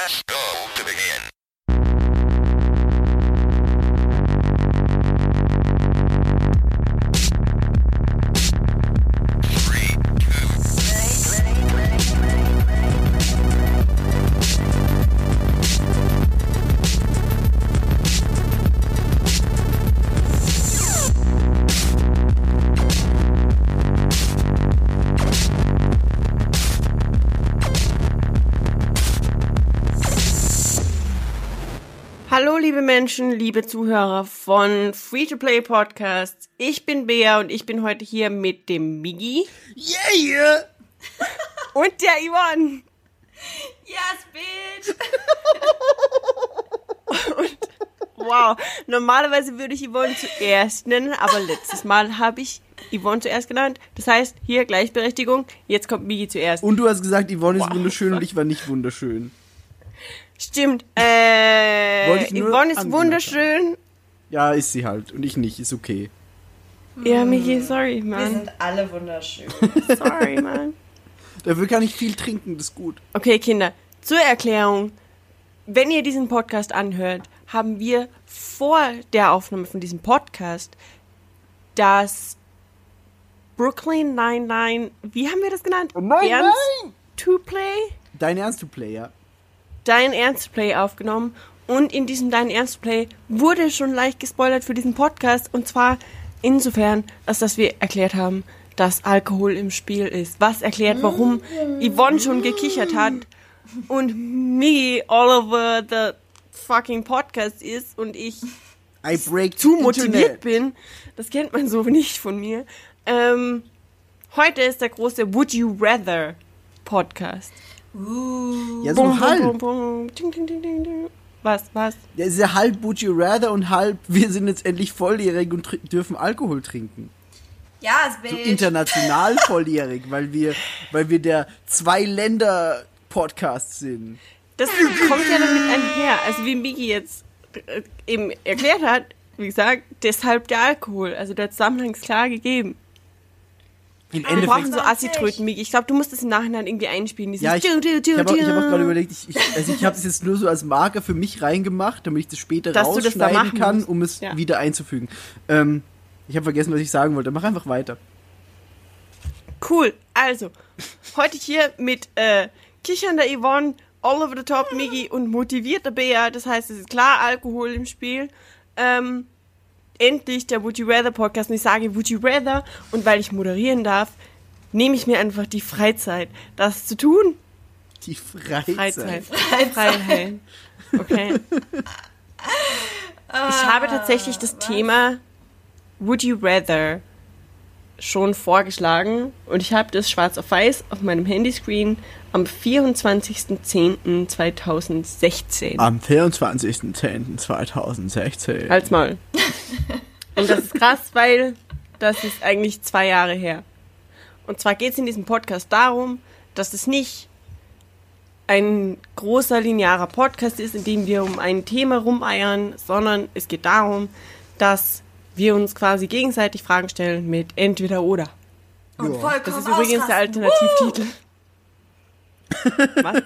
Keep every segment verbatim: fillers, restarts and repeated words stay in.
Press go to begin. Three, Hallo liebe Menschen, liebe Zuhörer von Free-to-Play Podcasts. Ich bin Bea und ich bin heute hier mit dem Migi. Yeah! Und der Yvonne. Yes, bitch! Und, wow, normalerweise würde ich Yvonne zuerst nennen, aber letztes Mal habe ich Yvonne zuerst genannt. Das heißt, hier Gleichberechtigung, jetzt kommt Migi zuerst. Und du hast gesagt, Yvonne ist Wow. wunderschön und ich war nicht wunderschön. Stimmt, äh, Wollte ich nur Yvonne ist angemerkt wunderschön. Ja, ist sie halt. Und ich nicht, ist okay. Ja, Migi, sorry, Wir Mann. sind alle wunderschön. Sorry, Mann. Dafür kann ich viel trinken, das ist gut. Okay, Kinder, zur Erklärung. Wenn ihr diesen Podcast anhört, haben wir vor der Aufnahme von diesem Podcast das Brooklyn Nine-Nine, wie haben wir das genannt? Ernst to Play? Dein Ernst, du Player. Dein Ernst Play aufgenommen. Und in diesem Dein Ernst Play wurde schon leicht gespoilert für diesen Podcast. Und zwar insofern, als dass wir erklärt haben, dass Alkohol im Spiel ist. Was erklärt, warum Yvonne schon gekichert hat und me all over the fucking podcast ist und ich I break zu the motiviert Internet. bin. Das kennt man so nicht von mir. Ähm, heute ist der große Would You Rather Podcast. Uh. Ja, so Bum, bum, halb. bum, bum. Ding, ding, ding, ding, ding. Was, was? Ja, ist ja halb Would You Rather und halb wir sind jetzt endlich volljährig und tr- dürfen Alkohol trinken. Yes, So bitch! international volljährig, weil wir, weil wir der Zwei-Länder-Podcast sind. Das kommt ja damit einher. Also wie Migi jetzt äh, eben erklärt hat, wie gesagt, deshalb der Alkohol. Also der Zusammenhang ist klar gegeben. Im Wir brauchen Endeffekt. so Assi-Tröten, Migi. Ich glaube, du musst das im Nachhinein irgendwie einspielen. Dieses Ja, ich, du, du, du, ich habe auch, ich du. hab auch gerade überlegt, ich, ich, also ich habe das jetzt nur so als Marker für mich reingemacht, damit ich das später Dass du das da rausschneiden machen kann, musst. um es Ja. wieder einzufügen. Ähm, ich habe vergessen, was ich sagen wollte. Mach einfach weiter. Cool. Also, heute hier mit äh, kichernder Yvonne, all over the top Migi und motivierter Bea. Das heißt, es ist klar Alkohol im Spiel. Ähm, endlich der Would You Rather Podcast. Und ich sage Would You Rather. Und weil ich moderieren darf, nehme ich mir einfach die Freizeit, das zu tun. Die Freizeit. Freizeit. Freiheit. Okay. Ich habe tatsächlich das Thema Would You Rather schon vorgeschlagen und ich habe das schwarz auf weiß auf meinem Handyscreen am vierundzwanzigsten zehnten zweitausendsechzehn. Am vierundzwanzigsten zehnten zweitausendsechzehn. Halt's Maul. Und das ist krass, weil das ist eigentlich zwei Jahre her. Und zwar geht es in diesem Podcast darum, dass es nicht ein großer linearer Podcast ist, in dem wir um ein Thema rumeiern, sondern es geht darum, dass wir uns quasi gegenseitig Fragen stellen mit entweder oder. Und Ja. vollkommen Das ist übrigens der ausrasten. Alternativtitel. Was?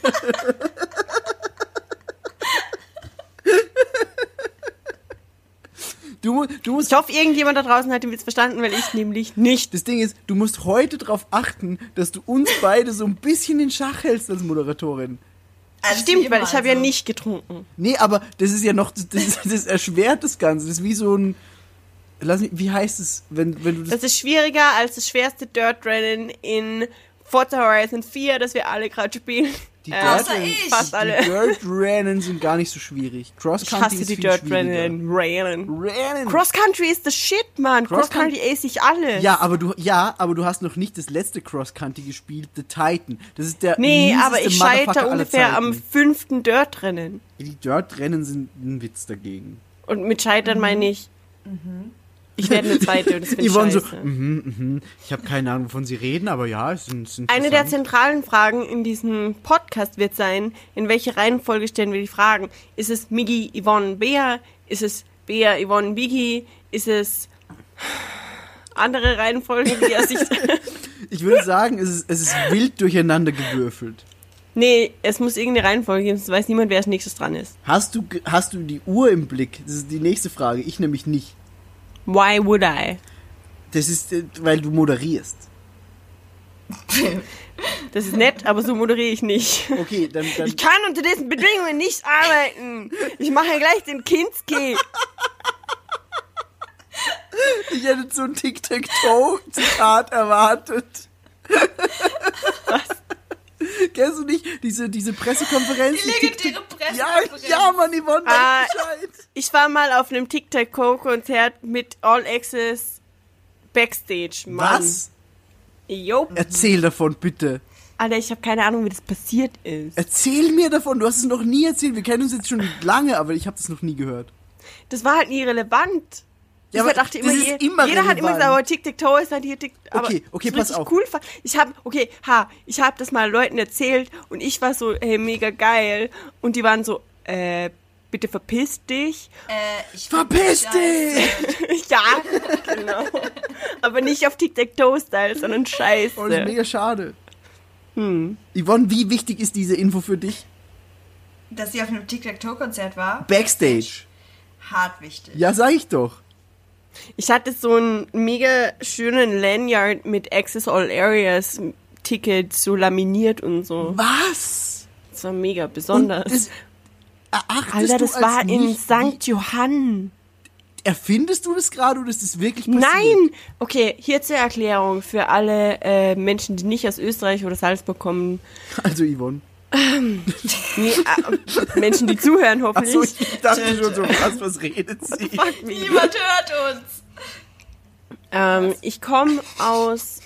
Du, mu- du musst, Ich hoffe, irgendjemand da draußen hat den Witz verstanden, weil ich nämlich nicht. das Ding ist, du musst heute darauf achten, dass du uns beide so ein bisschen in Schach hältst als Moderatorin. Also Stimmt, wie weil immer ich habe ja so. nicht getrunken. Nee, aber das ist ja noch, das, das, das erschwert das Ganze. Das ist wie so ein, lass mich, wie heißt es, wenn, wenn du das, Das ist schwieriger als das schwerste Dirt-Rennen in Forza Horizon vier, das wir alle gerade spielen. die Äh, Dirt, außer ich. fast alle. die Dirt-Rennen sind gar nicht so schwierig. Cross Ich Country hasse ist die viel schwieriger. Dirt-Rennen. Rennen. Rennen. Cross Country ist das Shit, Mann. Cross Cross Country ace ich alles. Ja, aber du, ja, aber du hast noch nicht das letzte Cross Country gespielt, The Titan. Das ist der Nee, mieseste aber ich Motherfucker scheitere aller ungefähr Zeiten. am fünften Dirt-Rennen. Die Dirt-Rennen sind ein Witz dagegen. Und mit Scheitern meine ich, ich werde eine zweite und das finde ich Yvonne so, scheiße. mhm, mhm. Ich habe keine Ahnung, wovon sie reden, aber ja, es ist, es ist Eine der interessant. zentralen Fragen in diesem Podcast wird sein, in welche Reihenfolge stellen wir die Fragen? Ist es Migi, Yvonne, Bea? Ist es Bea, Yvonne, Migi? Ist es andere Reihenfolge, die er sich... Ich würde sagen, es ist, es ist wild durcheinander gewürfelt. Nee, es muss irgendeine Reihenfolge geben, sonst weiß niemand, wer als nächstes dran ist. Hast du, ge- hast du die Uhr im Blick? Das ist die nächste Frage. Ich nämlich nicht. Why would I? Das ist, äh, weil du moderierst. Das ist nett, aber so moderiere ich nicht. Okay, dann, dann Ich kann unter diesen Bedingungen nicht arbeiten. Ich mache ja gleich den Kinski. ich hätte so ein Tic-Tac-Toe-Zitat erwartet. Was? Kennst du nicht diese, diese Pressekonferenz? Die legendäre Ja, Pressekonferenz. ja, Mann, Yvonne, weiß Ah, Bescheid. Ich war mal auf einem Tic-Tac-Toe-Konzert mit All Access Backstage, Mann. Was? Jo. Erzähl davon, bitte. Alter, ich habe keine Ahnung, wie das passiert ist. Erzähl mir davon. Du hast es noch nie erzählt. Wir kennen uns jetzt schon lange, aber ich habe das noch nie gehört. Das war halt nie relevant. Ja, Ich aber dachte das immer, ist je, immer jeder hat immer relevant. gesagt, aber Tic-Tac-Toe ist halt hier Tic. Aber Okay, okay, so pass richtig auf. cool fand. Ich habe, okay, ha, ich habe das mal Leuten erzählt und ich war so, hey, mega geil. Und die waren so, äh, bitte verpiss dich. Äh, ich Verpiss Scheiße. dich! Ja, genau. Aber nicht auf Tic-Tac-Toe-Style, sondern scheiße. Oh, das ist mega schade. Hm. Yvonne, wie wichtig ist diese Info für dich? Dass sie auf einem Tic-Tac-Toe-Konzert war. Backstage. Hart wichtig. Ja, sag ich doch. Ich hatte so einen mega schönen Lanyard mit Access All Areas Ticket so laminiert und so. Was? Das war mega Und besonders. das erachtest Alter, du das als war in nicht, Sankt Johann. Erfindest du das gerade oder ist das wirklich passiert? Nein! Okay, hier zur Erklärung für alle äh, Menschen, die nicht aus Österreich oder Salzburg kommen. Also Yvonne. Nee, äh, Menschen, die zuhören, hoffentlich. Achso, ich dachte schon so, was, was redet sie? Fuck me. Niemand hört uns. Ähm, ich komme aus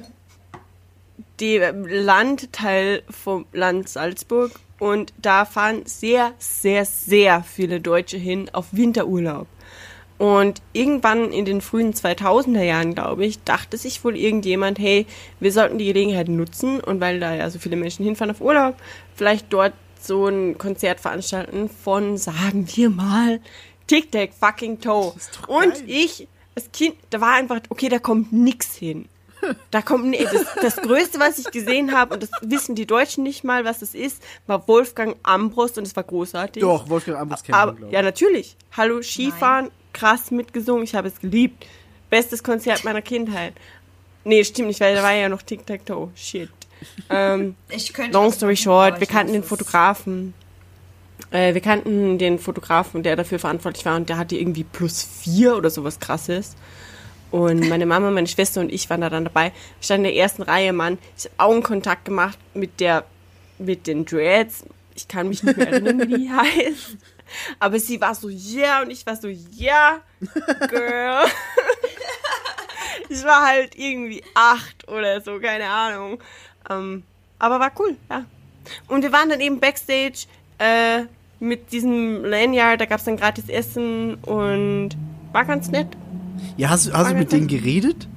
dem Landteil vom Land Salzburg und da fahren sehr, sehr, sehr viele Deutsche hin auf Winterurlaub. Und irgendwann in den frühen zweitausender Jahren, glaube ich, dachte sich wohl irgendjemand, hey, wir sollten die Gelegenheit nutzen und weil da ja so viele Menschen hinfahren auf Urlaub, vielleicht dort so ein Konzert veranstalten von, sagen wir mal, Tic-Tac-Fucking-Toe. ist doch Und geil. ich, als Kind, da war einfach, okay, da kommt nix hin. Da kommt nee, das, das Größte, was ich gesehen habe, und das wissen die Deutschen nicht mal, was das ist, war Wolfgang Ambros und es war großartig. Doch, Wolfgang Ambros kennt Aber, man, glaube ja, ich. natürlich. Hallo, Skifahren, krass mitgesungen, ich habe es geliebt. Bestes Konzert meiner Kindheit. Nee, stimmt nicht, weil da war ja noch Tic-Tac-Toe. Shit. Ähm, Ich könnte long das story machen, short, aber wir ich kannten weiß den es. Fotografen. Äh, wir kannten den Fotografen, der dafür verantwortlich war und der hatte irgendwie plus vier oder sowas krasses. Und meine Mama, meine Schwester und ich waren da dann dabei. Ich stand in der ersten Reihe, Mann. Ich habe Augenkontakt gemacht mit der, mit den Dreads. Ich kann mich nicht mehr erinnern, wie die heißt. Aber sie war so, yeah, und ich war so, yeah, girl. Ich war halt irgendwie acht oder so, keine Ahnung. Ähm, aber war cool, ja. Und wir waren dann eben Backstage äh, mit diesem Lanyard, da gab es dann gratis Essen und war ganz nett. Ja, hast, du- hast du mit denen geredet?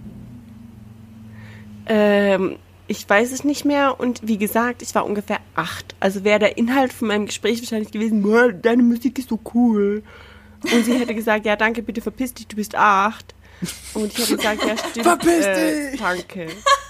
Ähm, ich weiß es nicht mehr und wie gesagt, ich war ungefähr acht. Also wäre der Inhalt von meinem Gespräch wahrscheinlich gewesen, boah, deine Musik ist so cool. Und sie hätte gesagt, ja danke, bitte verpiss dich, du bist acht. Und ich hätte gesagt, ja stimmt, Verpiss äh, dich! danke.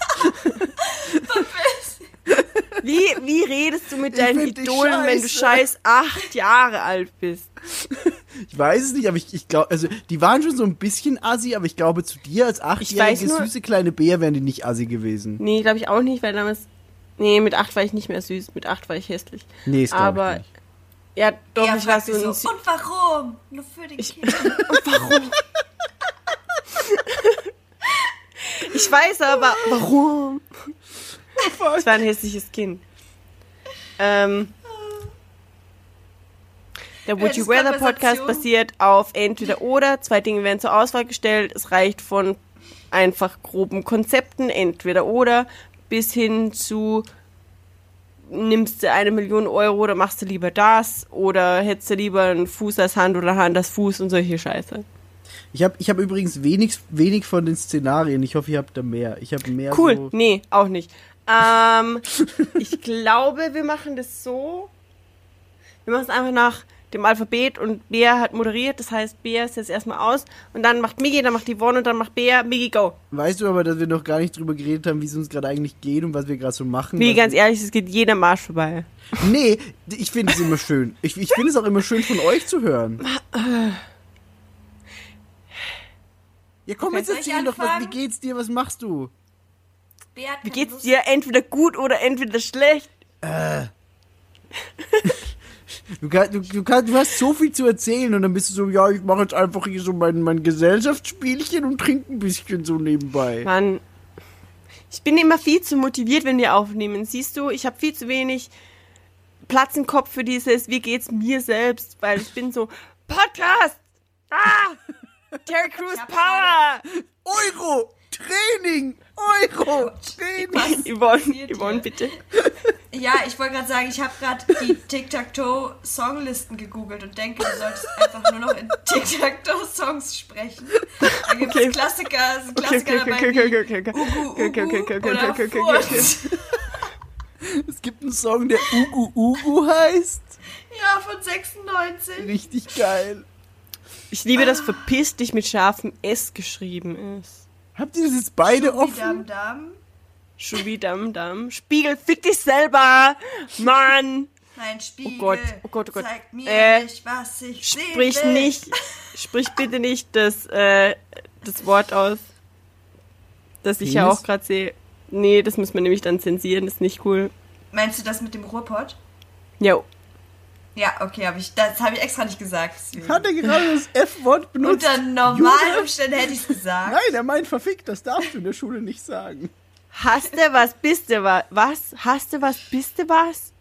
Wie, wie redest du mit Ich deinen find dich Idolen, wenn du scheiße. scheiß acht Jahre alt bist? Ich weiß es nicht, aber ich, ich glaube, also die waren schon so ein bisschen assi, aber ich glaube, zu dir als achtjährige nur- süße kleine Bär wären die nicht assi gewesen. Nee, glaube ich auch nicht, weil damals, nee, mit acht war ich nicht mehr süß, mit acht war ich hässlich. Nee, ist glaub Aber, ich nicht. ja doch, Ja, ich war fragt so sie ein so, und warum? Nur für den Ich- Kind. Warum? Ich weiß aber, warum? Ich war ein hässliches Kind. Ähm, der Would Ja, You das Rather Podcast Konversation. basiert auf entweder oder. Zwei Dinge werden zur Auswahl gestellt. Es reicht von einfach groben Konzepten, entweder oder, bis hin zu nimmst du eine Million Euro oder machst du lieber das oder hättest du lieber einen Fuß als Hand oder Hand als Fuß und solche Scheiße. Ich habe ich hab übrigens wenig, wenig von den Szenarien. Ich hoffe, ihr habt da mehr. Ich habe mehr Cool, so... nee, auch nicht. Ähm, ich glaube, wir machen das so. Wir machen es einfach nach dem Alphabet und Bea hat moderiert, das heißt, Bea ist jetzt erstmal aus und dann macht Migi, dann macht Yvonne und dann macht Bea, Migi, go. Weißt du aber, dass wir noch gar nicht drüber geredet haben, wie es uns gerade eigentlich geht und was wir gerade so machen? Migi, was ganz wir- ehrlich, es geht jeder Marsch vorbei. Nee, ich finde es immer schön. Ich, ich finde es auch immer schön, von euch zu hören. Ja, komm, jetzt Soll ich erzähl doch, was, wie anfangen? geht's dir, was machst du? Bea hat Wie keine geht's Lust. dir? Entweder gut oder entweder schlecht. Du, kann, du, du, kann, du hast so viel zu erzählen und dann bist du so, ja, ich mache jetzt einfach hier so mein, mein Gesellschaftsspielchen und trinke ein bisschen so nebenbei. Mann, ich bin immer viel zu motiviert, wenn wir aufnehmen. Siehst du, ich habe viel zu wenig Platz im Kopf für dieses, wie geht's mir selbst, weil ich bin so, Podcast! Ah! Terry Crews hab Power! Euro! Training! Euro! Training! Yvonne, passiert Yvonne, hier? bitte. Ja, ich wollte gerade sagen, ich habe gerade die Tic-Tac-Toe-Songlisten gegoogelt und denke, du solltest einfach nur noch in Tic-Tac-Toe-Songs sprechen. Da gibt es Okay. Klassiker, es sind Okay, Klassiker okay, dabei okay, okay, okay, okay. wie Ugu, Okay, okay, Ugu okay, okay, oder okay, okay, okay, Furz. Es gibt einen Song, der Ugu Ugu heißt. Ja, von sechsundneunzig. Richtig geil. Ich liebe, dass verpiss dich mit scharfem S geschrieben ist. Habt ihr das jetzt beide offen? Dam Dam. Schubidam dam. Spiegel, fick dich selber! Mann! Nein, Spiegel, Oh Gott, oh Gott, oh Gott. zeig mir Äh, nicht, was ich sehen Sprich will. nicht, sprich bitte nicht das, äh, das Wort aus, das ich ja Penis? auch gerade sehe. Nee, das müssen wir nämlich dann zensieren, das ist nicht cool. Meinst du das mit dem Ruhrpott? Jo. Ja, okay, hab ich, das habe ich extra nicht gesagt. deswegen. Hat er gerade das F-Wort benutzt? Unter normalen Junge? Umständen hätte ich es gesagt. Nein, er meint verfickt, das darfst du in der Schule nicht sagen. Hast du was, bist du was? Was? Hast du was, bist du was?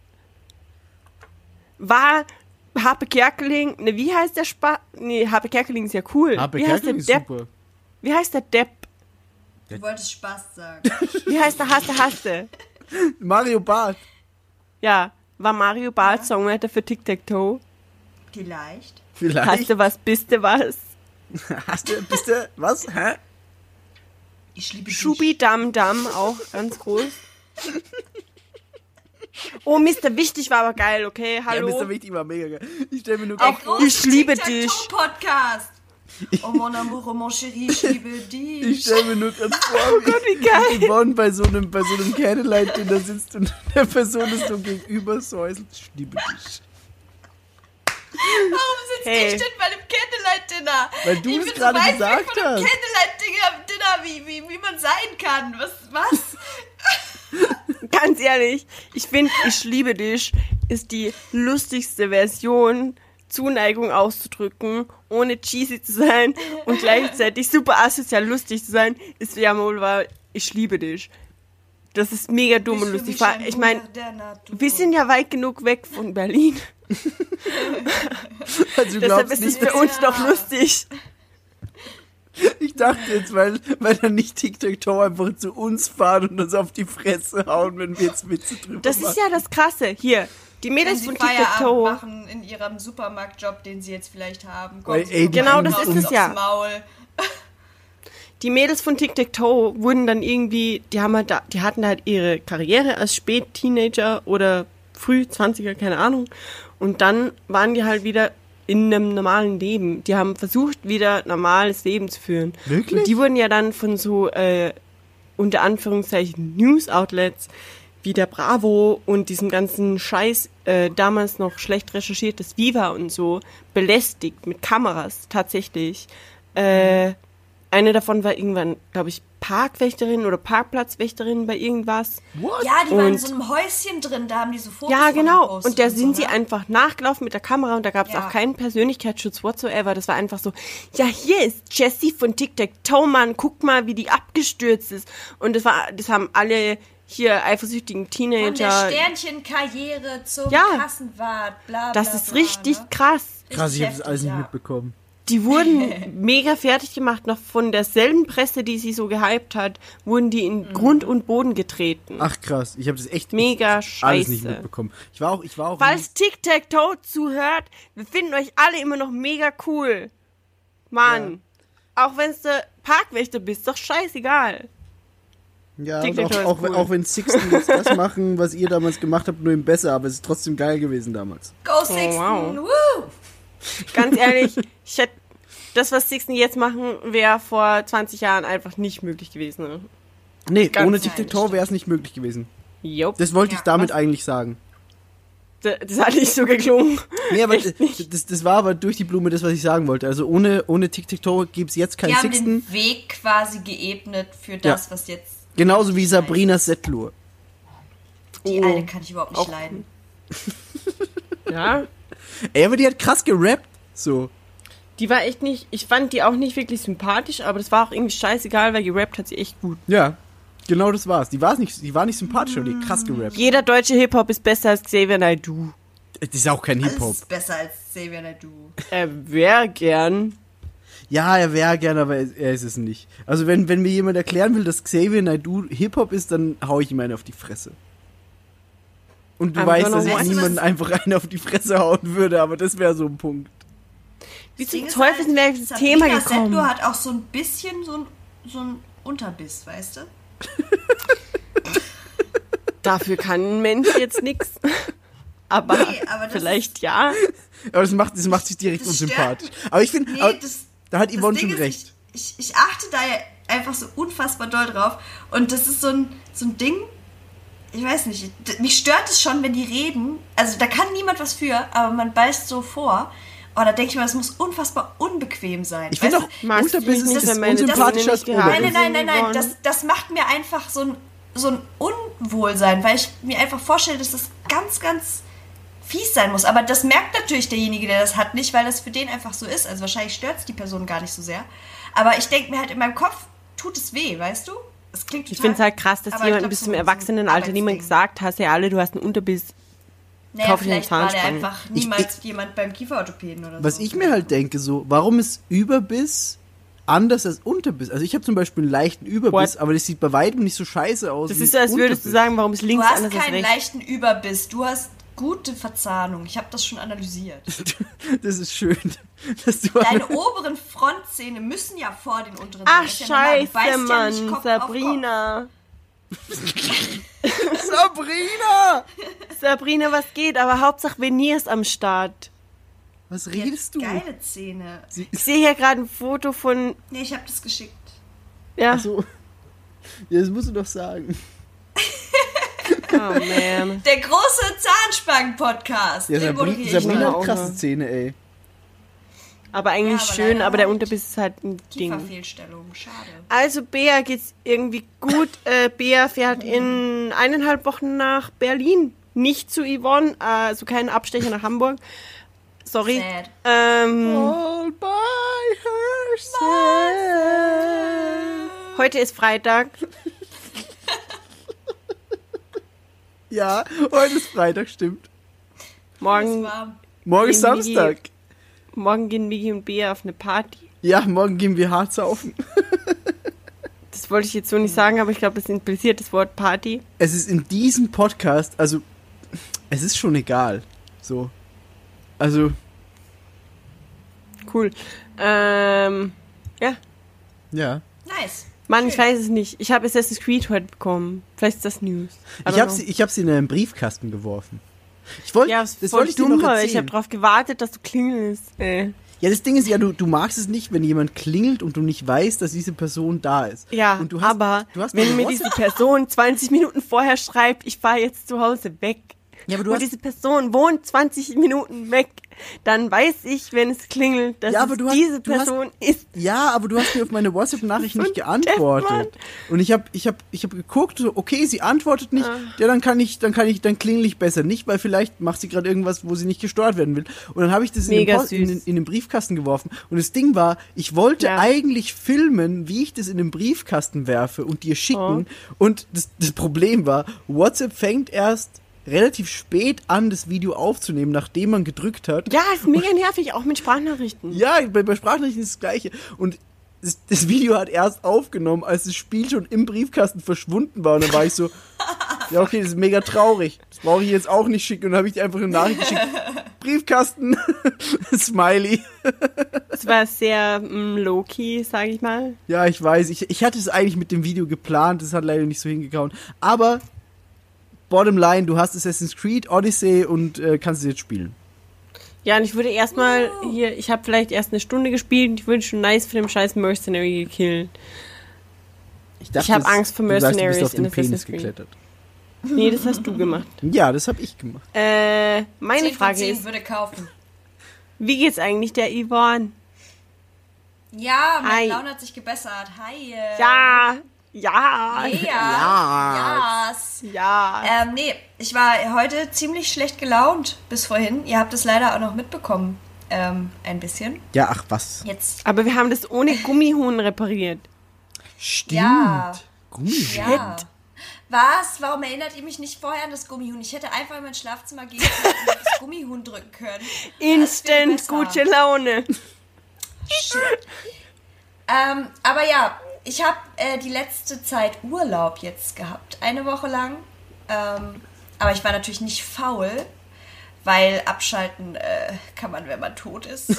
War Harpe Kerkeling, ne, wie heißt der Spa... Nee, Harpe Kerkeling ist ja cool. Harpe wie heißt der Kerkeling ist Depp? super. Wie heißt der Depp? Du wolltest Spaß sagen. Wie heißt der Haste Haste? Mario Barth. Ja, war Mario Barth Songwriter für Tic-Tac-Toe? Vielleicht. Vielleicht. Hast du was, bist du was? Hast du, bist du, was? Hä? Ich liebe dich. Schubi Dam Dam, auch ganz groß. Oh, Mister Wichtig war aber geil, okay? Ja, Hallo? Mister Wichtig war mega geil. Ich stell mir nur Der grad- große Ich liebe dich. Tic-Tac-Toe-Podcast. Oh mon amour, oh mon chéri, ich liebe Ich dich. stell mir nur gerade vor, Oh Gott, wie geil. wie Yvonne bei so einem, bei so einem Candlelight-Dinner sitzt und der Person ist so gegenüber säuselt. Ich liebe dich. Warum sitzt Hey. ich denn bei dem Candlelight-Dinner? Weil du ich es bin gerade so weit gesagt weg von dem hast. Candlelight-Dinner, wie, wie, wie man sein kann. Was? was? Ganz ehrlich, ich finde, ich liebe dich ist die lustigste Version, Zuneigung auszudrücken, ohne cheesy zu sein und gleichzeitig super asozial lustig zu sein, ist ja wohl wahr, ich liebe dich. Das ist mega dumm und Bist für lustig. mich ein Ich meine, Wunder der Natur. wir sind ja weit genug weg von Berlin. Also du Deshalb glaubst ist es nicht, für uns Ja. doch lustig. ich dachte jetzt, weil, weil dann nicht Tic-Tac-Toe einfach zu uns fahren und uns auf die Fresse hauen, wenn wir jetzt Witze drüber Das machen. ist ja das Krasse. Hier, die wenn Mädels sie von Feierabend Tic-Tac-Toe. machen in ihrem Supermarktjob, den sie jetzt vielleicht haben. Weil, Kommen ey, sie die Genau, können das uns- ist es aufs ja. Maul. Die Mädels von Tic-Tac-Toe wurden dann irgendwie, die haben halt da, die hatten halt ihre Karriere als Spät-Teenager oder Früh-Zwanziger, keine Ahnung. Und dann waren die halt wieder in einem normalen Leben. Die haben versucht, wieder normales Leben zu führen. Wirklich? Und die wurden ja dann von so, äh, unter Anführungszeichen, News-Outlets wie der Bravo und diesem ganzen Scheiß, äh, damals noch schlecht recherchiertes Viva und so, belästigt mit Kameras, tatsächlich. Äh, eine davon war irgendwann, glaube ich, Parkwächterin oder Parkplatzwächterin bei irgendwas. What? Ja, die waren in Und- so einem Häuschen drin, da haben die so Fotos Ja, von genau. gepostet Und da so, sind sie ne? einfach nachgelaufen mit der Kamera und da gab es Ja. auch keinen Persönlichkeitsschutz whatsoever. Das war einfach so, ja, hier ist Jessie von Tic-Tac-Toe, Mann, guck mal, wie die abgestürzt ist. Und das war, das haben alle hier eifersüchtigen Von der Teenager. Sternchenkarriere zum Ja. Kassenwart, bla bla Das ist bla, richtig ne? krass. Krass, ich habe das heftig, alles nicht ja. mitbekommen. Die wurden mega fertig gemacht, noch von derselben Presse, die sie so gehypt hat, wurden die in Grund und Boden getreten. Ach krass, ich habe das echt Mega alles nicht scheiße. mitbekommen. Ich war auch, ich war auch. Falls Tic-Tac-Toe zuhört, wir finden euch alle immer noch mega cool. Mann. Auch wenn du Parkwächter bist, doch scheißegal. ja, und Tic-Tac-Toe auch, ist auch, cool. auch wenn Sixten jetzt das machen, was ihr damals gemacht habt, nur im besser, aber es ist trotzdem geil gewesen damals. Go Sixten, wow. woo! Ganz ehrlich, ich hätte das, was Sixten jetzt machen, wäre vor zwanzig Jahren einfach nicht möglich gewesen. Ne? Nee, Ganz ohne nein, Tic-Tac-Toe wäre es nicht möglich gewesen. Jupp. Das wollte ich Ja, damit was? eigentlich sagen. Das, das hat nicht so geklungen. Nee, aber Echt nicht. das, das war aber durch die Blume das, was ich sagen wollte. Also ohne, ohne Tic-Tac-Toe gibt es jetzt keinen Die haben Sixten. den Weg quasi geebnet für das, was jetzt... Genauso wie Sabrina Settlur. Die Oh. eine kann ich überhaupt nicht Auch- leiden. Ja, Ey, aber die hat krass gerappt. So. die war echt nicht, ich fand die auch nicht wirklich sympathisch, aber das war auch irgendwie scheißegal, weil gerappt hat sie echt gut. Ja, genau das war's. Die, war's nicht, die war nicht sympathisch, aber die hat krass gerappt. Jeder deutsche Hip-Hop ist besser als Xavier Naidoo. Das ist auch kein Alles Hip-Hop. ist besser als Xavier Naidoo. Er wäre gern. Ja, er wäre gerne, aber er er ist es nicht. Also wenn, wenn mir jemand erklären will, dass Xavier Naidoo Hip-Hop ist, dann hau ich ihm einen auf die Fresse. Und du I'm weißt, gonna dass ich watch niemanden this. einfach einen auf die Fresse hauen würde, aber das wäre so ein Punkt. Wie Das Ding zum ist Teufel halt, sind wir auf das Sabrina Thema gekommen? Settler hat auch so ein bisschen so ein, so ein Unterbiss, weißt du? Dafür kann ein Mensch jetzt nichts. Aber, Nee, aber das vielleicht ja. Aber das macht, das macht sich direkt Das stört- unsympathisch. Aber ich finde, Nee, das, da hat das Yvonne Ding schon ist, recht. Ich, ich, ich achte da ja einfach so unfassbar doll drauf. Und das ist so ein, so ein Ding, ich weiß nicht, d- mich stört es schon, wenn die reden. Also da kann niemand was für, aber man beißt so vor. Oh, da denke ich mal, das muss unfassbar unbequem sein. Ich finde Weißt auch, du? Magst du Unterbiss mich nicht, ist wenn meine unsympathischer Zähne als nicht gerade Oberbiss. Nein, nein, nein, nein, Yvonne. das, das macht mir einfach so ein, so ein Unwohlsein, weil ich mir einfach vorstelle, dass das ganz, ganz fies sein muss. Aber das merkt natürlich derjenige, der das hat, nicht, weil das für den einfach so ist. Also wahrscheinlich stört es die Person gar nicht so sehr. Aber ich denke mir halt, in meinem Kopf tut es weh, weißt du? Es klingt total... Ich finde es halt krass, dass aber jemand ich glaub, bis so zum ein- so ein Erwachsenenalter niemand Arbeitsding. gesagt hat, ja alle, du hast einen Unterbiss. Naja, kauf ich einen vielleicht war der Zahnspange. einfach niemals jemand beim Kieferorthopäden oder Was so. ich mir halt denke, so, warum ist Überbiss anders als Unterbiss? Also ich habe zum Beispiel einen leichten Überbiss, What? aber das sieht bei weitem nicht so scheiße aus. Das wie ist, als würdest du Unterbiss. sagen, warum ist Du links hast anders als keinen rechts. leichten Überbiss, du hast gute Verzahnung. Ich habe das schon analysiert. Das ist schön, dass du Deine oberen Frontzähne müssen ja vor den unteren Ach, sein. Das ist ja normal. Du scheiße, beißt ja nicht Mann, Kopf Sabrina. Sabrina! Sabrina, was geht? Aber Hauptsache Venier ist am Start. Was Auf Kopf. redest du? Geile Zähne. Ich sehe hier gerade ein Foto von, Nee, ich habe das geschickt. ja, So. Ja, das musst du doch sagen. oh man. Der große Zahnspangen-Podcast. Ja, Den Sabri moderiere ich Sabrina mal. auch hat krasse noch. Zähne, ey. Aber eigentlich Ja, aber schön, leider aber der halt Unterbiss ist halt ein Ding. Kieferfehlstellung, schade. Also Bea geht's irgendwie gut. Äh, Bea fährt in eineinhalb Wochen nach Berlin. Nicht zu Yvonne, also keinen Abstecher nach Hamburg. Sorry. Sad. Ähm, All by herself. heute ist Freitag. Ja, heute ist Freitag, stimmt. Morgen, Es war Morgen ist Gehen Migi- Samstag. morgen gehen Migi und Bea auf eine Party. Ja, morgen gehen wir hart saufen. Das wollte ich jetzt so nicht sagen, aber ich glaube, es impliziert das Wort Party. Es ist in diesem Podcast, also, es ist schon egal. So. Also, Cool. Ähm, ja. ja. nice. Mann, ich Schön. weiß es nicht. Ich habe Assassin's Creed heute bekommen. Vielleicht ist das News. I Ich don't habe know. sie, ich hab sie in einen Briefkasten geworfen. Ich wollte, Ja, das, das voll wollte ich dir dumm, noch aber ich erzählen. habe darauf gewartet, dass du klingelst. Äh. Ja, das Ding ist ja, du, du magst es nicht, wenn jemand klingelt und du nicht weißt, dass diese Person da ist. Ja, und du hast, aber du hast wenn eine mir WhatsApp- diese Person zwanzig Minuten vorher schreibt, ich fahre jetzt zu Hause weg, Ja, aber du und hast, diese Person wohnt zwanzig Minuten weg, dann weiß ich, wenn es klingelt, dass Ja, aber es du hast- diese du hast- Person ist. ja, aber du hast mir auf meine WhatsApp-Nachricht nicht Und geantwortet. Mann. Und ich habe ich hab, ich hab geguckt, so, okay, sie antwortet nicht, ja, dann kann ich, dann kann ich, dann klingel ich besser. Nicht, weil vielleicht macht sie gerade irgendwas, wo sie nicht gestört werden will. Und dann habe ich das in den, Mega Post, in, den, süß. in den Briefkasten geworfen. Und das Ding war, ich wollte Ja. eigentlich filmen, wie ich das in den Briefkasten werfe und dir schicken. Oh. Und das, das Problem war, WhatsApp fängt erst relativ spät an, das Video aufzunehmen, nachdem man gedrückt hat. Ja, ist mega nervig, auch mit Sprachnachrichten. Ja, bei, bei Sprachnachrichten ist das Gleiche. Und das, das Video hat erst aufgenommen, als das Spiel schon im Briefkasten verschwunden war. Und dann war ich so, ja okay, das ist mega traurig. Das brauche ich jetzt auch nicht schicken. Und dann habe ich dir einfach eine Nachricht geschickt. Briefkasten, Smiley. Es war sehr mm, low-key, sage ich mal. Ja, ich weiß. Ich, ich hatte es eigentlich mit dem Video geplant. Das hat leider nicht so hingehauen. Aber, bottom line, du hast Assassin's Creed, Odyssey und äh, kannst es jetzt spielen. Ja, und ich würde erstmal hier, ich habe vielleicht erst eine Stunde gespielt und ich würde schon nice für den scheiß Mercenary gekillt. Ich, dachte, Ich hab das- Angst vor du sagst, Mercenaries Du bist auf in den Penis Assassin's Creed. geklettert. Nee, das hast du gemacht. Ja, das habe ich gemacht. Äh, meine zehn von Frage zehn ist, würde kaufen. wie geht's eigentlich der Yvonne? Ja, Hi. meine Laune hat sich gebessert. Hi. äh, Ja, ja, Ja. Ja. Yes. ja. Ähm, nee, ich war heute ziemlich schlecht gelaunt bis vorhin. Ihr habt es leider auch noch mitbekommen. Ähm, ein bisschen. Ja, ach was. Jetzt. Aber wir haben das ohne Gummihuhn repariert. Stimmt. Ja. Gummi. Ja. Was? Warum erinnert ihr mich nicht vorher an das Gummihuhn? Ich hätte einfach in mein Schlafzimmer gehen können und auf das Gummihuhn drücken können. Instant besser. gute Laune. Ähm, aber ja, ich habe äh, die letzte Zeit Urlaub jetzt gehabt. Eine Woche lang. Ähm, aber ich war natürlich nicht faul, weil abschalten äh, kann man, wenn man tot ist.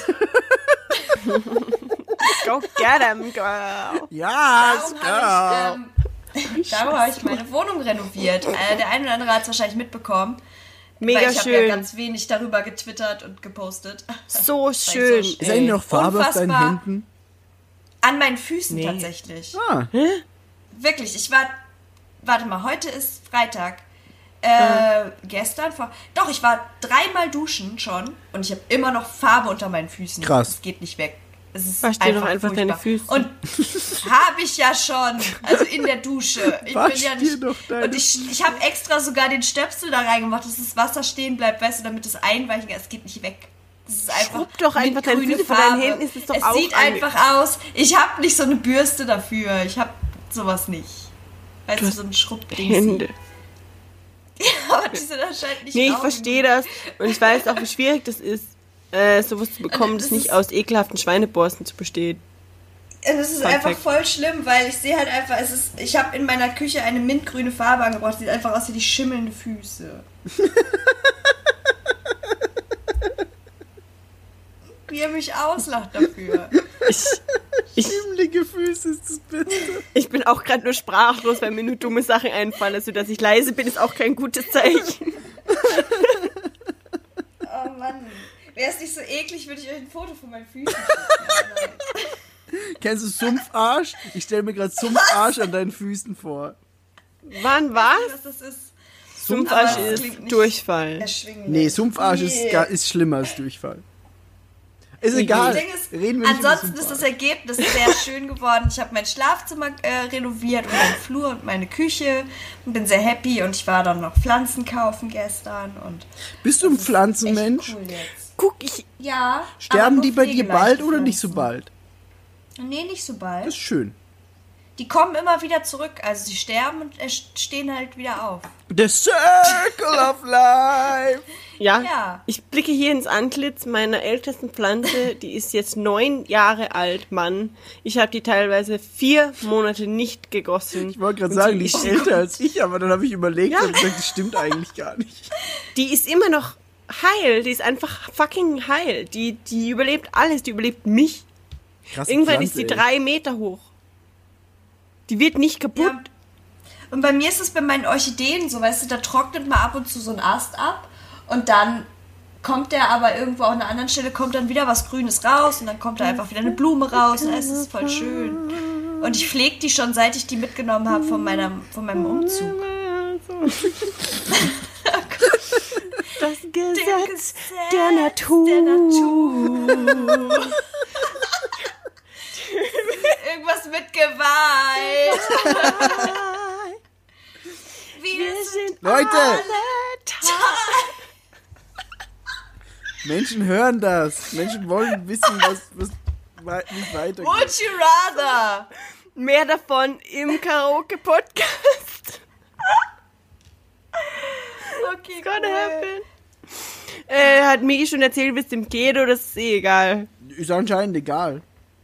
Go get him, girl. Ja, Darum girl. habe ich, ähm, darum habe ich meine Wohnung renoviert. Äh, der eine oder andere hat es wahrscheinlich mitbekommen. Mega weil ich habe ja schön. ganz wenig darüber getwittert und gepostet. So Weil ich so schön. Ist eigentlich noch Farbe auf deinen Unfassbar. Händen? An meinen Füßen Nee. tatsächlich. Ah, Wirklich, ich war, warte mal, heute ist Freitag. Äh, gestern, vor, doch, ich war dreimal duschen schon und ich habe immer noch Farbe unter meinen Füßen. Krass. Es geht nicht weg. Es ist Wasch dir doch einfach deine furchtbar. Füße. Und habe ich ja schon, also in der Dusche. Ich Wasch bin ja dir nicht, doch deine und ich, ich habe extra sogar den Stöpsel da reingemacht, dass das Wasser stehen bleibt, weißt du, damit es einweichen kann. Es geht nicht weg. Das ist einfach Schrubb doch einfach deine mintgrüne Füße von deinen Farbe. Händen, ist es doch es auch sieht ange- einfach aus. Ich habe nicht so eine Bürste dafür. Ich habe sowas nicht. Weißt du, so ein Schrubbding. Hände. Aber die sind anscheinend nicht Nee, ich rau verstehe genug. das. Und ich weiß auch, wie schwierig das ist, äh, sowas zu bekommen, das das nicht ist- aus ekelhaften Schweineborsten zu bestehen. Und es ist Fun einfach Fact. voll schlimm, weil ich sehe halt einfach, es ist, ich habe in meiner Küche eine mintgrüne Farbe angebracht, sieht einfach aus wie die schimmelnde Füße. Wie er mich auslacht dafür. Ich, ich, schimmelige Füße ist das Beste. ich bin auch gerade nur sprachlos, weil mir nur dumme Sachen einfallen. Also, dass ich leise bin, ist auch kein gutes Zeichen. Oh Mann. Wäre es nicht so eklig, würde ich euch ein Foto von meinen Füßen schicken. Kennst du Sumpfarsch? Ich stelle mir gerade Sumpfarsch an deinen Füßen vor. Wann was? Was das ist? Sumpfarsch Aber das ist klingt nicht Durchfall. erschwinglich. Nee, Sumpfarsch Nee. ist, ga- ist schlimmer als Durchfall. Ist Nee, egal. Das Ding ist, Reden wir nicht über ansonsten ist das Sumpfarsch. Ergebnis sehr schön geworden. Ich habe mein Schlafzimmer äh, renoviert und meinen Flur und meine Küche und bin sehr happy und ich war dann noch Pflanzen kaufen gestern und Bist du ein das ist Pflanzenmensch? echt cool jetzt. Guck, ich, Ja. Sterben aber nur die bei dir pflegeleichte bald oder nicht so Pflanzen. bald? Nee, nicht so Das bald. ist schön. Die kommen immer wieder zurück. Also sie sterben und äh, stehen halt wieder auf. The Circle of Life. ja, Ja. ich blicke hier ins Antlitz meiner ältesten Pflanze. Die ist jetzt neun Jahre alt, Mann. Ich habe die teilweise vier Monate nicht gegossen. Ich wollte gerade Und sagen, die die ist ist- älter als ich, aber dann habe ich überlegt Ja. und gesagt, das stimmt eigentlich gar nicht. Die ist immer noch heil. Die ist einfach fucking heil. Die, die überlebt alles. Die überlebt mich. Krasse Irgendwann Pflanze, ist die ey. drei Meter hoch. Die wird nicht kaputt. Ja. Und bei mir ist es bei meinen Orchideen so, weißt du, da trocknet mal ab und zu so ein Ast ab und dann kommt der aber irgendwo an einer anderen Stelle, kommt dann wieder was Grünes raus und dann kommt da einfach wieder eine Blume raus und es ist voll schön. Und ich pflege die schon, seit ich die mitgenommen habe von, meiner, von meinem Umzug. Das Gesetz Gesetz der Natur. der Natur. Irgendwas mit Gewalt. Wir, Wir sind sind Leute, alle Teil. Menschen hören das. Menschen wollen wissen, was, was wei- wie es weitergeht. Would you rather? Mehr davon im Karaoke-Podcast. Okay, Gonna cool. happen. Äh, hat Migi schon erzählt, wie es dem geht, oder ist es eh egal? Ist anscheinend egal.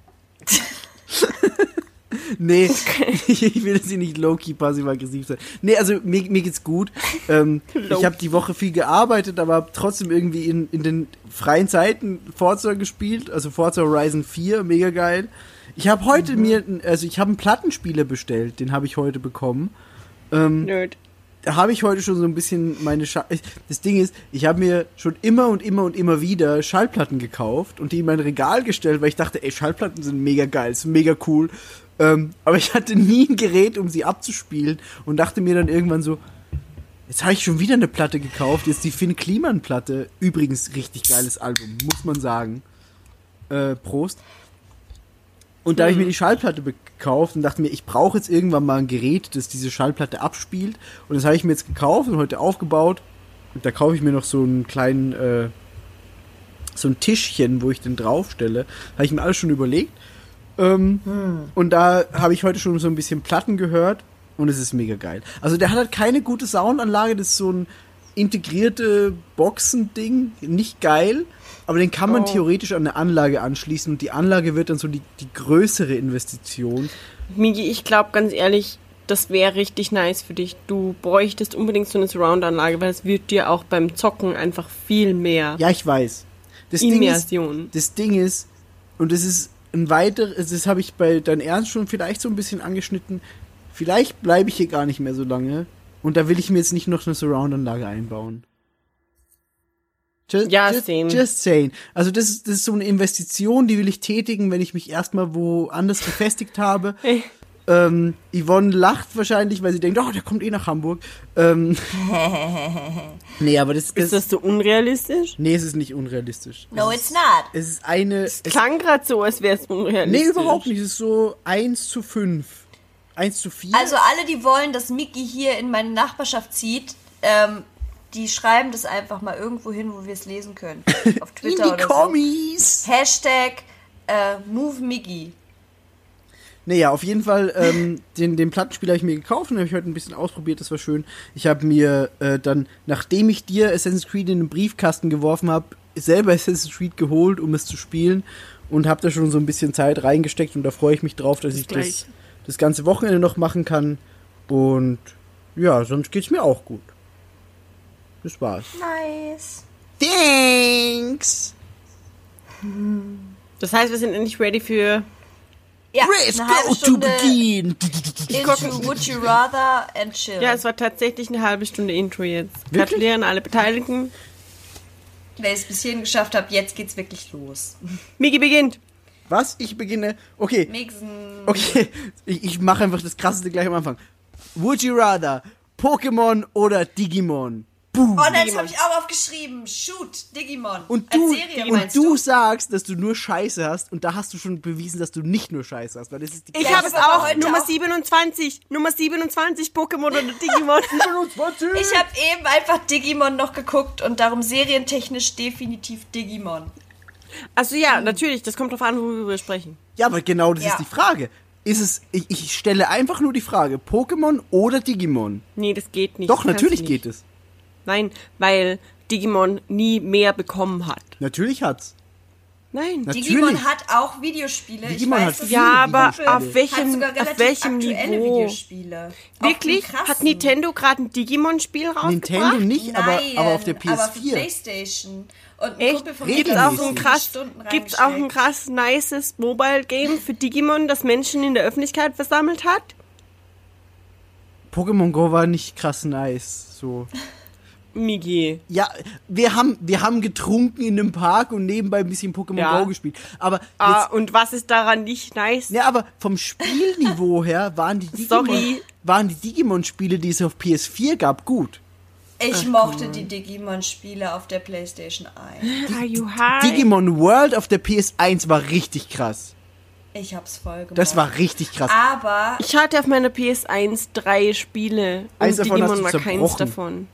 Nee, ich will jetzt hier nicht low-key passiv-aggressiv sein. Nee, also mir, mir geht's gut. Ähm, ich habe die Woche viel gearbeitet, aber habe trotzdem irgendwie in, in den freien Zeiten Forza gespielt, also Forza Horizon vier, mega geil. Ich habe heute Mhm. mir, also ich habe einen Plattenspieler bestellt, den habe ich heute bekommen. Ähm, Nerd. da habe ich heute schon so ein bisschen meine Schall... Das Ding ist, ich habe mir schon immer und immer und immer wieder Schallplatten gekauft und die in mein Regal gestellt, weil ich dachte, ey, Schallplatten sind mega geil, sind mega cool. Ähm, aber ich hatte nie ein Gerät, um sie abzuspielen und dachte mir dann irgendwann so, jetzt habe ich schon wieder eine Platte gekauft, jetzt die Finn Kliman-Platte. Übrigens richtig geiles Album, muss man sagen. Äh, Prost. Und da habe ich mir die Schallplatte gekauft und dachte mir, ich brauche jetzt irgendwann mal ein Gerät, das diese Schallplatte abspielt. Und das habe ich mir jetzt gekauft und heute aufgebaut. Und da kaufe ich mir noch so einen kleinen, äh, so ein Tischchen, wo ich den draufstelle. Habe ich mir alles schon überlegt. Ähm, hm. Und da habe ich heute schon so ein bisschen Platten gehört. Und es ist mega geil. Also der hat halt keine gute Soundanlage, das ist so ein integrierte Boxen-Ding. Nicht geil. Aber den kann man oh. theoretisch an eine Anlage anschließen und die Anlage wird dann so die, die größere Investition. Migi, ich glaube ganz ehrlich, das wäre richtig nice für dich. Du bräuchtest unbedingt so eine Surround-Anlage, weil es wird dir auch beim Zocken einfach viel mehr Ja, ich weiß. Das Immersion. Ding ist, das Ding ist, und das ist ein weiteres, das habe ich bei Dein Ernst schon vielleicht so ein bisschen angeschnitten, vielleicht bleibe ich hier gar nicht mehr so lange und da will ich mir jetzt nicht noch eine Surround-Anlage einbauen. Just, ja, just, same. Just saying. Also das ist, das ist so eine Investition, die will ich tätigen, wenn ich mich erstmal woanders befestigt habe. Hey. Ähm, Yvonne lacht wahrscheinlich, weil sie denkt, oh, der kommt eh nach Hamburg. Ähm, nee, aber das, das... Ist das so unrealistisch? Nee, es ist nicht unrealistisch. No, es it's ist, not. Es ist eine... Es klang gerade so, als wäre es unrealistisch. Nee, überhaupt nicht. Es ist so eins zu fünf. eins zu vier. Also alle, die wollen, dass Micky hier in meine Nachbarschaft zieht, ähm, die schreiben das einfach mal irgendwo hin, wo wir es lesen können. Auf Twitter in die oder Kommis. so. Hashtag äh, MoveMicky. Naja, auf jeden Fall, ähm, den, den Plattenspieler habe ich mir gekauft und habe ich heute ein bisschen ausprobiert, das war schön. Ich habe mir äh, dann, nachdem ich dir Assassin's Creed in den Briefkasten geworfen habe, selber Assassin's Creed geholt, um es zu spielen und habe da schon so ein bisschen Zeit reingesteckt und da freue ich mich drauf, dass das ich das, das ganze Wochenende noch machen kann und ja, sonst geht's mir auch gut. Das war's. Nice. Thanks! Das heißt, wir sind endlich ready für... Ja, Let's eine halbe go Stunde to begin! into Would You Rather and Chill. Ja, es war tatsächlich eine halbe Stunde Intro jetzt. Wirklich? Gratulieren alle Beteiligten. Wer es bis hierhin geschafft hat, jetzt geht's wirklich los. Migi beginnt. Was? Ich beginne. Okay. Mixen. Okay. Ich, ich mache einfach das Krasseste gleich am Anfang. Would you rather Pokémon oder Digimon? Boom. Oh nein, das habe ich auch aufgeschrieben. Shoot, Digimon. Und du, Als Serie, und meinst du, du sagst, dass du nur Scheiße hast und da hast du schon bewiesen, dass du nicht nur Scheiße hast, weil das ist die Ich Ja, habe ich es hab aber auch. heute Nummer auch- siebenundzwanzig. Nummer siebenundzwanzig Pokémon oder Digimon. siebenundzwanzig. Ich habe eben einfach Digimon noch geguckt und darum serientechnisch definitiv Digimon. Also ja, natürlich. Das kommt drauf an, worüber wir sprechen. Ja, aber genau das Ja. ist die Frage. Ist es, ich, ich stelle einfach nur die Frage, Pokémon oder Digimon? Nee, das geht nicht. Doch, Das kannst natürlich du nicht. geht es. Nein, weil Digimon nie mehr bekommen hat. Natürlich hat's. Nein. Natürlich. Digimon hat auch Videospiele. Digimon ich weiß, hat dass viele Ja, aber Videospiele. auf welchem, hat sogar auf relativ welchem aktuelle Niveau? Videospiele. Auch Wirklich? die krassen. Hat Nintendo gerade ein Digimon-Spiel rausgebracht? Nintendo nicht, aber, Nein, aber auf der P S aber für vier. PlayStation. Und ein Echt? Kumpel von mir Gibt's hat auch regelmäßig. ein so krass, viele Stunden gibt's auch ein reingesteckt. krass nices Mobile-Game für Digimon, das Menschen in der Öffentlichkeit versammelt hat? Pokémon Go war nicht krass nice, so. Migi. Ja, wir haben, wir haben getrunken in einem Park und nebenbei ein bisschen Pokémon Ja. Go gespielt. Aber Ah, jetzt, und was ist daran nicht nice? ja, aber vom Spielniveau her waren die Digimon, Sorry. waren die Digimon-Spiele, die es auf P S vier gab, gut. Ich mochte die Digimon-Spiele auf der PlayStation eins. Are you high? Digimon World auf der P S eins war richtig krass. Ich hab's voll gemacht. Das war richtig krass. Aber Ich hatte auf meiner P S eins drei Spiele und Eins davon hast Digimon du war keins zerbrochen. davon.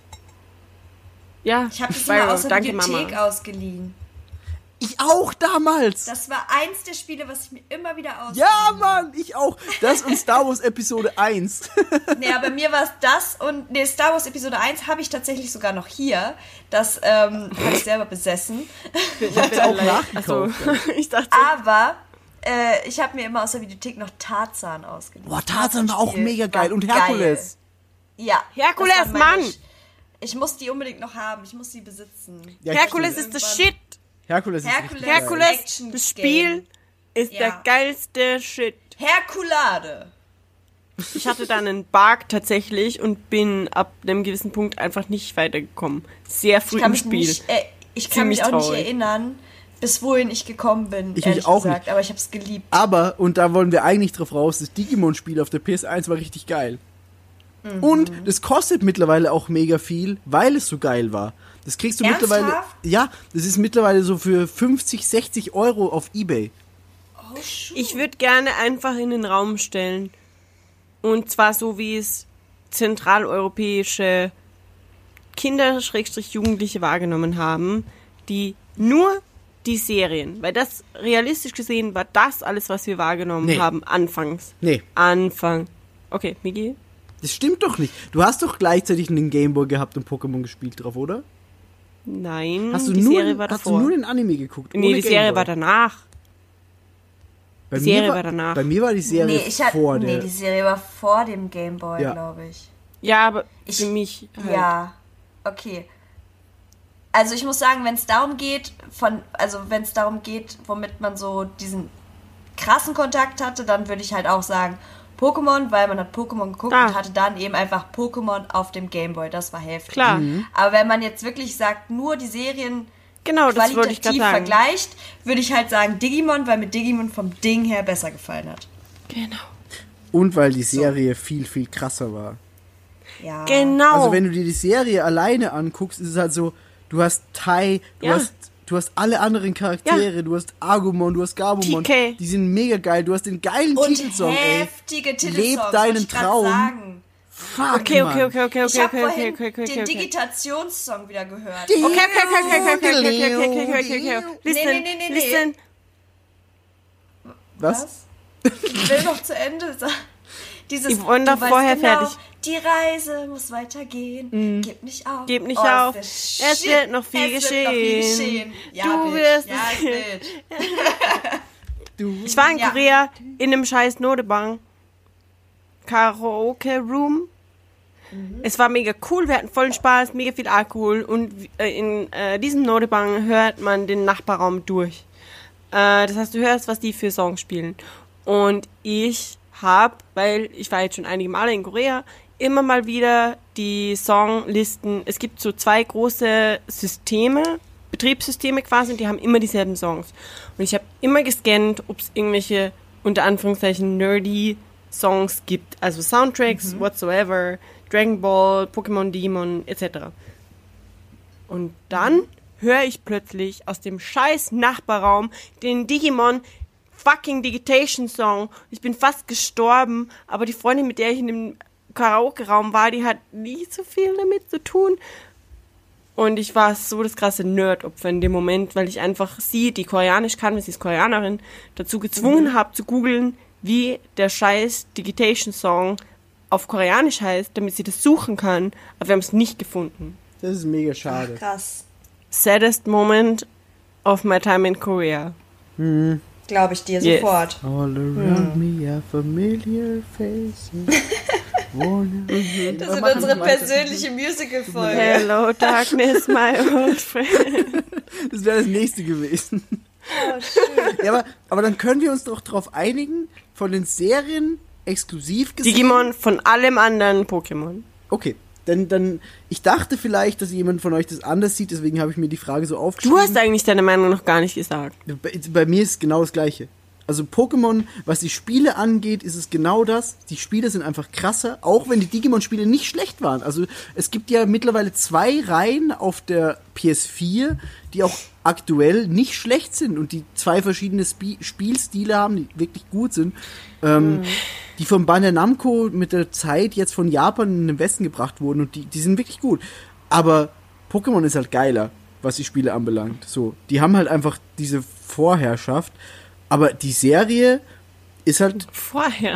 Ja, ich habe das Spyro, immer aus der danke Bibliothek Mama. ausgeliehen. Ich auch damals. Das war eins der Spiele, was ich mir immer wieder ausgeliehen Ja, Mann, ich auch. Das und Star Wars Episode eins. Nee, aber mir war es das und nee, Star Wars Episode eins habe ich tatsächlich sogar noch hier. Das ähm, habe ich selber besessen. Ich hab's auch Also, nachgekauft. ich dachte, Aber äh, ich habe mir immer aus der Videothek noch Tarzan ausgeliehen. Boah, Tarzan war auch Spiel mega geil. war Und Herkules. Geil. Ja. Herkules, das war meine- Mann! Ich muss die unbedingt noch haben. Ich muss sie besitzen. Ja, Herkules stimmt. ist das Shit. Herkules ist Herkules. richtig geil. Herkules, Action das Spiel Game. ist Ja. der geilste Shit. Herkulade. Ich hatte dann einen Bug tatsächlich und bin ab einem gewissen Punkt einfach nicht weitergekommen. Sehr früh Ich kann im mich, Spiel. nicht, äh, ich kann mich Ziemlich auch traurig. nicht erinnern, bis wohin ich gekommen bin, Ich ehrlich mich auch gesagt. nicht. Aber ich habe es geliebt. Aber, und da wollen wir eigentlich drauf raus, das Digimon-Spiel auf der P S eins war richtig geil. Mhm. Und das kostet mittlerweile auch mega viel, weil es so geil war. Das kriegst du mittlerweile... Ernsthaft? Ja, das ist mittlerweile so für fünfzig, sechzig Euro auf Ebay. Oh, shoot. Ich würde gerne einfach in den Raum stellen. Und zwar so, wie es zentraleuropäische Kinder, Schrägstrich Jugendliche wahrgenommen haben, die nur die Serien, weil das realistisch gesehen war das alles, was wir wahrgenommen Nee. haben, anfangs. Nee, Anfang. Okay, Migi? das stimmt doch nicht. Du hast doch gleichzeitig einen Gameboy gehabt und Pokémon gespielt drauf, oder? Nein, Hast du, die nur, Serie war hast davor. du nur den Anime geguckt? nee, ohne die Serie Gameboy? war danach. Bei die mir Serie war danach. Bei mir war die Serie nee, ich hatte, vor nee, der... die Serie war vor dem Gameboy, Ja. glaube ich. Ja, aber Ich- für mich halt. Ja, okay. Also ich muss sagen, wenn es darum geht, von, also wenn es darum geht, womit man so diesen krassen Kontakt hatte, dann würde ich halt auch sagen Pokémon, weil man hat Pokémon geguckt Ah. und hatte dann eben einfach Pokémon auf dem Gameboy. Das war heftig. Klar. Aber wenn man jetzt wirklich sagt, nur die Serien Genau, das wollte ich gerade qualitativ sagen. vergleicht, würde ich halt sagen Digimon, weil mir Digimon vom Ding her besser gefallen hat. Genau. Und weil die Serie viel, viel krasser war. Ja. Genau. Also wenn du dir die Serie alleine anguckst, ist es halt so, du hast Tai, du Ja. hast du hast alle anderen Charaktere, du hast Agumon, du hast Gabumon, T K. die sind mega geil, du hast den geilen Und Titelsong, ey. heftige Titelsongs. Leb wollte deinen ich grad Traum. Sagen. Fuck, Okay, Mann. okay, okay, okay, Ich okay, habe okay, vorhin okay, okay, den okay, okay. Digitationssong wieder gehört. Okay, okay, okay, okay, okay, okay, okay, okay, okay, okay, okay, okay. Listen, Nee, nee, nee, nee, listen. Was? Ich will noch zu Ende sagen. Dieses, Ich wollte du doch weißt vorher genau, fertig. Die Reise muss weitergehen. Gib nicht auf. Gib nicht Oh, ist auf. der Es Shit. wird noch viel es Wird noch viel geschehen. geschehen. Ja, Du Bitch. wirst ja, es- Bitch. Du. Ich war in Ja. Korea in einem scheiß Nodebang. Karaoke Room. Es war mega cool, wir hatten vollen Spaß, mega viel Alkohol und äh, in äh, diesem Nodebang hört man den Nachbarraum durch. Äh, das heißt, du hörst, was die für Songs spielen. Und ich habe, weil ich war jetzt schon einige Male in Korea, immer mal wieder die Songlisten, es gibt so zwei große Systeme, Betriebssysteme quasi, und die haben immer dieselben Songs. Und ich habe immer gescannt, ob es irgendwelche, unter Anführungszeichen, nerdy Songs gibt, also Soundtracks, whatsoever, Dragon Ball, Pokémon, Digimon, et cetera. Und dann höre ich plötzlich aus dem scheiß Nachbarraum den Digimon fucking Digitation Song. Ich bin fast gestorben, aber die Freundin, mit der ich in dem Karaoke-Raum war, die hat nicht so viel damit zu tun. Und ich war so das krasse Nerd-Opfer in dem Moment, weil ich einfach sie, die Koreanisch kann, weil sie ist Koreanerin, dazu gezwungen Mhm. habe zu googeln, wie der scheiß Digitation Song auf Koreanisch heißt, damit sie das suchen kann. Aber wir haben es nicht gefunden. Das ist mega schade. Krass. Saddest moment of my time in Korea. Glaube ich dir Yes. sofort. All around me are familiar faces. Warner- Das Wir ist machen unsere weiter. persönliche Musical-Folge. Hello darkness, my old friend. Das wäre das nächste gewesen. Oh, schön. Ja, aber, aber dann können wir uns doch darauf einigen, von den Serien exklusiv gesehen. Digimon von allem anderen Pokémon. Okay, dann, dann, ich dachte vielleicht, dass jemand von euch das anders sieht, deswegen habe ich mir die Frage so aufgeschrieben. Du hast eigentlich deine Meinung noch gar nicht gesagt. Bei, bei mir ist es genau das Gleiche. Also Pokémon, was die Spiele angeht, ist es genau das. Die Spiele sind einfach krasser, auch wenn die Digimon-Spiele nicht schlecht waren. Also es gibt ja mittlerweile zwei Reihen auf der P S vier, die auch aktuell nicht schlecht sind und die zwei verschiedene Spi- Spielstile haben, die wirklich gut sind. Ähm, Mhm. Die von Bandai Namco mit der Zeit jetzt von Japan in den Westen gebracht wurden und die, die sind wirklich gut. Aber Pokémon ist halt geiler, was die Spiele anbelangt. So, die haben halt einfach diese Vorherrschaft. Aber die Serie ist halt, Vorher.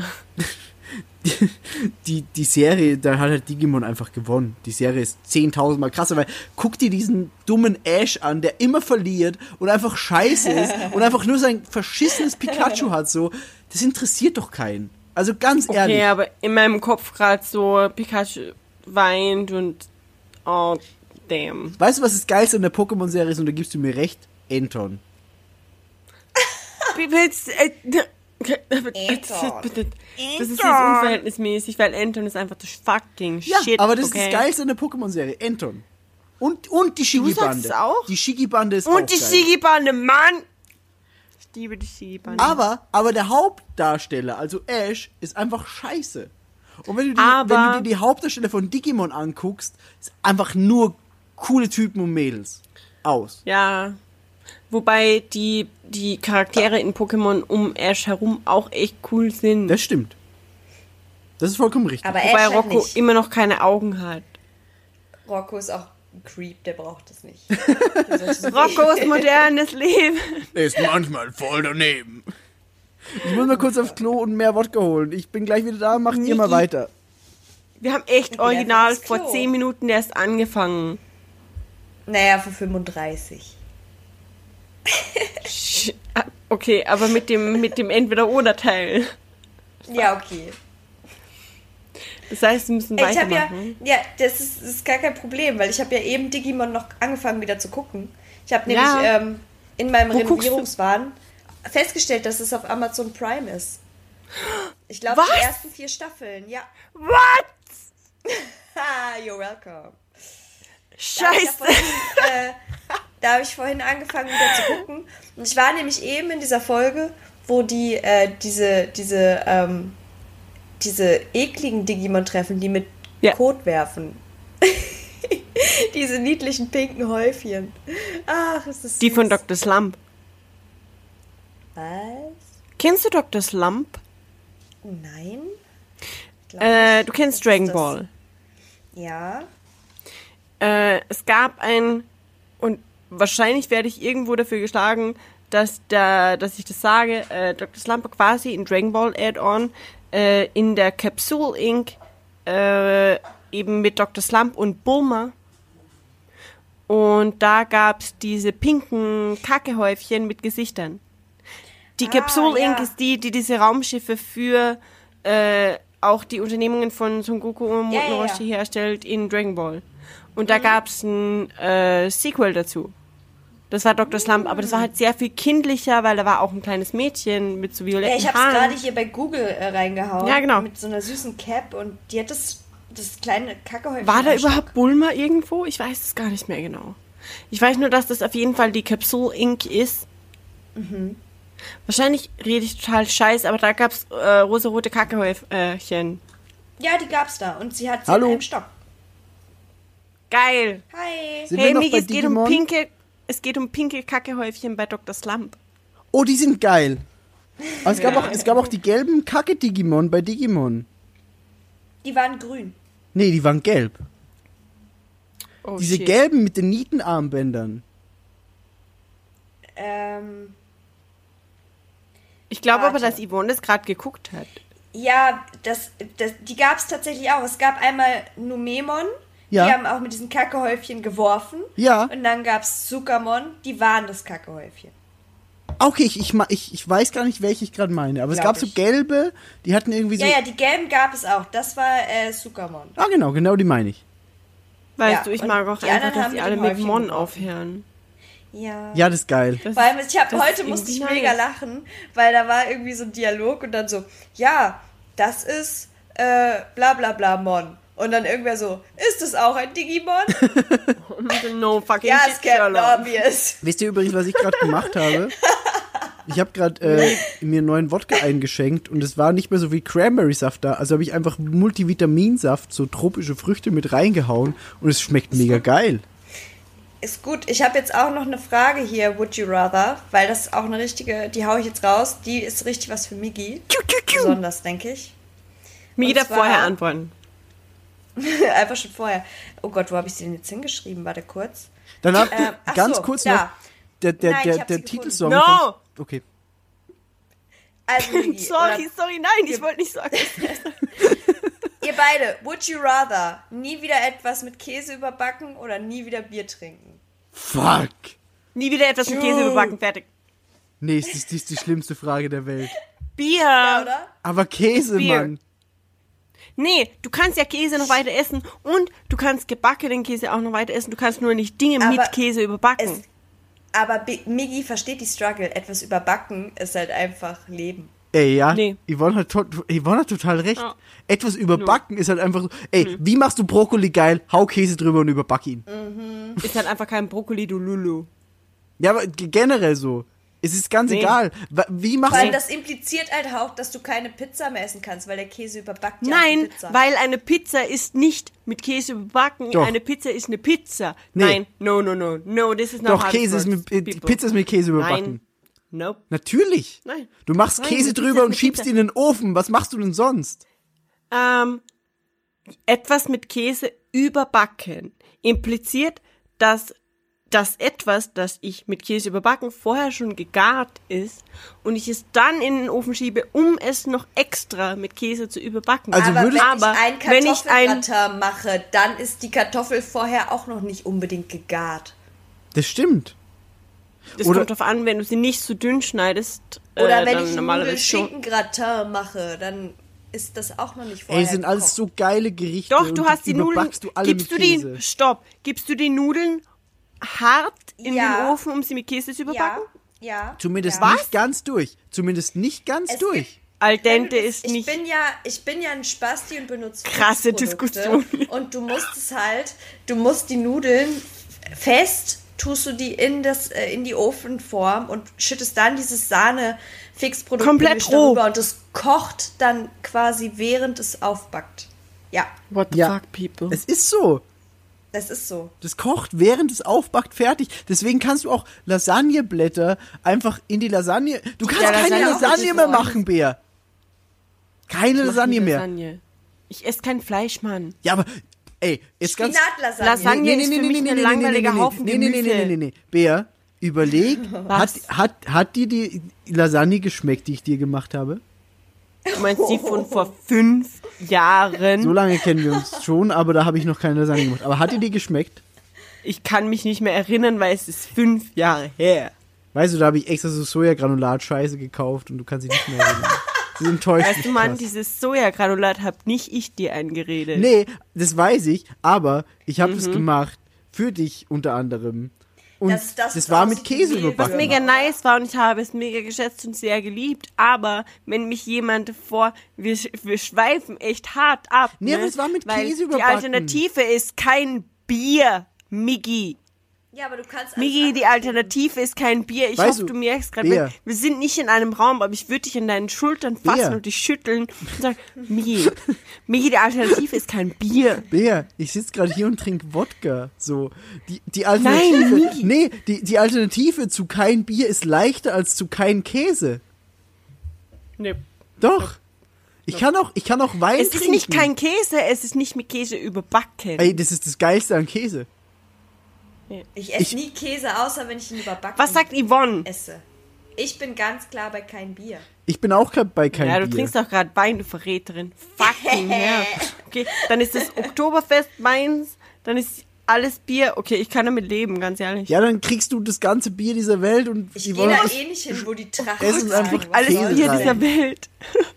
die, die Serie, da hat halt Digimon einfach gewonnen. Die Serie ist zehntausend Mal krasser, weil guck dir diesen dummen Ash an, der immer verliert und einfach scheiße ist und einfach nur sein verschissenes Pikachu hat, so. Das interessiert doch keinen. Also ganz ehrlich. Okay, aber in meinem Kopf gerade so Pikachu weint und oh, damn. Weißt du, was das Geilste an der Pokémon-Serie ist? Und da gibst du mir recht. Anton. Wie willst äh, Das ist jetzt unverhältnismäßig, weil Anton ist einfach das fucking Ja, Shit. aber das okay? ist das Geilste an der Pokémon-Serie. Anton. Und, und die sagst Shigi-Bande. es auch? Die Shigi-Bande ist auch Und die geil. Shigi-Bande, Mann! Ich liebe die Shigi-Bande. Aber, aber der Hauptdarsteller, also Ash, ist einfach scheiße. Und wenn du, die, Aber- wenn du dir die Hauptdarsteller von Digimon anguckst, ist einfach nur coole Typen und Mädels. Aus. Ja. Wobei die, die Charaktere in Pokémon um Ash herum auch echt cool sind. Das stimmt. Das ist vollkommen richtig. Aber Wobei Ash halt Rocco nicht. immer noch keine Augen hat. Rocco ist auch ein Creep, der braucht das nicht. Roccos modernes Leben. Der ist manchmal voll daneben. Ich muss mal kurz aufs Klo und mehr Wodka holen. Ich bin gleich wieder da, macht ihr mal Niki. weiter. Wir haben echt einfach original aufs Klo. vor zehn Minuten erst angefangen. Naja, für fünfunddreißig. Sch- ah, Okay, aber mit dem, mit dem Entweder-Oder-Teil. Ja, okay. Das heißt, wir müssen Ich habe ja, weitermachen. ja, das ist, das ist gar kein Problem, weil ich habe ja eben Digimon noch angefangen wieder zu gucken. Ich habe nämlich Ja. ähm, in meinem Wo guckst du? Renovierungswahn festgestellt, dass es auf Amazon Prime ist. Ich glaube, Was? die ersten vier Staffeln, ja. What? Ha, you're welcome. Da Scheiße. habe ich, ja vorhin, äh, da hab ich vorhin angefangen wieder zu gucken. Und ich war nämlich eben in dieser Folge, wo die äh, diese, diese, ähm, diese ekligen Digimon treffen, die mit Ja. Kot werfen. Diese niedlichen pinken Häufchen. Ach, ist das Die von süß. Doktor Slump. Was? Kennst du Doktor Slump? Nein? Ich glaub Äh, nicht. du kennst Was Dragon ist das? Ball. Ja. Äh, es gab ein, und wahrscheinlich werde ich irgendwo dafür geschlagen, dass, da, dass ich das sage, äh, Doktor Slump quasi in Dragon Ball Add-on äh, in der Capsule Incorporated äh, eben mit Doktor Slump und Bulma. Und da gab's diese pinken Kackehäufchen mit Gesichtern. Die Ah, Capsule ja. Incorporated ist die, die diese Raumschiffe für äh, auch die Unternehmungen von Son Goku und Ja, Muten ja, ja. Roshi herstellt in Dragon Ball. Und da gab's ein äh, Sequel dazu. Das war Doktor Slump, aber das war halt sehr viel kindlicher, weil da war auch ein kleines Mädchen mit so violetten Ja, ich habe Haaren. es gerade hier bei Google äh, reingehauen. Ja, genau. Mit so einer süßen Cap und die hat das, das kleine Kackehäufchen. War da am Stock. überhaupt Bulma irgendwo? Ich weiß es gar nicht mehr genau. Ich weiß nur, dass das auf jeden Fall die Capsule Incorporated ist. Mhm. Wahrscheinlich rede ich total scheiß, aber da gab's äh, rosarote Kackehäufchen. Ja, die gab's da und sie hat sie Hallo? in einem Stock. Geil. Hi. Sind Hey, wir noch Miki, bei es geht um Digimon? pinke, es geht um pinke Kackehäufchen bei Doktor Slump. Oh, die sind geil. Aber es, gab auch, es gab auch die gelben Kacke-Digimon bei Digimon. Die waren grün. Nee, die waren gelb. Oh, Diese shit. gelben mit den Nietenarmbändern. Ähm, Ich glaube aber, Warte. dass Yvonne das gerade geguckt hat. ja, das, das, die gab's tatsächlich auch. Es gab einmal Numemon, Ja. die haben auch mit diesen Kackehäufchen geworfen. Ja. Und dann gab's Sukamon, die waren das Kackehäufchen. Okay, ich, ich, ma- ich, ich weiß gar nicht, welche ich gerade meine. Aber es Glaub gab so ich. gelbe, die hatten irgendwie so... Ja, ja, die gelben gab es auch. Das war äh, Sukamon. Ah, genau, genau die meine ich. Weißt Ja, du, ich und mag auch die einfach, anderen dass haben die mit alle dem mit Häufchen Mon geworfen. aufhören. Ja. Ja, das ist geil. Das Vor allem, ich hab, das heute ist musste ich irgendwie mega nice. lachen, weil da war irgendwie so ein Dialog und dann so, ja, das ist äh, bla bla bla Mon. Und dann irgendwer so, ist es auch ein Digimon? No fucking Ja, shit, ist Captain Sherlock. Obvious. Wisst ihr übrigens, was ich gerade gemacht habe? Ich habe gerade äh, mir einen neuen Wodka eingeschenkt und es war nicht mehr so viel Cranberry-Saft da. Also habe ich einfach Multivitaminsaft, so tropische Früchte mit reingehauen und es schmeckt mega geil. Ist gut. Ich habe jetzt auch noch eine Frage hier, Would You Rather, weil das ist auch eine richtige, die hau ich jetzt raus, die ist richtig was für Migi. Besonders, denke ich. Mir Und jeder zwar- vorher antworten. Einfach schon vorher. Oh Gott, wo habe ich sie denn jetzt hingeschrieben? Warte kurz. Dann hab, Ähm, ach ganz so, kurz da. noch, der, der, Nein, der, ich hab der sie gefunden. Titelsong No! von... Okay. Also, Migi, Sorry, oder- sorry, nein, ich wollte nicht sagen. Ihr beide, would you rather nie wieder etwas mit Käse überbacken oder nie wieder Bier trinken? Fuck. Nie wieder etwas mit Käse überbacken, fertig. Nee, das ist, das ist die schlimmste Frage der Welt. Bier. Ja, oder? Aber Käse, Bier. Mann. Nee, du kannst ja Käse noch weiter essen und du kannst gebackenen Käse auch noch weiter essen. Du kannst nur nicht Dinge Aber mit Käse überbacken. Es, aber Bi- Migi versteht die Struggle. Etwas überbacken ist halt einfach Leben. Ey, ja, Nee. Yvonne, hat to- Yvonne hat total recht. Ja. Etwas überbacken ist halt einfach so, ey, wie machst du Brokkoli geil? Hau Käse drüber und überback ihn. Ist halt einfach kein Brokkoli, du Lulu. Ja, aber g- generell so. Es ist ganz Nee. egal. Wa- Wie machst Weil du... das impliziert halt auch, dass du keine Pizza mehr essen kannst, weil der Käse überbackt ja Nein, die Pizza. weil eine Pizza ist nicht mit Käse überbacken. Doch. Eine Pizza ist eine Pizza. Nee. Nein, no, no, no, no, this is not Doch, how it Käse ist works, mit, äh, people. Pizza ist mit Käse überbacken. Nein, nope. Natürlich. Nein. Du machst Nein, Käse eine Pizza drüber ist und eine schiebst Pizza. ihn in den Ofen. Was machst du denn sonst? Ähm, etwas mit Käse überbacken impliziert, dass das etwas, das ich mit Käse überbacken vorher schon gegart ist und ich es dann in den Ofen schiebe, um es noch extra mit Käse zu überbacken. Also aber würdest- wenn aber ich ein wenn ich ein- Kartoffelgratin mache, dann ist die Kartoffel vorher auch noch nicht unbedingt gegart. Das stimmt. Das oder- kommt darauf an, wenn du sie nicht so dünn schneidest. Oder äh, wenn dann ich normalerweise schon. Nudeln-Schinken-Gratin mache, dann ist das auch noch nicht vorher Ey, sind alles gekocht. so geile Gerichte. Doch, und du hast die Nudeln. überbackst du alle Gibst du mit Käse. die? Stopp. Gibst du die Nudeln hart in Ja. den Ofen, um sie mit Käse zu überbacken? Ja, ja. Zumindest ja. nicht ganz durch. Zumindest nicht ganz Es durch. gibt- Al Wenn dente du das- ist ich nicht. Bin ja, ich bin ja ein Spasti und benutze Krasse Fixprodukte. Diskussion. Und du musst es halt, du musst die Nudeln fest, tust du die in, das, äh, in die Ofenform und schüttest dann dieses Sahne-Fixprodukt Komplett Gemisch roh. darüber und es kocht dann quasi während es aufbackt. Ja, What the Ja. fuck, people? Es ist so. das ist so. Das kocht, während es aufbackt, fertig. Deswegen kannst du auch Lasagneblätter einfach in die Lasagne... Du kannst Ja, keine Lasagne Lasagne, auch richtig mehr ordentlich. machen, Bär. Keine Ich mach Lasagne nie mehr. Lasagne. Ich esse kein Fleisch, Mann. Ja, aber, ey, jetzt ganz... Spinatlasagne. Lasagne ist für mich ein langweiliger Haufen nee, nee, nee, nee, Gemüse. nee, nee, nee. Bär, überleg, hat, Was? hat, hat dir die Lasagne geschmeckt, die ich dir gemacht habe? Du meinst die von vor fünf Jahren? So lange kennen wir uns schon, aber da habe ich noch keine Lasagne gemacht. Aber hat dir die geschmeckt? Ich kann mich nicht mehr erinnern, weil es ist fünf Jahre her. Weißt du, da habe ich extra so Sojagranulat-Scheiße gekauft und du kannst dich nicht mehr erinnern. Das enttäuscht Weißt mich du, Mann, krass. dieses Sojagranulat hab nicht ich dir eingeredet. Nee, das weiß ich, aber ich habe Mhm. es gemacht für dich unter anderem. Und Das- das das ist war auch mit so Käse viel, Was überbacken. mega nice war und ich habe es mega geschätzt und sehr geliebt, aber wenn mich jemand vor, wir, sch- wir schweifen echt hart ab. Nee, ne? aber es war mit Weil Käse Die überbacken. Alternative ist kein Bier, Miggi. Ja, aber du kannst alles Migi, die andere Alternative ist kein Bier. Ich Weißt hoffe, du, du merkst gerade, Bär. wir sind nicht in einem Raum, aber ich würde dich in deinen Schultern fassen Bär. und dich schütteln und sagen, Migi, Migi, die Alternative ist kein Bier. Bär, ich sitze gerade hier und trinke Wodka. So, die, die Alternative, Nein, Migi. nee, die, die Alternative zu kein Bier ist leichter als zu kein Käse. Nee. Doch. Ich kann auch, ich kann auch Wein Es trinken. ist nicht kein Käse, es ist nicht mit Käse überbacken. Ey, das ist das Geilste an Käse. Ich esse Ich- nie Käse, außer wenn ich ihn überbacken Was sagt Yvonne? esse. Ich bin ganz klar bei kein Bier. Ich bin auch gerade bei kein Ja, Bier. du trinkst doch gerade Wein, du Verräterin. Fucking hell. Okay, dann ist das Oktoberfest meins, dann ist alles Bier. Okay, ich kann damit leben, ganz ehrlich. Ja, dann kriegst du das ganze Bier dieser Welt und Ich die gehe wollen da das- eh nicht hin, wo die Tracht Es ist einfach sagen, was Alles Käse soll Bier rein. dieser Welt.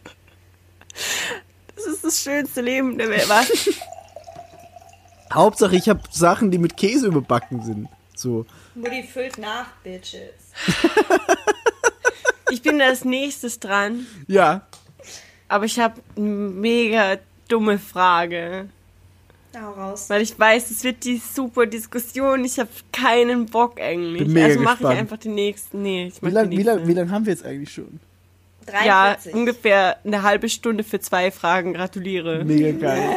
Das ist das schönste Leben der Welt. Was? Hauptsache, ich habe Sachen, die mit Käse überbacken sind. So. Mutti füllt nach, Bitches. Ich bin als nächstes dran, Ja. aber ich habe eine mega dumme Frage. Hau raus. Weil ich weiß, es wird die super Diskussion. Ich habe keinen Bock eigentlich. Bin mega also mache ich gespannt. einfach den nächsten. Nee, ich mach Wie lange die wie lang, nächste. wie lang haben wir jetzt eigentlich schon? Ja, dreiundvierzig. ungefähr eine halbe Stunde für zwei Fragen. Gratuliere. Mega geil.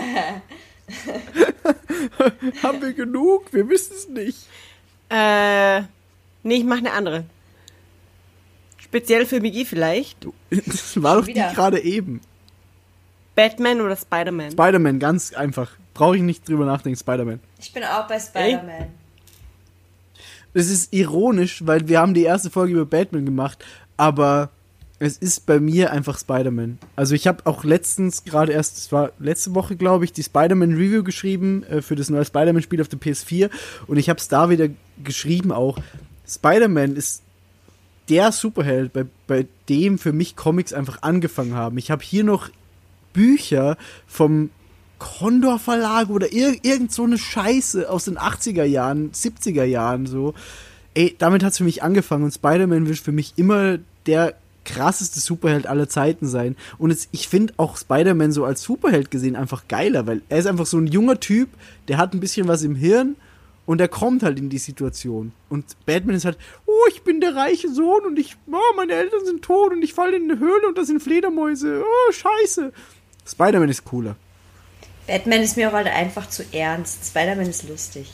Haben wir genug? Wir wissen es nicht. Äh, nee, ich mache eine andere. Speziell für Migi vielleicht. Das war doch die wieder. gerade eben. Batman oder Spider-Man? Spider-Man, ganz einfach. Brauche ich nicht drüber nachdenken, Spider-Man. Ich bin auch bei Spider-Man. Es ist ironisch, weil wir haben die erste Folge über Batman gemacht, aber es ist bei mir einfach Spider-Man. Also ich habe auch letztens, gerade erst, es war letzte Woche, glaube ich, die Spider-Man-Review geschrieben äh, für das neue Spider-Man-Spiel auf der P S vier und ich habe es da wieder geschrieben auch. Spider-Man ist der Superheld, bei, bei dem für mich Comics einfach angefangen haben. Ich habe hier noch Bücher vom Condor Verlag oder ir- irgend so eine Scheiße aus den achtziger Jahren, siebziger Jahren so. Ey, damit hat's für mich angefangen und Spider-Man wird für mich immer der krasseste Superheld aller Zeiten sein. Und es, ich finde auch Spider-Man so als Superheld gesehen einfach geiler, weil er ist einfach so ein junger Typ, der hat ein bisschen was im Hirn und der kommt halt in die Situation. Und Batman ist halt, oh, ich bin der reiche Sohn und ich, oh, meine Eltern sind tot und ich falle in eine Höhle und da sind Fledermäuse. Oh, scheiße. Spider-Man ist cooler. Batman ist mir auch halt einfach zu ernst. Spider-Man ist lustig.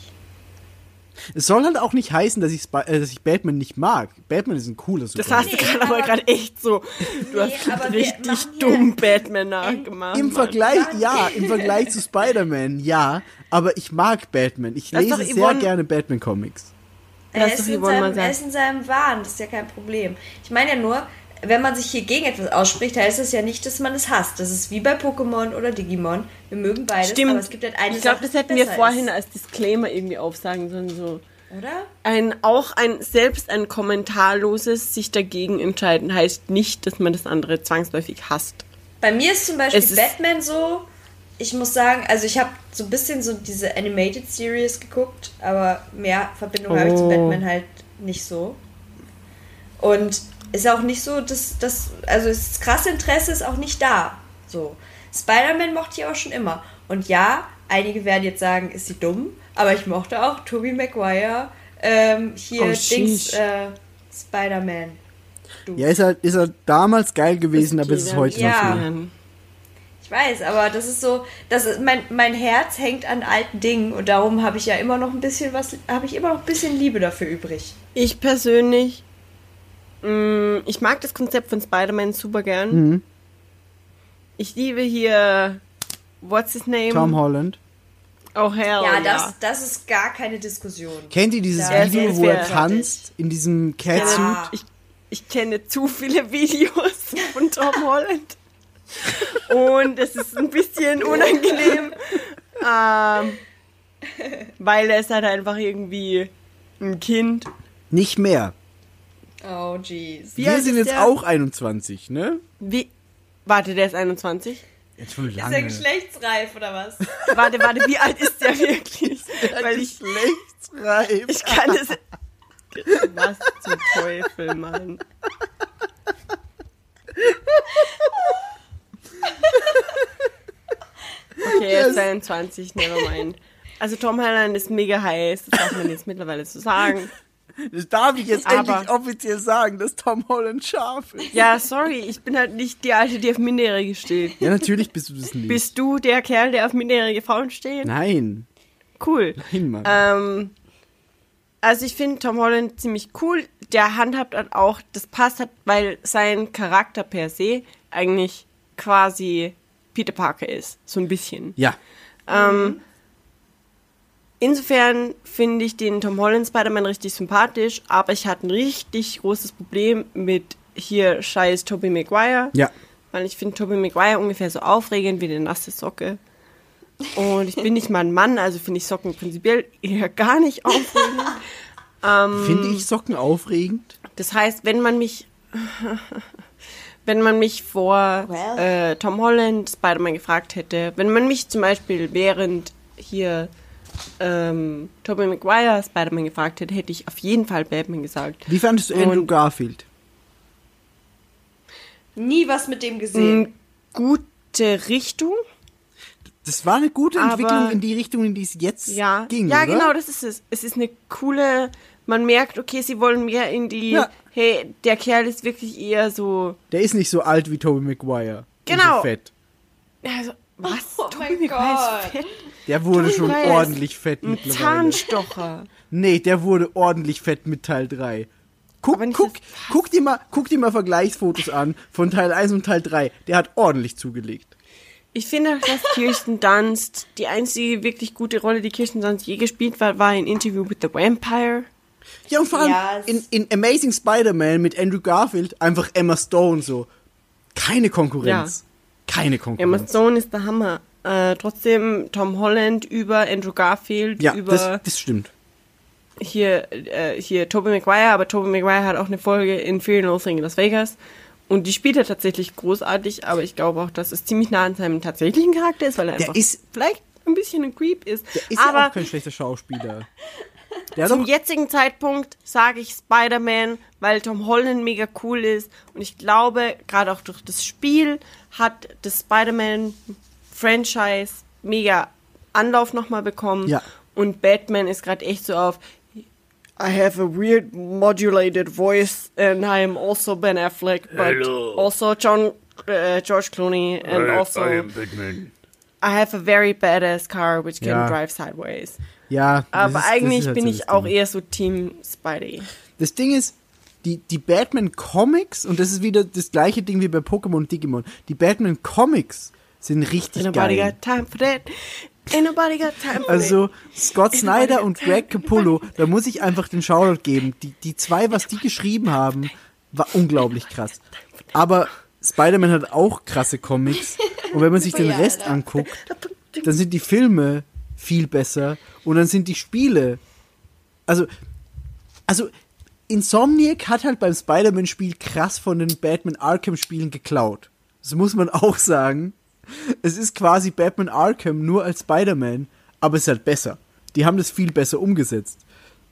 Es soll halt auch nicht heißen, dass ich, Sp- äh, dass ich Batman nicht mag. Batman ist ein cooler Das Superheld. hast du gerade aber gerade echt so. Du Nee, hast aber wir richtig machen hier- dumm Batman nachgemacht. Im Mann. Vergleich, ja, im Vergleich zu Spider-Man, ja. Aber ich mag Batman. Ich Lass lese doch sehr Yvonne- gerne Batman-Comics. Er Lass ist, doch in Yvonne mal seinem, sagen. er ist in seinem Wahn, das ist ja kein Problem. Ich meine ja nur, wenn man sich hier gegen etwas ausspricht, heißt das ja nicht, dass man es hasst. Das ist wie bei Pokémon oder Digimon. Wir mögen beides, Stimmt. aber es gibt halt eine Ich glaube, Sache, das hätten die wir besser vorhin ist. als Disclaimer irgendwie aufsagen sollen. So. Oder? Ein, auch ein, selbst ein kommentarloses sich dagegen entscheiden heißt nicht, dass man das andere zwangsläufig hasst. Bei mir ist zum Beispiel Es ist- Batman so, ich muss sagen, also ich habe so ein bisschen so diese Animated Series geguckt, aber mehr Verbindung habe ich zu Oh. Batman halt nicht so. Und ist auch nicht so, dass das, also das krasse Interesse ist auch nicht da. So. Spider-Man mochte ich auch schon immer. Und ja, einige werden jetzt sagen, ist sie dumm, aber ich mochte auch Tobey Maguire, ähm, hier Oh, Dings, sheesh. äh, Spider-Man. Du. Ja, ist halt, ist halt damals geil gewesen, Das aber es ist geht heute ja. noch so. Ich weiß, aber das ist so, das ist, mein, mein Herz hängt an alten Dingen und darum habe ich ja immer noch ein bisschen was, habe ich immer noch ein bisschen Liebe dafür übrig. Ich persönlich, mh, ich mag das Konzept von Spider-Man super gern. Mhm. Ich liebe hier, what's his name? Tom Holland. Oh, hell ja, ja. das, das ist gar keine Diskussion. Kennt ihr dieses Ja, Video, das wo er wär- tanzt in diesem Catsuit? Ja. Ich, ich kenne zu viele Videos von Tom Holland. Und es ist ein bisschen unangenehm. ähm, weil er ist halt einfach irgendwie ein Kind. Nicht mehr. Oh, jeez. Wie Wir alt sind ist jetzt der? auch einundzwanzig, ne? Wie? Warte, der ist einundzwanzig? Jetzt schon Ist er lange. geschlechtsreif oder was? Warte, warte, wie alt ist der wirklich? Weil ich, Geschlechtsreif. ich kann das... Was zum Teufel, Mann. Okay, er ist zweiundzwanzig, nevermind. Also Tom Holland ist mega heiß, das darf man jetzt mittlerweile so sagen. Das darf ich jetzt Aber- endlich offiziell sagen, dass Tom Holland scharf ist. Ja, sorry, ich bin halt nicht die Alte, die auf Minderjährige steht. Ja, natürlich bist du das nicht. Bist du der Kerl, der auf minderjährige Frauen steht? Nein. Cool. Nein, Mann. Ähm, also ich finde Tom Holland ziemlich cool. Der handhabt halt auch, das passt halt, weil sein Charakter per se eigentlich quasi Peter Parker ist. So ein bisschen. Ja. Ähm, insofern finde ich den Tom Holland Spider-Man richtig sympathisch, aber ich hatte ein richtig großes Problem mit hier scheiß Tobey Maguire. Ja. Weil ich finde Tobey Maguire ungefähr so aufregend wie eine nasse Socke. Und ich bin nicht mal ein Mann, also finde ich Socken prinzipiell eher gar nicht aufregend. ähm, Finde ich Socken aufregend? das heißt, wenn man mich wenn man mich vor Well. äh, Tom Holland Spider-Man gefragt hätte, wenn man mich zum Beispiel während hier ähm, Tobey Maguire Spider-Man gefragt hätte, hätte ich auf jeden Fall Batman gesagt. Wie fandest du Andrew Und- Garfield? Nie was mit dem gesehen. Eine gute Richtung. Das war eine gute Aber- Entwicklung in die Richtung, in die es jetzt Ja, ging, ja, oder? genau, das ist es. Es ist eine coole, man merkt, okay, sie wollen mehr in die, Ja. hey, der Kerl ist wirklich eher so, Der ist nicht so alt wie Tobey Maguire. Und Genau. So fett. also, was? Oh Tobey mein Maguire ist Gott. fett? Der wurde Tobey schon Maguire ist ordentlich fett Ein mittlerweile. Zahnstocher. Nee, der wurde ordentlich fett mit Teil drei. Guck, Aber nicht guck, das- guck, dir mal, guck dir mal Vergleichsfotos an von Teil eins und Teil drei. Der hat ordentlich zugelegt. Ich finde, dass Kirsten Dunst, die einzige wirklich gute Rolle, die Kirsten Dunst je gespielt hat, war in Interview with the Vampire. Ja, und vor allem Ja, es- in, in Amazing Spider-Man mit Andrew Garfield einfach Emma Stone so. Keine Konkurrenz. Keine Emma Konkurrenz. Stone ist der Hammer. Äh, trotzdem Tom Holland über Andrew Garfield, Ja, über das, das stimmt. hier, äh, hier Tobey Maguire, aber Tobey Maguire hat auch eine Folge in Fear and Loathing in Las Vegas. Und die spielt er tatsächlich großartig, aber ich glaube auch, dass es ziemlich nah an seinem tatsächlichen Charakter ist, weil er Der einfach ist- vielleicht ein bisschen ein Creep ist. Der ist aber ja auch kein schlechter Schauspieler. Der hat Zum doch, jetzigen Zeitpunkt sage ich Spider-Man, weil Tom Holland mega cool ist. Und ich glaube, gerade auch durch das Spiel hat das Spider-Man-Franchise mega Anlauf nochmal bekommen. Ja. Und Batman ist gerade echt so auf I have a weird modulated voice and I am also Ben Affleck, but Hello. also John uh, George Clooney and I, also I am Batman. I have a very badass car which can Ja. drive sideways. ja. Aber das ist- das eigentlich ist halt bin so ich das auch Ding. eher so Team Spidey. Das Ding ist, die, die Batman-Comics, und das ist wieder das gleiche Ding wie bei Pokémon und Digimon, die Batman-Comics sind richtig Ain't nobody geil. got time for that. Ain't nobody got time for Also Scott Ain't Snyder nobody und got Greg Capullo, da muss ich einfach den Shoutout geben. Die, die zwei, was die geschrieben haben, war unglaublich krass. Aber Spider-Man hat auch krasse Comics. Und wenn man sich den Ja, Rest Alter. anguckt, dann sind die Filme viel besser und dann sind die Spiele. Also, also Insomniac hat halt beim Spider-Man-Spiel krass von den Batman Arkham-Spielen geklaut. Das muss man auch sagen. Es ist quasi Batman Arkham nur als Spider-Man, aber es ist halt besser. Die haben das viel besser umgesetzt.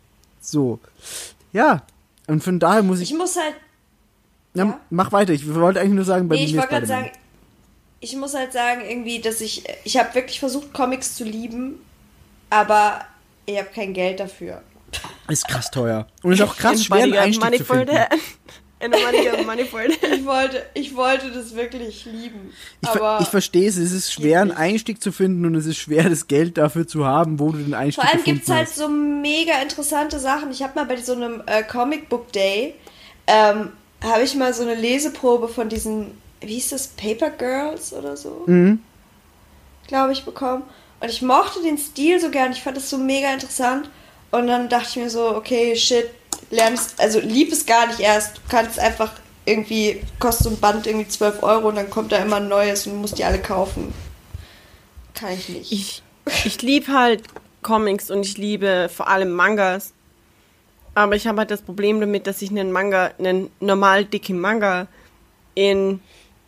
So. Ja. Und von daher muss ich. Ich muss halt, Ja, ja. Mach weiter. Ich wollte eigentlich nur sagen, bei nee, mir ich ist wollte gerade Spider-Man. sagen, ich muss halt sagen, irgendwie, dass ich, ich habe wirklich versucht, Comics zu lieben, aber ich habe kein Geld dafür. Ist krass teuer. Und ist auch krass Ain't schwer, einen nobody got Einstieg money zu for finden. that. Ain't nobody got money for that. Ich wollte, ich wollte das wirklich lieben. Ich, ver aber ich verstehe es, es ist schwer, einen nicht. Einstieg zu finden und es ist schwer, das Geld dafür zu haben, wo du den Einstieg vor allem gefunden gibt es halt hast. so mega interessante Sachen. Ich habe mal bei so einem äh, Comic Book Day, ähm, habe ich mal so eine Leseprobe von diesen, wie hieß das, Paper Girls oder so, Mhm. glaube ich, bekommen. Und ich mochte den Stil so gern, ich fand das so mega interessant. Und dann dachte ich mir so, okay, shit, lernst, also lieb es gar nicht erst. Du kannst einfach irgendwie, kostet so ein Band irgendwie zwölf Euro und dann kommt da immer ein neues und du musst die alle kaufen. Kann ich nicht. Ich, ich liebe halt Comics und ich liebe vor allem Mangas. Aber ich habe halt das Problem damit, dass ich einen Manga, einen normal dicken Manga in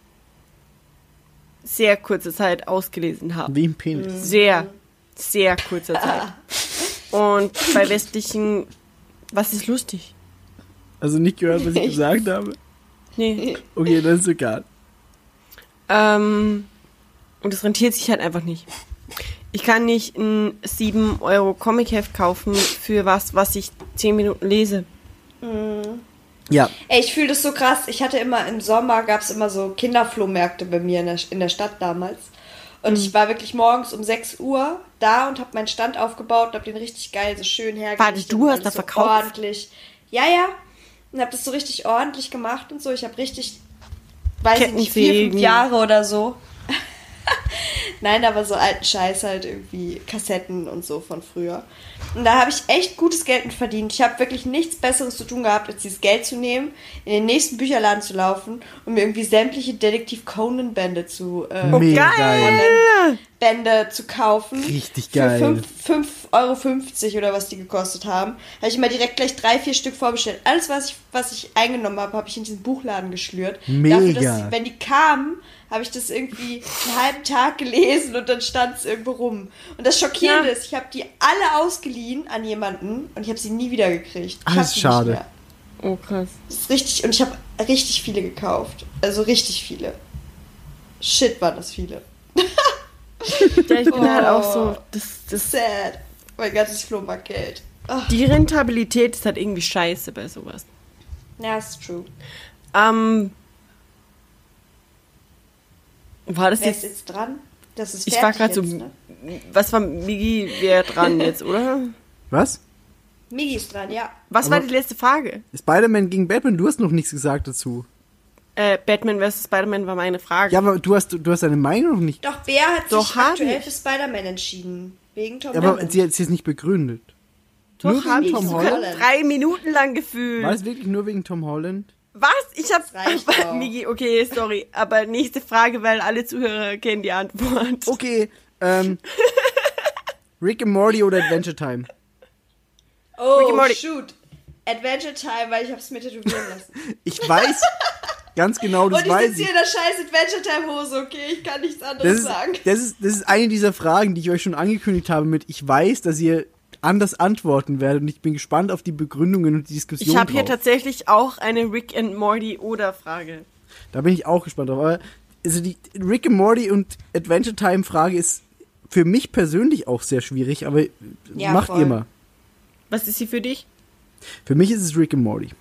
sehr kurzer Zeit ausgelesen habe. Wie ein Penis. Sehr, sehr kurzer Zeit. Und bei westlichen, was ist lustig? Also nicht gehört, was ich gesagt habe? Nee. Okay, das ist egal. Ähm, und es rentiert sich halt einfach nicht. Ich kann nicht ein sieben Euro Comic-Heft kaufen für was, was ich zehn Minuten lese. Ja, Ey, ich fühle das so krass. Ich hatte immer im Sommer, gab es immer so Kinderflohmärkte bei mir in der, in der Stadt damals. Und ich war wirklich morgens um sechs Uhr da und habe meinen Stand aufgebaut und habe den richtig geil, so schön hergerichtet. Warte, du und hast alles da so verkauft? Ordentlich. Ja, ja. Und habe das so richtig ordentlich gemacht und so. Ich habe richtig, weiß ich nicht, vier, fünf Kettensägen. Jahre oder so. Nein, aber so alten Scheiß halt irgendwie, Kassetten und so von früher. Und da habe ich echt gutes Geld mit verdient. Ich habe wirklich nichts Besseres zu tun gehabt, als dieses Geld zu nehmen, in den nächsten Bücherladen zu laufen und mir irgendwie sämtliche Detektiv Conan Bände zu äh, mega geil. geil. Bände zu kaufen. Richtig geil. Für fünf Euro fünfzig oder was die gekostet haben. Habe ich immer direkt gleich drei, vier Stück vorbestellt. Alles, was ich, was ich eingenommen habe, habe ich in diesen Buchladen geschlürt. Mega. Dafür, dass sie, wenn die kamen, habe ich das irgendwie einen halben Tag gelesen und dann stand es irgendwo rum. Und das Schockierende Ja. ist, ich habe die alle ausgeliehen an jemanden und ich habe sie nie wieder gekriegt. Ich Ah, hab ist sie schade. Nicht mehr. Oh, krass. Das ist richtig, und ich habe richtig viele gekauft. Also richtig viele. Shit, waren das viele. Ja, ich bin Oh. halt auch so, das, das, Sad. Mein ganzes Flohmarktgeld. Ach, die Rentabilität ist halt irgendwie scheiße bei sowas. ja, ist true. Ähm, war das Wer ist jetzt, jetzt dran? Das ist ich fertig war gerade so, jetzt, ne? was war Migi, wer dran jetzt, oder? Was? Migi ist dran, ja. Was war Aber- die letzte Frage? Spider-Man gegen Batman, du hast noch nichts gesagt dazu. Äh, Batman versus. Spider-Man war meine Frage. Ja, aber du hast, du hast deine Meinung noch nicht. Doch, Bea hat Doch, sich hab aktuell ich. für Spider-Man entschieden. Wegen Tom Aber Holland. sie hat sie ist nicht begründet. Doch, nur hab wegen ich Tom sogar Holland? drei Minuten lang gefühlt. War es wirklich nur wegen Tom Holland? Was? Ich hab. Das reicht aber, doch. Migi, okay, sorry. Aber nächste Frage, weil alle Zuhörer kennen die Antwort. Okay, ähm. Rick and Morty oder Adventure Time? oh, Ricky Morty. shoot. Adventure Time, weil ich hab's mir tätowieren lassen. Ich weiß ganz genau, das Und ich weiß sitze ich. hier in der scheiß Adventure Time Hose, okay? Ich kann nichts anderes Das ist, sagen. das, ist, das ist eine dieser Fragen, die ich euch schon angekündigt habe mit, ich weiß, dass ihr anders antworten werde und ich bin gespannt auf die Begründungen und die Diskussion Ich habe hier drauf. tatsächlich auch eine Rick and Morty oder Frage. Da bin ich auch gespannt drauf. Aber also die Rick and Morty und Adventure Time Frage ist für mich persönlich auch sehr schwierig, aber Ja, macht voll. ihr mal. Was ist sie für dich? Für mich ist es Rick and Morty.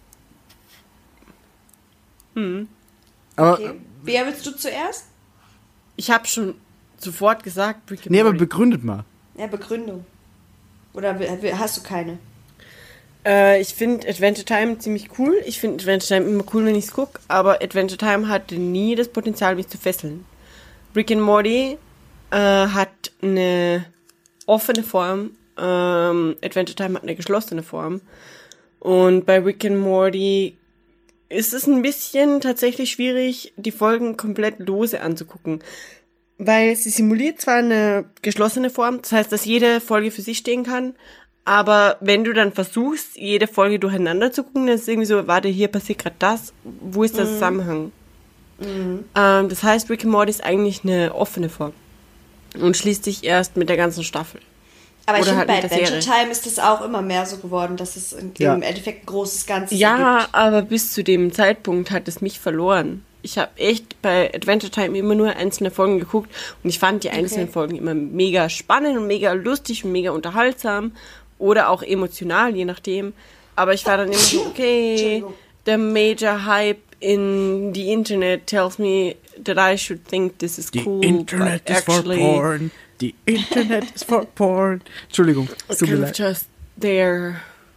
Hm. Aber, Okay. Wer willst du zuerst? Ich habe schon sofort gesagt Rick and nee, aber Morty. begründet mal. Ja, Begründung. Oder will- hast du keine? Äh, ich finde Adventure Time ziemlich cool. Ich finde Adventure Time immer cool, wenn ich es gucke, aber Adventure Time hatte nie das Potenzial, mich zu fesseln. Rick and Morty äh, hat eine offene Form, ähm, Adventure Time hat eine geschlossene Form. Und bei Rick and Morty ist es ein bisschen tatsächlich schwierig, die Folgen komplett lose anzugucken. Weil sie simuliert zwar eine geschlossene Form, das heißt, dass jede Folge für sich stehen kann, aber wenn du dann versuchst, jede Folge durcheinander zu gucken, dann ist es irgendwie so, warte, hier passiert gerade das, wo ist der Zusammenhang? Mhm. Ähm, das heißt, Rick and Morty ist eigentlich eine offene Form und schließt sich erst mit der ganzen Staffel. Aber ich Oder finde, halt bei mit der Adventure Serie. Time ist es auch immer mehr so geworden, dass es in, Ja. im Endeffekt ein großes Ganzes Ja, ergibt. aber bis zu dem Zeitpunkt hat es mich verloren. Ich habe echt bei Adventure Time immer nur einzelne Folgen geguckt und ich fand die einzelnen Okay. Folgen immer mega spannend und mega lustig und mega unterhaltsam oder auch emotional, je nachdem. Aber ich war dann immer so, okay, Entschuldigung. the major hype in the internet tells me that I should think this is Die cool, Internet but is for actually porn. Die Internet is for porn. Entschuldigung, es it's tut mir kind of leid. just there.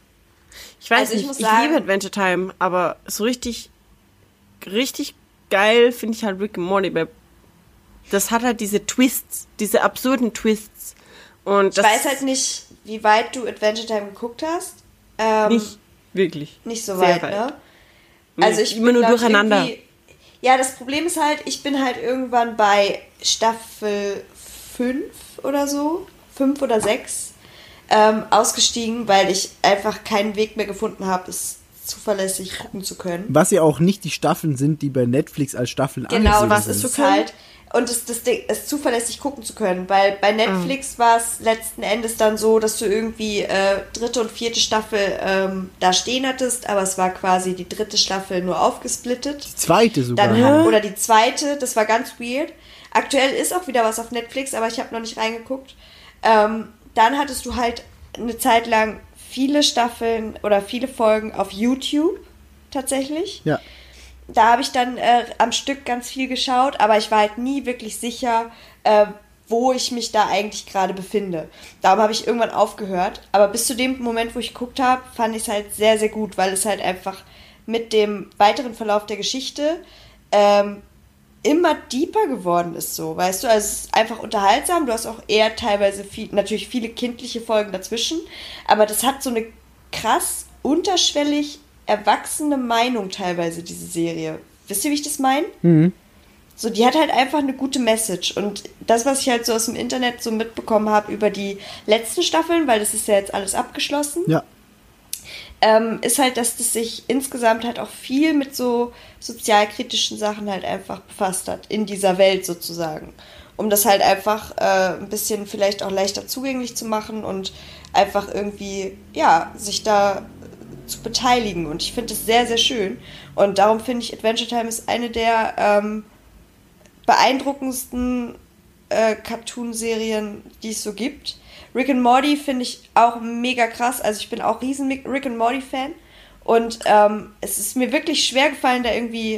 Ich weiß Also ich nicht, muss ich sagen- liebe Adventure Time, aber so richtig, richtig geil finde ich halt Rick and Morty, weil das hat halt diese Twists, diese absurden Twists. Und Ich das weiß halt nicht, wie weit du Adventure Time geguckt hast. Ähm, nicht wirklich. Nicht so sehr weit, weit. ne? Nee, Also ich immer bin, nur glaub ich, durcheinander. irgendwie- Ja, das Problem ist halt, ich bin halt irgendwann bei Staffel fünf oder so, fünf oder sechs, ähm, ausgestiegen, weil ich einfach keinen Weg mehr gefunden habe, es zuverlässig gucken zu können. Was ja auch nicht die Staffeln sind, die bei Netflix als Staffeln Genau, angesehen was sind. ist zu es können? halt. Und das, das Ding, es zuverlässig gucken zu können, weil bei Netflix war es letzten Endes dann so, dass du irgendwie äh, dritte und vierte Staffel ähm, da stehen hattest, aber es war quasi die dritte Staffel nur aufgesplittet. Die zweite sogar. Dann hat, oder die zweite, das war ganz weird. Aktuell ist auch wieder was auf Netflix, aber ich habe noch nicht reingeguckt. Ähm, dann hattest du halt eine Zeit lang viele Staffeln oder viele Folgen auf YouTube tatsächlich. Ja. Da habe ich dann äh, am Stück ganz viel geschaut, aber ich war halt nie wirklich sicher, äh, wo ich mich da eigentlich gerade befinde. Darum habe ich irgendwann aufgehört. Aber bis zu dem Moment, wo ich geguckt habe, fand ich es halt sehr, sehr gut, weil es halt einfach mit dem weiteren Verlauf der Geschichte ähm, immer deeper geworden ist, so, weißt du? Also es ist einfach unterhaltsam. Du hast auch eher teilweise viel, natürlich viele kindliche Folgen dazwischen, aber das hat so eine krass unterschwellig erwachsene Meinung teilweise, diese Serie. Wisst ihr, wie ich das meine? Mhm. So, die hat halt einfach eine gute Message. Und das, was ich halt so aus dem Internet so mitbekommen habe über die letzten Staffeln, weil das ist ja jetzt alles abgeschlossen, Ja. ähm, ist halt, dass das sich insgesamt halt auch viel mit so sozialkritischen Sachen halt einfach befasst hat, in dieser Welt sozusagen. Um das halt einfach äh, ein bisschen vielleicht auch leichter zugänglich zu machen und einfach irgendwie, ja, sich da zu beteiligen. Und ich finde das sehr, sehr schön. Und darum finde ich, Adventure Time ist eine der ähm, beeindruckendsten äh, Cartoon-Serien, die es so gibt. Rick and Morty finde ich auch mega krass. Also ich bin auch riesen Rick and Morty-Fan. Und ähm, es ist mir wirklich schwer gefallen, da irgendwie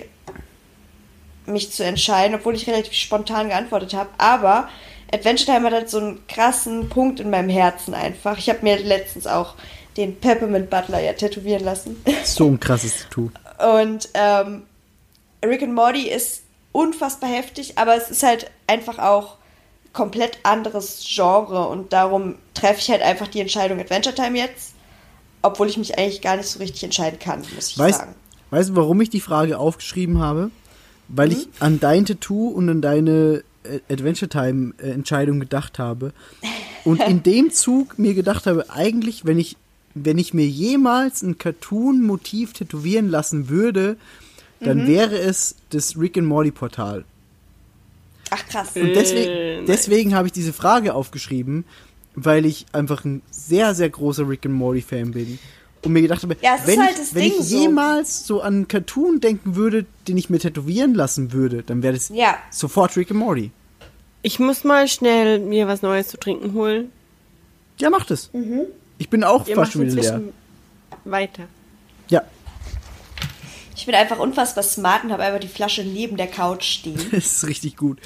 mich zu entscheiden, obwohl ich relativ spontan geantwortet habe. Aber Adventure Time hat halt so einen krassen Punkt in meinem Herzen einfach. Ich habe mir letztens auch den Peppermint Butler ja tätowieren lassen. So ein krasses Tattoo. Und ähm, Rick and Morty ist unfassbar heftig, aber es ist halt einfach auch komplett anderes Genre und darum treffe ich halt einfach die Entscheidung Adventure Time jetzt, obwohl ich mich eigentlich gar nicht so richtig entscheiden kann, muss ich Weißt, sagen. weißt du, warum ich die Frage aufgeschrieben habe? Weil ich an dein Tattoo und an deine äh, Adventure Time äh, Entscheidung gedacht habe und in dem Zug mir gedacht habe, eigentlich, wenn ich wenn ich mir jemals ein Cartoon-Motiv tätowieren lassen würde, dann Mhm. wäre es das Rick and Morty Portal. Ach krass. Und deswegen, Äh, nice. deswegen habe ich diese Frage aufgeschrieben, weil ich einfach ein sehr, sehr großer Rick and Morty Fan bin. Und mir gedacht habe, ja, wenn, halt ich, wenn ich jemals so. so an einen Cartoon denken würde, den ich mir tätowieren lassen würde, dann wäre das ja. sofort Rick and Morty. Ich muss mal schnell mir was Neues zu trinken holen. Ja, mach das. Mhm. Ich bin auch Ihr fast schon wieder leer. Weiter. Ja. Ich bin einfach unfassbar smart und habe einfach die Flasche neben der Couch stehen. Das ist richtig gut.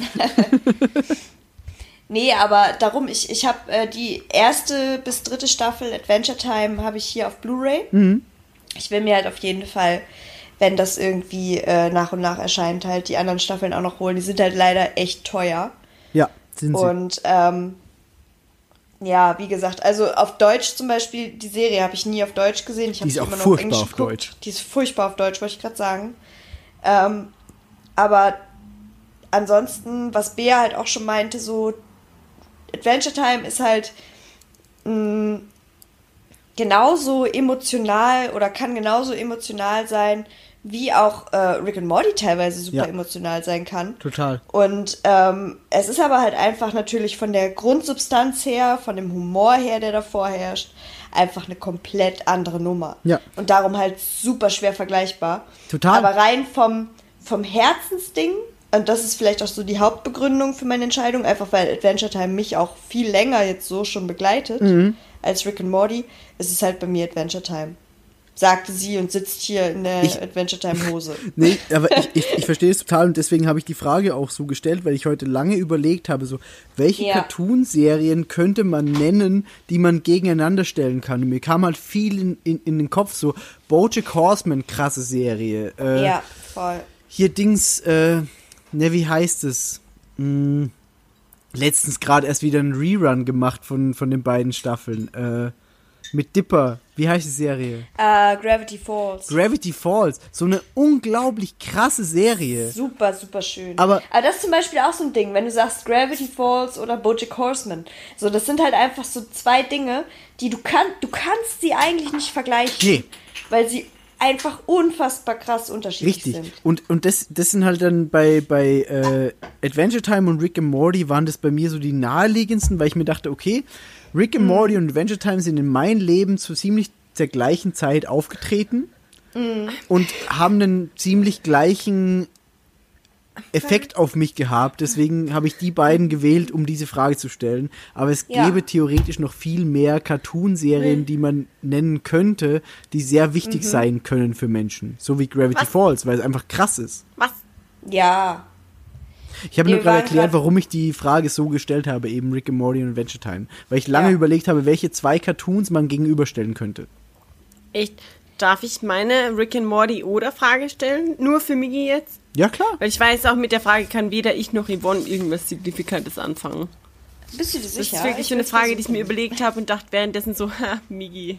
Nee, aber darum, ich, ich habe äh, die erste bis dritte Staffel Adventure Time habe ich hier auf Blu-ray. Mhm. Ich will mir halt auf jeden Fall, wenn das irgendwie äh, nach und nach erscheint, halt die anderen Staffeln auch noch holen. Die sind halt leider echt teuer. Ja, sind sie. Und ähm, ja, wie gesagt, also auf Deutsch zum Beispiel, die Serie habe ich nie auf Deutsch gesehen. Ich die ist sie auch immer nur furchtbar auf, auf geguckt. Deutsch. Die ist furchtbar auf Deutsch, wollte ich gerade sagen. Ähm, aber ansonsten, was Bea halt auch schon meinte, so Adventure Time ist halt mh, genauso emotional oder kann genauso emotional sein, wie auch äh, Rick and Morty teilweise super ja. emotional sein kann. Total. Und ähm, es ist aber halt einfach natürlich von der Grundsubstanz her, von dem Humor her, der davor herrscht, einfach eine komplett andere Nummer. Ja. Und darum halt super schwer vergleichbar. Total. Aber rein vom, vom Herzensding, und das ist vielleicht auch so die Hauptbegründung für meine Entscheidung, einfach weil Adventure Time mich auch viel länger jetzt so schon begleitet mhm. als Rick and Morty, ist es halt bei mir Adventure Time. Sagte sie und sitzt hier in der ich, Adventure Time Hose. Nee, aber ich, ich, ich verstehe es total und deswegen habe ich die Frage auch so gestellt, weil ich heute lange überlegt habe, so, welche ja. Cartoonserien könnte man nennen, die man gegeneinander stellen kann. Und mir kam halt viel in, in, in den Kopf, so BoJack Horseman, krasse Serie. Äh, ja, voll. Hier Dings, äh, ne, wie heißt es? Hm, letztens gerade erst wieder einen Rerun gemacht von, von den beiden Staffeln. Äh, mit Dipper. Wie heißt die Serie? Uh, Gravity Falls. Gravity Falls. So eine unglaublich krasse Serie. Super, super schön. Aber, Aber das ist zum Beispiel auch so ein Ding, wenn du sagst Gravity Falls oder BoJack Horseman. So, das sind halt einfach so zwei Dinge, die du kannst, du kannst sie eigentlich nicht vergleichen. Nee. Weil sie einfach unfassbar krass unterschiedlich richtig. sind. Und, und das, das sind halt dann bei, bei äh, Adventure Time und Rick and Morty waren das bei mir so die naheliegendsten, weil ich mir dachte, okay, Rick and mhm. Morty und Adventure Time sind in meinem Leben zu ziemlich der gleichen Zeit aufgetreten mhm. und haben einen ziemlich gleichen Effekt auf mich gehabt. Deswegen habe ich die beiden gewählt, um diese Frage zu stellen. Aber es ja. gäbe theoretisch noch viel mehr Cartoon-Serien, mhm. die man nennen könnte, die sehr wichtig mhm. sein können für Menschen. So wie Gravity Was? Falls, weil es einfach krass ist. Was? Ja. Ich habe nur gerade erklärt, warum ich die Frage so gestellt habe, eben Rick and Morty und Adventure Time. Weil ich lange ja. überlegt habe, welche zwei Cartoons man gegenüberstellen könnte. Echt? Darf ich meine Rick and Morty oder Frage stellen? Nur für Migi jetzt? Ja, klar. Weil ich weiß, auch mit der Frage kann weder ich noch Yvonne irgendwas Signifikantes anfangen. Bist du dir sicher? Das ist wirklich ich so eine Frage, die ich mir überlegt habe und dachte währenddessen so, ha, Migi.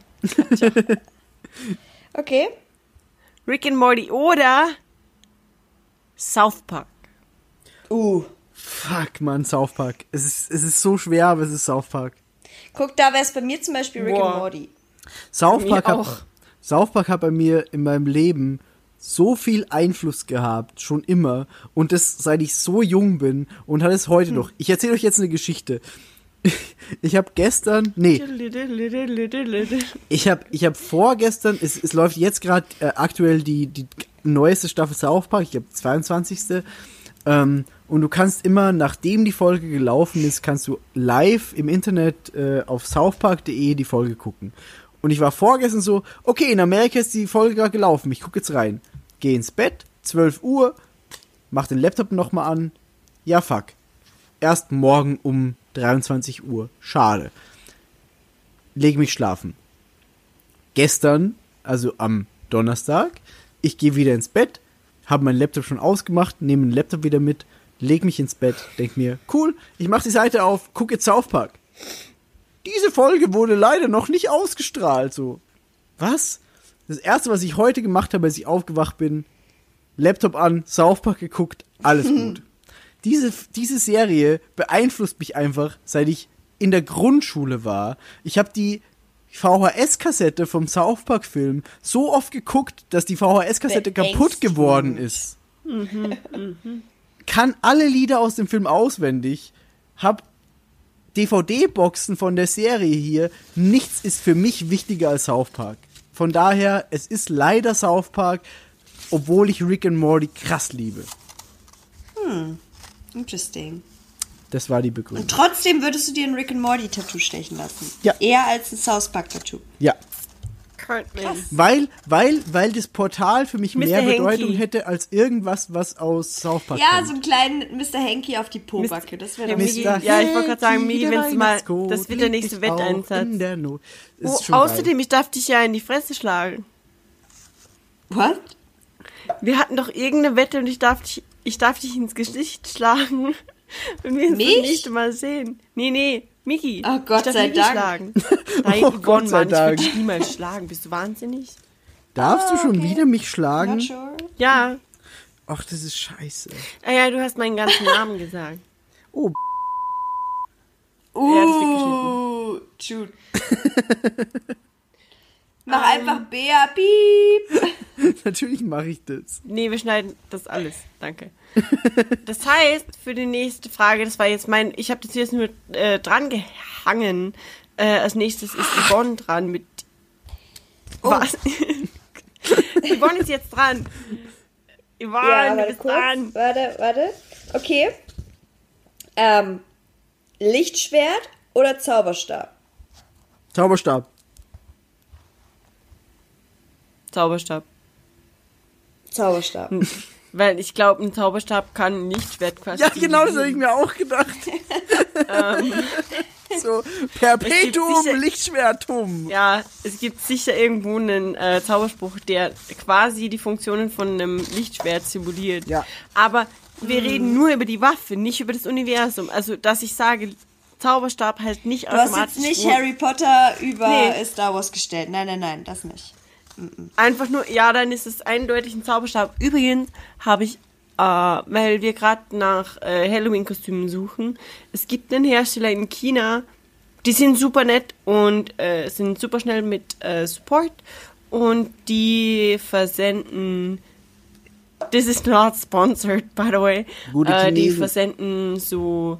Okay. Rick and Morty oder South Park. Uh. Fuck, Mann, South Park. Es ist, es ist so schwer, aber es ist South Park. Guck, da wäre es bei mir zum Beispiel Rick Boah. and Morty. South Park, hat, South Park hat bei mir in meinem Leben so viel Einfluss gehabt, schon immer. Und das, seit ich so jung bin und hat es heute hm. noch. Ich erzähle euch jetzt eine Geschichte. Ich habe gestern, nee, ich habe ich hab vorgestern, es, es läuft jetzt gerade äh, aktuell die, die neueste Staffel South Park, ich glaube zweiundzwanzigste Ähm, und du kannst immer, nachdem die Folge gelaufen ist, kannst du live im Internet äh, auf southpark punkt de die Folge gucken. Und ich war vorgestern so, okay, in Amerika ist die Folge gerade gelaufen, ich gucke jetzt rein. Geh ins Bett, zwölf Uhr, mach den Laptop nochmal an, ja fuck. Erst morgen um dreiundzwanzig Uhr, schade. Leg mich schlafen. Gestern, also am Donnerstag, ich gehe wieder ins Bett, habe meinen Laptop schon ausgemacht, nehme den Laptop wieder mit, leg mich ins Bett, denk mir, cool, ich mach die Seite auf, guck jetzt South Park. Diese Folge wurde leider noch nicht ausgestrahlt, so. Was? Das erste, was ich heute gemacht habe, als ich aufgewacht bin, Laptop an, South Park geguckt, alles gut. Diese, diese Serie beeinflusst mich einfach, seit ich in der Grundschule war. Ich habe die V H S-Kassette vom South Park-Film so oft geguckt, dass die V H S-Kassette kaputt geworden ist. Mhm, mhm. Kann alle Lieder aus dem Film auswendig, hab D V D-Boxen von der Serie hier, nichts ist für mich wichtiger als South Park. Von daher, es ist leider South Park, obwohl ich Rick and Morty krass liebe. Hm, interesting. Das war die Begründung. Und trotzdem würdest du dir ein Rick and Morty Tattoo stechen lassen? Ja. Eher als ein South Park Tattoo? Ja. Krass. Weil, weil, weil das Portal für mich Mister mehr Bedeutung Hanky. hätte als irgendwas, was aus South Park Ja, kommt. so einen kleinen Mister Hanky auf die Pobacke. Das wäre Ja, doch Migi, Mister ja, ich wollte gerade sagen, Hanky, Migi, der wenn's mal, Weihnachtscode das wird der nächste liegt auch Wetteinsatz. in der Not. Das Oh, ist schon außerdem, geil. ich darf dich ja in die Fresse schlagen. What? Wir hatten doch irgendeine Wette und ich darf dich, ich darf dich ins Gesicht schlagen, wenn wir uns Mich? das nächste Mal sehen. Nee, nee, Miki. Oh, Gott ich darf sei Miki Dank. schlagen. Nein, Oh, Yvonne, Gott sei Mann, ich würde Dank. dich niemals schlagen. Bist du wahnsinnig? Darfst du schon okay. wieder mich schlagen? Not sure. Ja. Ach, das ist scheiße. Ah ja, du hast meinen ganzen Namen gesagt. Oh, Ja, das wird geschnitten. Uh, shoot. Mach einfach Bea, piep. natürlich mache ich das. Nee, wir schneiden das alles. Danke. Das heißt, für die nächste Frage, das war jetzt mein, ich habe das jetzt nur äh, dran gehangen. Äh, als nächstes ist Yvonne dran mit. Was? Yvonne ist jetzt dran. Yvonne, du bist dran. Warte, warte. Okay. Ähm, Lichtschwert oder Zauberstab? Zauberstab. Zauberstab. Zauberstab. Weil ich glaube, ein Zauberstab kann nicht Schwert quasi. Ja, genau, das habe ich mir auch gedacht. so, Perpetuum sicher- Lichtschwertum. Ja, es gibt sicher irgendwo einen äh, Zauberspruch, der quasi die Funktionen von einem Lichtschwert simuliert. Ja. Aber wir reden nur über die Waffe, nicht über das Universum. Also, dass ich sage, Zauberstab halt nicht Du hast automatisch. jetzt nicht rot. Harry Potter über Nee. Star Wars gestellt. Nein, nein, nein, das nicht. Einfach nur, ja, dann ist es eindeutig ein Zauberstab. Übrigens habe ich, äh, weil wir gerade nach äh, Halloween-Kostümen suchen, es gibt einen Hersteller in China, die sind super nett und äh, sind super schnell mit äh, Support und die versenden, this is not sponsored, by the way, Gute äh, die Chinesen. versenden so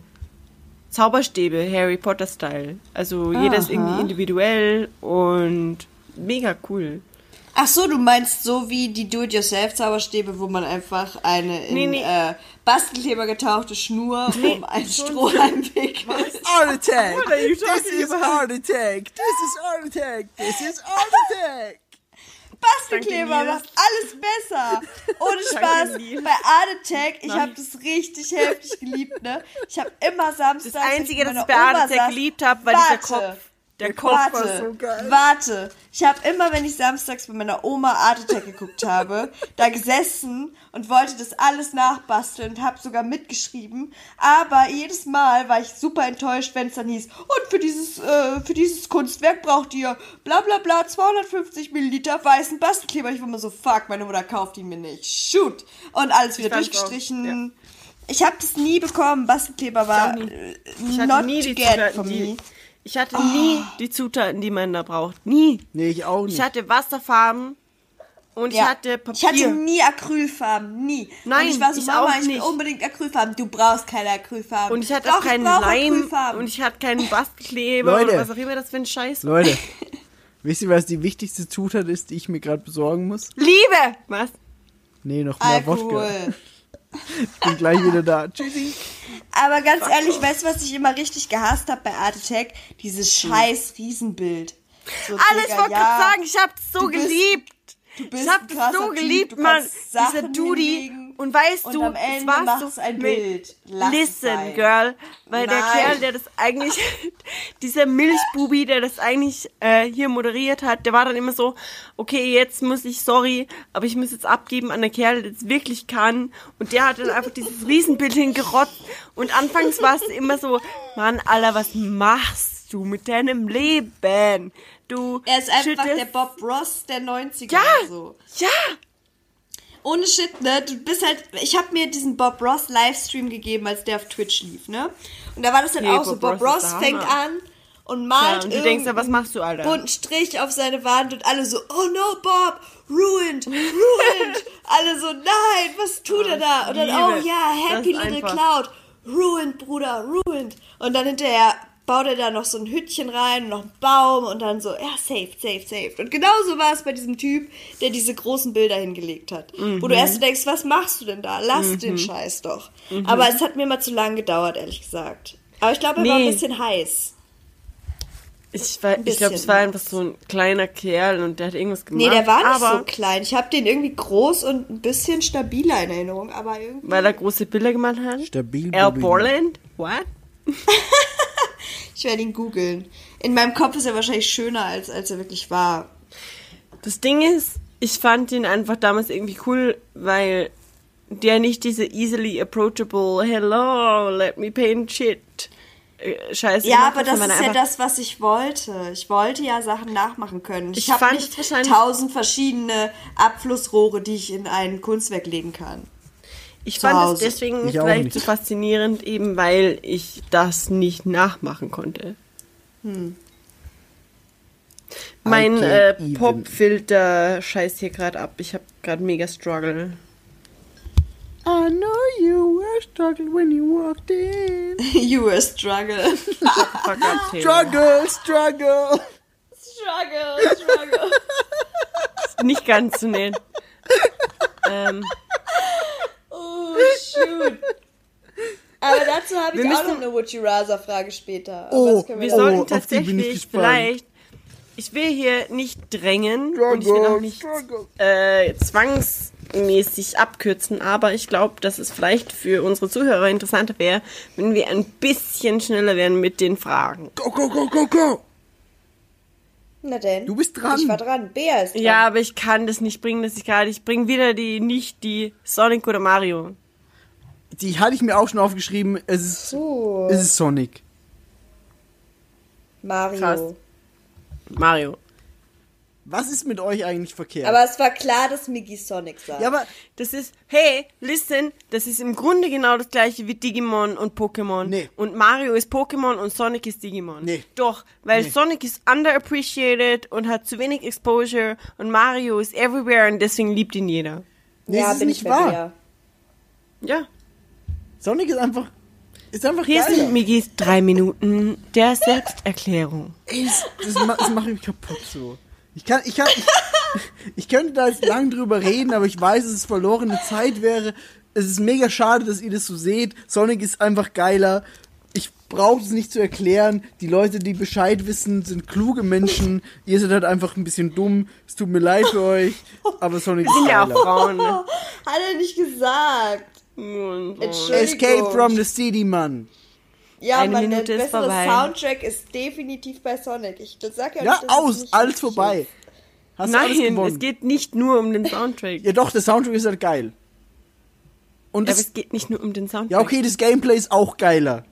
Zauberstäbe, Harry Potter-Style. Also jeder ist irgendwie individuell und mega cool. Ach so, du meinst so wie die Do-it-yourself-Zauberstäbe, wo man einfach eine in Nee, nee. Äh, Bastelkleber getauchte Schnur um einen Strohhalm wickelt. Art Attack. What are you This talking is about? Art Attack. This is Art Attack. This is Art Attack. Bastelkleber Danke, macht alles besser. Ohne Spaß. Danke, Nils. Bei Art Attack, ich habe das richtig heftig geliebt, ne? Ich habe immer samstags... Das Einzige, wenn das ich ich mit bei meiner Oma Arte saß- geliebt habe, war Warte. dieser Kopf. Der Kopf Warte, war so geil. warte. Ich habe immer, wenn ich samstags bei meiner Oma Art Attack geguckt habe, da gesessen und wollte das alles nachbasteln und habe sogar mitgeschrieben. Aber jedes Mal war ich super enttäuscht, wenn es dann hieß, und für dieses, äh, für dieses Kunstwerk braucht ihr bla bla bla zweihundertfünfzig Milliliter weißen Bastelkleber. Ich war immer so, fuck, meine Mutter kauft ihn mir nicht. Shoot. Und alles wieder fand's durchgestrichen. Ich habe das nie bekommen. Bastelkleber war nie. äh, Ich hatte not nie die get Zutaten, for me. die, ich hatte nie die Zutaten, die man da braucht. Nie. Nee, ich auch nicht. Ich hatte Wasserfarben und Ja. ich hatte Papier. Ich hatte nie Acrylfarben, nie. Nein, und ich war so, ich Mama, auch ich will nicht. unbedingt Acrylfarben. Du brauchst keine Acrylfarben. und ich hatte Doch, auch keinen ich brauch Leim Acrylfarben. und ich hatte keinen Bastelkleber Leute. und was auch immer das für ein Scheiß war. Leute, wisst ihr, was die wichtigste Zutat ist, die ich mir gerade besorgen muss? Liebe! Was? Nee, noch mehr Wodka. Alkohol. Ich bin gleich wieder da. Tschüssi. Aber ganz ehrlich, weißt du, was ich immer richtig gehasst habe bei Art Attack? Dieses scheiß Riesenbild. So, Alles Digga, wollte ja, gerade sagen, ich hab das so du bist- geliebt. du bist Ich hab ein das krasser so Typ, geliebt, du Mann. kannst Dieser Sachen Dudi. hinlegen Und weißt und du, am es Ende war machst so ein nee, Bild. Lass es Listen, sein. girl. Weil der Nein. Kerl, der das eigentlich, dieser Milchbubi, der das eigentlich äh, hier moderiert hat, der war dann immer so, okay, jetzt muss ich, sorry, aber ich muss jetzt abgeben an den Kerl, der das wirklich kann. Und der hat dann einfach dieses Riesenbild hingerotzt. Und anfangs war es immer so, Mann, Alter, was machst du mit deinem Leben? Du Er ist einfach schüttest- der Bob Ross der neunziger. Ja, So. ja. Ohne Shit, ne? Du bist halt. Ich habe mir diesen Bob Ross Livestream gegeben, als der auf Twitch lief, ne? Und da war das dann Nee, auch so: Bob Bob Ross ist Ross der fängt Hammer. an und Ja, malt und du denkst ja, was machst du, Alter? bunten Strich auf seine Wand und alle so: Oh no, Bob, ruined, ruined. Alle so: Nein, was tut er da? Und dann: Liebe. Oh ja, Das happy ist little einfach- cloud. Ruined, Bruder, ruined. Und dann hinterher baut er da noch so ein Hütchen rein, noch einen Baum und dann so, ja, safe, safe, safe. Und genauso war es bei diesem Typ, der diese großen Bilder hingelegt hat. Mhm. Wo du erst denkst, was machst du denn da? Lass mhm. den Scheiß doch. Mhm. Aber es hat mir mal zu lang gedauert, ehrlich gesagt. Aber ich glaube, er nee. war ein bisschen heiß. Ich, war, ich glaube, es war einfach so ein kleiner Kerl und der hat irgendwas gemacht. Nee, der war nicht aber so klein. Ich habe den irgendwie groß und ein bisschen stabiler in Erinnerung, aber irgendwie... Weil er große Bilder gemacht hat? Stabil. Al Borland? What? Ich werde ihn googeln. In meinem Kopf ist er wahrscheinlich schöner, als, als er wirklich war. Das Ding ist, ich fand ihn einfach damals irgendwie cool, weil der nicht diese easily approachable hello, let me paint shit Scheiße. Ja, aber das ist ja das, was ich wollte. Ich wollte ja Sachen nachmachen können. Ich, ich habe nicht tausend verschiedene Abflussrohre, die ich in ein Kunstwerk legen kann. Ich fand es deswegen ich vielleicht so faszinierend, eben weil ich das nicht nachmachen konnte. Hm. Mein äh, Popfilter scheißt hier gerade ab. Ich habe gerade mega Struggle. I know you were struggling when you walked in. You were struggle. Struggle, struggle. Struggle, struggle. Ist nicht ganz zu nennen. ähm. Oh, shoot. Aber dazu habe ich auch noch eine Would You Rather Frage später. Oh, wir, wir sollten tatsächlich vielleicht... Ich will hier nicht drängen struggle, und ich will auch nicht äh, zwangsmäßig abkürzen, aber ich glaube, dass es vielleicht für unsere Zuhörer interessanter wäre, wenn wir ein bisschen schneller wären mit den Fragen. Go, go, go, go, go! Na denn. Du bist dran. Ich war dran. Bea ist dran. Ja, aber ich kann das nicht bringen, dass ich gerade... Ich bringe wieder die, nicht die Sonic oder Mario. Die hatte ich mir auch schon aufgeschrieben. Es ist, so. es ist Sonic. Mario. Krass. Mario. Was ist mit euch eigentlich verkehrt? Aber es war klar, dass Miggy Sonic sagt. Ja, aber das ist, hey, listen, das ist im Grunde genau das gleiche wie Digimon und Pokémon. Nee. Und Mario ist Pokémon und Sonic ist Digimon. Nee. Doch, weil nee. Sonic ist underappreciated und hat zu wenig Exposure und Mario ist everywhere und deswegen liebt ihn jeder. Nee, ja, das ist bin nicht ich wahr. Ja. Sonic ist einfach... Ist einfach Hier geiler. sind Migis drei Minuten der Selbsterklärung. Ey, das, das, das macht mich kaputt so. Ich kann, ich kann, ich, ich könnte da jetzt lang drüber reden, aber ich weiß, dass es verlorene Zeit wäre. Es ist mega schade, dass ihr das so seht. Sonic ist einfach geiler. Ich brauche es nicht zu erklären. Die Leute, die Bescheid wissen, sind kluge Menschen. Ihr seid halt einfach ein bisschen dumm. Es tut mir leid für euch, aber Sonic ist geiler. geiler. Ja, auch Frauen, ne? Hat er nicht gesagt. Escape from the City, Mann. Ja, Eine Mann, Minute der ist bessere vorbei. Soundtrack ist definitiv bei Sonic. Ich sag ja, Ja, nicht, dass aus, es nicht alles richtig vorbei. ist. Hast du alles Nein, gewonnen. es geht nicht nur um den Soundtrack. Ja doch, der Soundtrack ist halt geil. Und Aber das, es geht nicht nur um den Soundtrack. ja okay, das Gameplay ist auch geiler.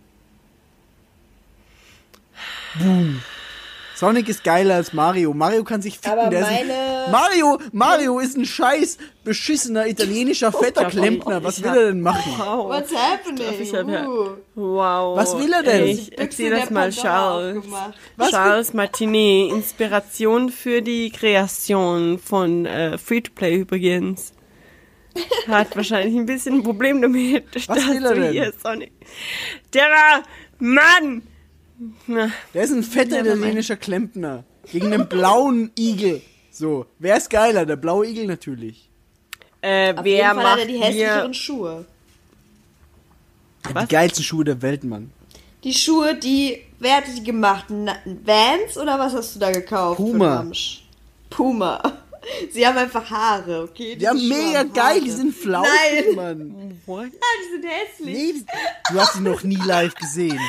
Boom. Sonic ist geiler als Mario. Mario kann sich ficken. Aber der meine... ist ein, Mario, Mario ist ein scheiß beschissener italienischer fetter Klempner. Was will er denn machen? Wow. What's happening? Ich hab ja, uh. wow. Was will er denn? Ich erzähl das mal Charles. Was Charles Martinet, Inspiration für die Kreation von äh, Free-to-Play übrigens. Hat wahrscheinlich ein bisschen ein Problem damit, Was dass will er du denn? hier Sonic... Der Mann! Na, Der ist ein fetter italienischer Klempner. Gegen einen blauen Igel. So, wer ist geiler? Der blaue Igel natürlich. äh, Auf wer jeden Fall macht hat er die hier... hässlicheren Schuhe. Was? Die geilsten Schuhe der Welt, Mann. Die Schuhe, die... Wer hat die gemacht? Na, Vans oder was hast du da gekauft? Puma. Für Ramsch? Puma. Sie haben einfach Haare, okay? Die haben Schuhe mega haben geil, Haare. die sind flauschig, Nein. Mann. What? Ja, die sind hässlich. Nee, die, du hast sie noch nie live gesehen.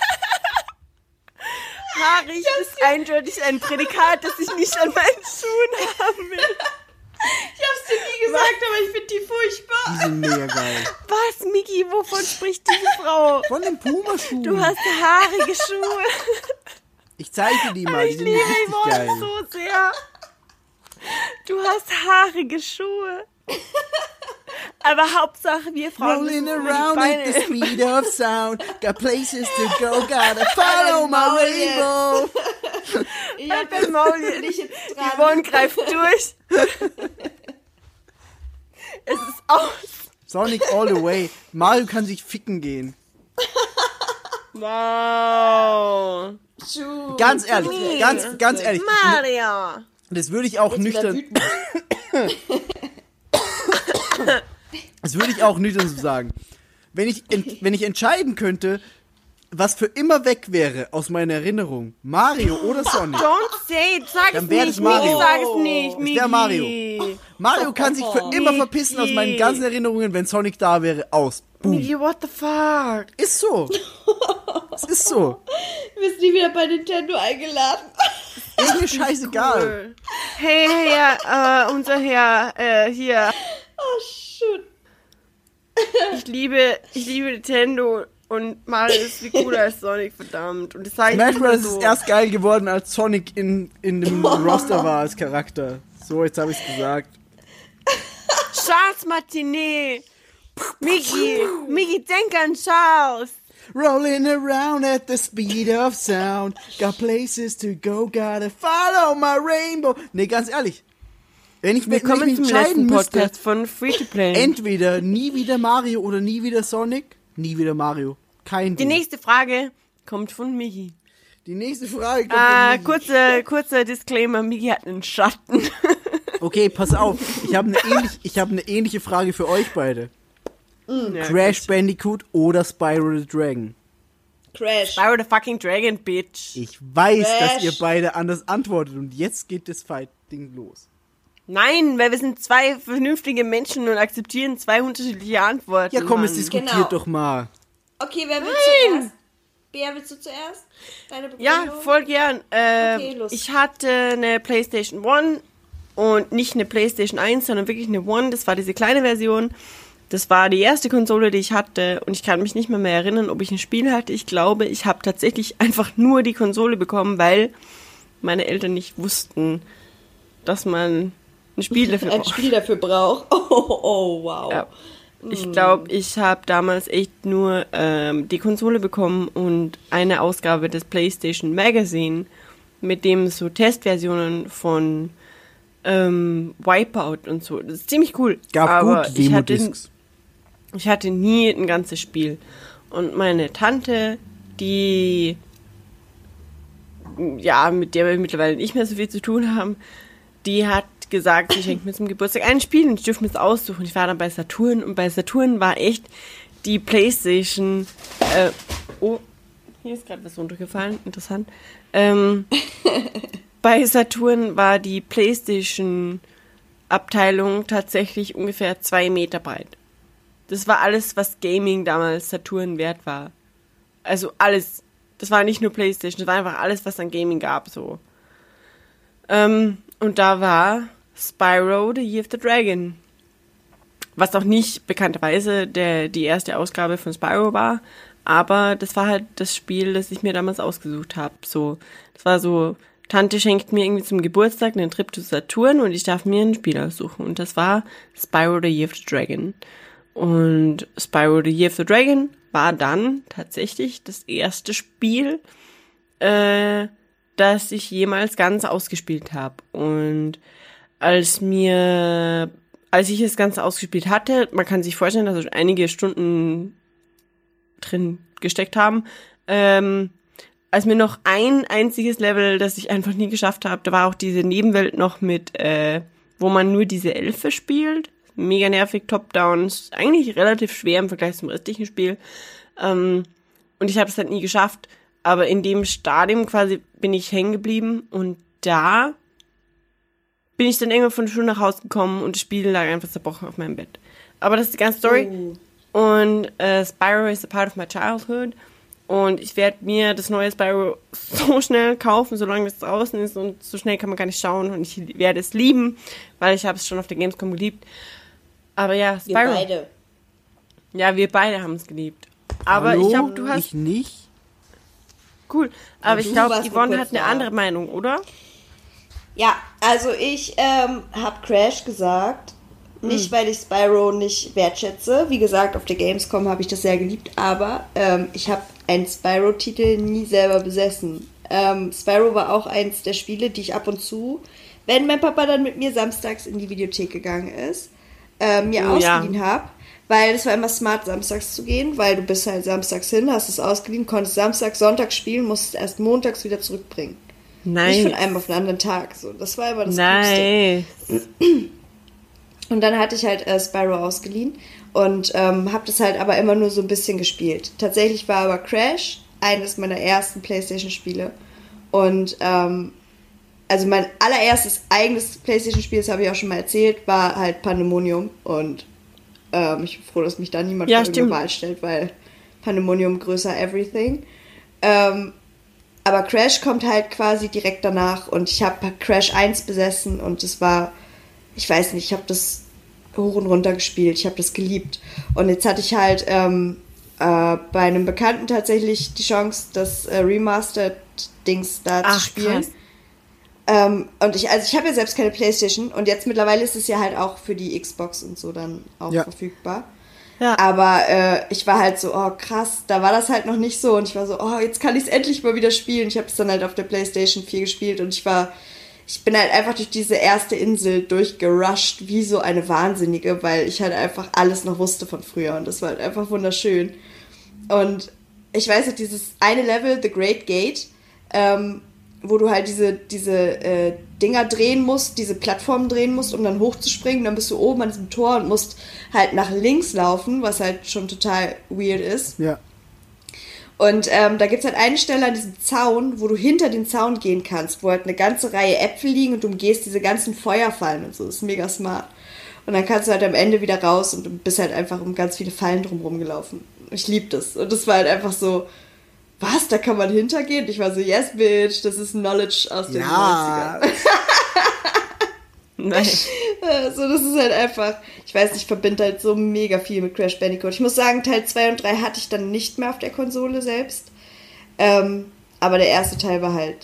Haarig ist eindeutig ein Prädikat, das ich nicht an meinen Schuhen haben will. Ich hab's dir nie gesagt, aber ich finde die furchtbar. Die sind mega geil. Was, Miki, wovon spricht diese Frau? Von den Puma-Schuhen. Du hast haarige Schuhe. Ich zeig dir die mal, die Ich sind liebe richtig Yvonne geil. so sehr. Du hast haarige Schuhe. Aber Hauptsache, wir Frauen Rolling müssen über around die at the Beine. speed of sound. Got places to go, gotta follow my rainbow. Ich Halt hab dein Maul jetzt. nicht jetzt dran. Yvonne greift durch. Es ist aus. Sonic all the way. Mario kann sich ficken gehen. Wow. True. Ganz ehrlich, ganz, ganz ehrlich. Mario. Das würde ich auch Jetzt wieder nüchtern. wütend. Das würde ich auch nüchtern so sagen. Wenn ich, ent, wenn ich entscheiden könnte, was für immer weg wäre aus meiner Erinnerung, Mario oder Sonic, Don't say it. Sag Dann es wär nicht. das Mario. Miki, sag es nicht. ist der Mario. Mario kann sich für immer verpissen aus meinen ganzen Erinnerungen, wenn Sonic da wäre, aus. Boom. Miki, what the fuck? Ist so. Es ist so. Du bist nie wieder bei Nintendo eingeladen. Ist mir scheißegal. Cool. Hey, Herr, äh, unser Herr, äh, hier. Oh, shit. Ich liebe, ich liebe Nintendo und Mario ist wie cooler als Sonic, verdammt. Und das sage ich Smash immer Bros. so. ist erst geil geworden, als Sonic in, in dem Roster war als Charakter. So, jetzt habe ich's gesagt. Charles Martinet. Miki, Miki, denk an Charles. Rolling around at the speed of sound. Got places to go, gotta follow my rainbow. Nee, ganz ehrlich. Wenn ich, wenn ich Willkommen mich zum entscheiden letzten müsste, Podcast von Free to Play. entweder nie wieder Mario oder nie wieder Sonic, nie wieder Mario. Kein Die Ding. nächste Frage kommt von Miki. Die nächste Frage kommt Ah, von Miki. kurzer, kurzer Disclaimer, Miki hat einen Schatten. Okay, pass auf. Ich habe eine ähnlich, ich habe eine ähnliche Frage für euch beide. Ja, Crash Bandicoot oder Spyro the Dragon? Crash. Spyro the fucking Dragon, Bitch. Ich weiß, Crash. dass ihr beide anders antwortet und jetzt geht das Fighting los. Nein, weil wir sind zwei vernünftige Menschen und akzeptieren zwei unterschiedliche Antworten. Ja, komm, jetzt Mann. diskutiert Genau. doch mal. Okay, wer will zuerst? Bea, willst du zuerst? Deine Begründung? Ja, voll gern. Äh, Okay, los. Ich hatte eine PlayStation One und nicht eine PlayStation eins, sondern wirklich eine One. Das war diese kleine Version. Das war die erste Konsole, die ich hatte und ich kann mich nicht mehr, mehr erinnern, ob ich ein Spiel hatte. Ich glaube, ich habe tatsächlich einfach nur die Konsole bekommen, weil meine Eltern nicht wussten, dass man ein Spiel dafür Ein braucht. Spiel dafür braucht. Oh, oh, wow. Ja. Ich glaube, ich habe damals echt nur ähm, die Konsole bekommen und eine Ausgabe des PlayStation Magazine, mit dem so Testversionen von ähm, Wipeout und so. Das ist ziemlich cool. Gab aber gut ich hatte, Demo-Discs. ich hatte nie ein ganzes Spiel. Und meine Tante, die ja, mit der wir mittlerweile nicht mehr so viel zu tun haben, die hat gesagt, sie schenkt mir zum Geburtstag ein Spiel und ich dürfte mir das aussuchen. Ich war dann bei Saturn und bei Saturn war echt die PlayStation. Äh, oh, hier ist gerade was runtergefallen, interessant. Ähm, bei Saturn war die PlayStation-Abteilung tatsächlich ungefähr zwei Meter breit. Das war alles, was Gaming damals Saturn wert war. Also alles. Das war nicht nur PlayStation, das war einfach alles, was an Gaming gab, so. Ähm, und da war Spyro the Year of the Dragon. Was auch nicht bekannterweise der, die erste Ausgabe von Spyro war, aber das war halt das Spiel, das ich mir damals ausgesucht habe. So, das war so, Tante schenkt mir irgendwie zum Geburtstag einen Trip zu Saturn und ich darf mir ein Spiel aussuchen. Und das war Spyro the Year of the Dragon. Und Spyro the Year of the Dragon war dann tatsächlich das erste Spiel, äh, das ich jemals ganz ausgespielt habe. Und als mir, als ich das Ganze ausgespielt hatte, man kann sich vorstellen, dass es einige Stunden drin gesteckt haben, ähm, als mir noch ein einziges Level, das ich einfach nie geschafft habe, da war auch diese Nebenwelt noch mit, äh, wo man nur diese Elfe spielt. Mega nervig, Top-Down, ist eigentlich relativ schwer im Vergleich zum restlichen Spiel. Ähm, und ich habe es halt nie geschafft. Aber in dem Stadium quasi bin ich hängen geblieben und da bin ich dann irgendwann von der Schule nach Hause gekommen und das Spiel lag einfach zerbrochen auf meinem Bett. Aber das ist die ganze Story. Oh. Und äh, Spyro is a part of my childhood. Und ich werde mir das neue Spyro so schnell kaufen, solange es draußen ist. Und so schnell kann man gar nicht schauen. Und ich werde es lieben, weil ich habe es schon auf der Gamescom geliebt. Aber ja, Wir Spyro. beide. Ja, wir beide haben es geliebt. Aber Hallo? ich glaube, du hast... Ich nicht. Cool. Aber Und ich du glaube, warst Yvonne nur hat kurz eine da. andere Meinung, oder? Ja, also ich ähm, habe Crash gesagt. Nicht, weil ich Spyro nicht wertschätze. Wie gesagt, auf der Gamescom habe ich das sehr geliebt. Aber ähm, ich habe einen Spyro-Titel nie selber besessen. Ähm, Spyro war auch eins der Spiele, die ich ab und zu, wenn mein Papa dann mit mir samstags in die Videothek gegangen ist, äh, mir Oh, ja. ausgeliehen habe. weil es war immer smart, samstags zu gehen, weil du bist halt samstags hin, hast es ausgeliehen, konntest Samstag, Sonntag spielen, musstest erst montags wieder zurückbringen. Nein. Nicht von einem auf den anderen Tag. So, das war immer das Nein. Coolste. Und dann hatte ich halt äh, Spyro ausgeliehen und ähm, habe das halt aber immer nur so ein bisschen gespielt. Tatsächlich war aber Crash eines meiner ersten PlayStation-Spiele. Und ähm, also mein allererstes eigenes PlayStation-Spiel, das habe ich auch schon mal erzählt, war halt Pandemonium. Und ähm, ich bin froh, dass mich da niemand Ja, vor irgendeine stimmt. Wahl stellt, weil Pandemonium größer everything. Ähm, aber Crash kommt halt quasi direkt danach und ich habe Crash eins besessen und es war, ich weiß nicht, ich habe das hoch und runter gespielt, ich habe das geliebt. Und jetzt hatte ich halt ähm, äh, bei einem Bekannten tatsächlich die Chance, das äh, Remastered-Dings da Ach, zu spielen. krass. Ähm, und ich, also ich habe ja selbst keine PlayStation und jetzt mittlerweile ist es ja halt auch für die Xbox und so dann auch Ja. verfügbar. Ja. Aber äh, ich war halt so, oh krass, da war das halt noch nicht so und ich war so, oh, jetzt kann ich es endlich mal wieder spielen. Ich habe es dann halt auf der PlayStation vier gespielt und ich war, ich bin halt einfach durch diese erste Insel durchgerusht wie so eine Wahnsinnige, weil ich halt einfach alles noch wusste von früher und das war halt einfach wunderschön. Und ich weiß nicht, dieses eine Level, The Great Gate, ähm, wo du halt diese, diese äh, Dinger drehen musst, diese Plattformen drehen musst, um dann hochzuspringen. Dann bist du oben an diesem Tor und musst halt nach links laufen, was halt schon total weird ist. Ja. Und ähm, da gibt's halt eine Stelle an diesem Zaun, wo du hinter den Zaun gehen kannst, wo halt eine ganze Reihe Äpfel liegen und du umgehst diese ganzen Feuerfallen und so. Das ist mega smart. Und dann kannst du halt am Ende wieder raus und du bist halt einfach um ganz viele Fallen drumherum gelaufen. Ich lieb das. Und das war halt einfach so, was, da kann man hintergehen? Ich war so, yes, bitch, das ist Knowledge aus den Ja. neunzigern. Nein. So, das ist halt einfach, ich weiß nicht, ich verbinde halt so mega viel mit Crash Bandicoot. Ich muss sagen, Teil zwei und drei hatte ich dann nicht mehr auf der Konsole selbst. Ähm, aber der erste Teil war halt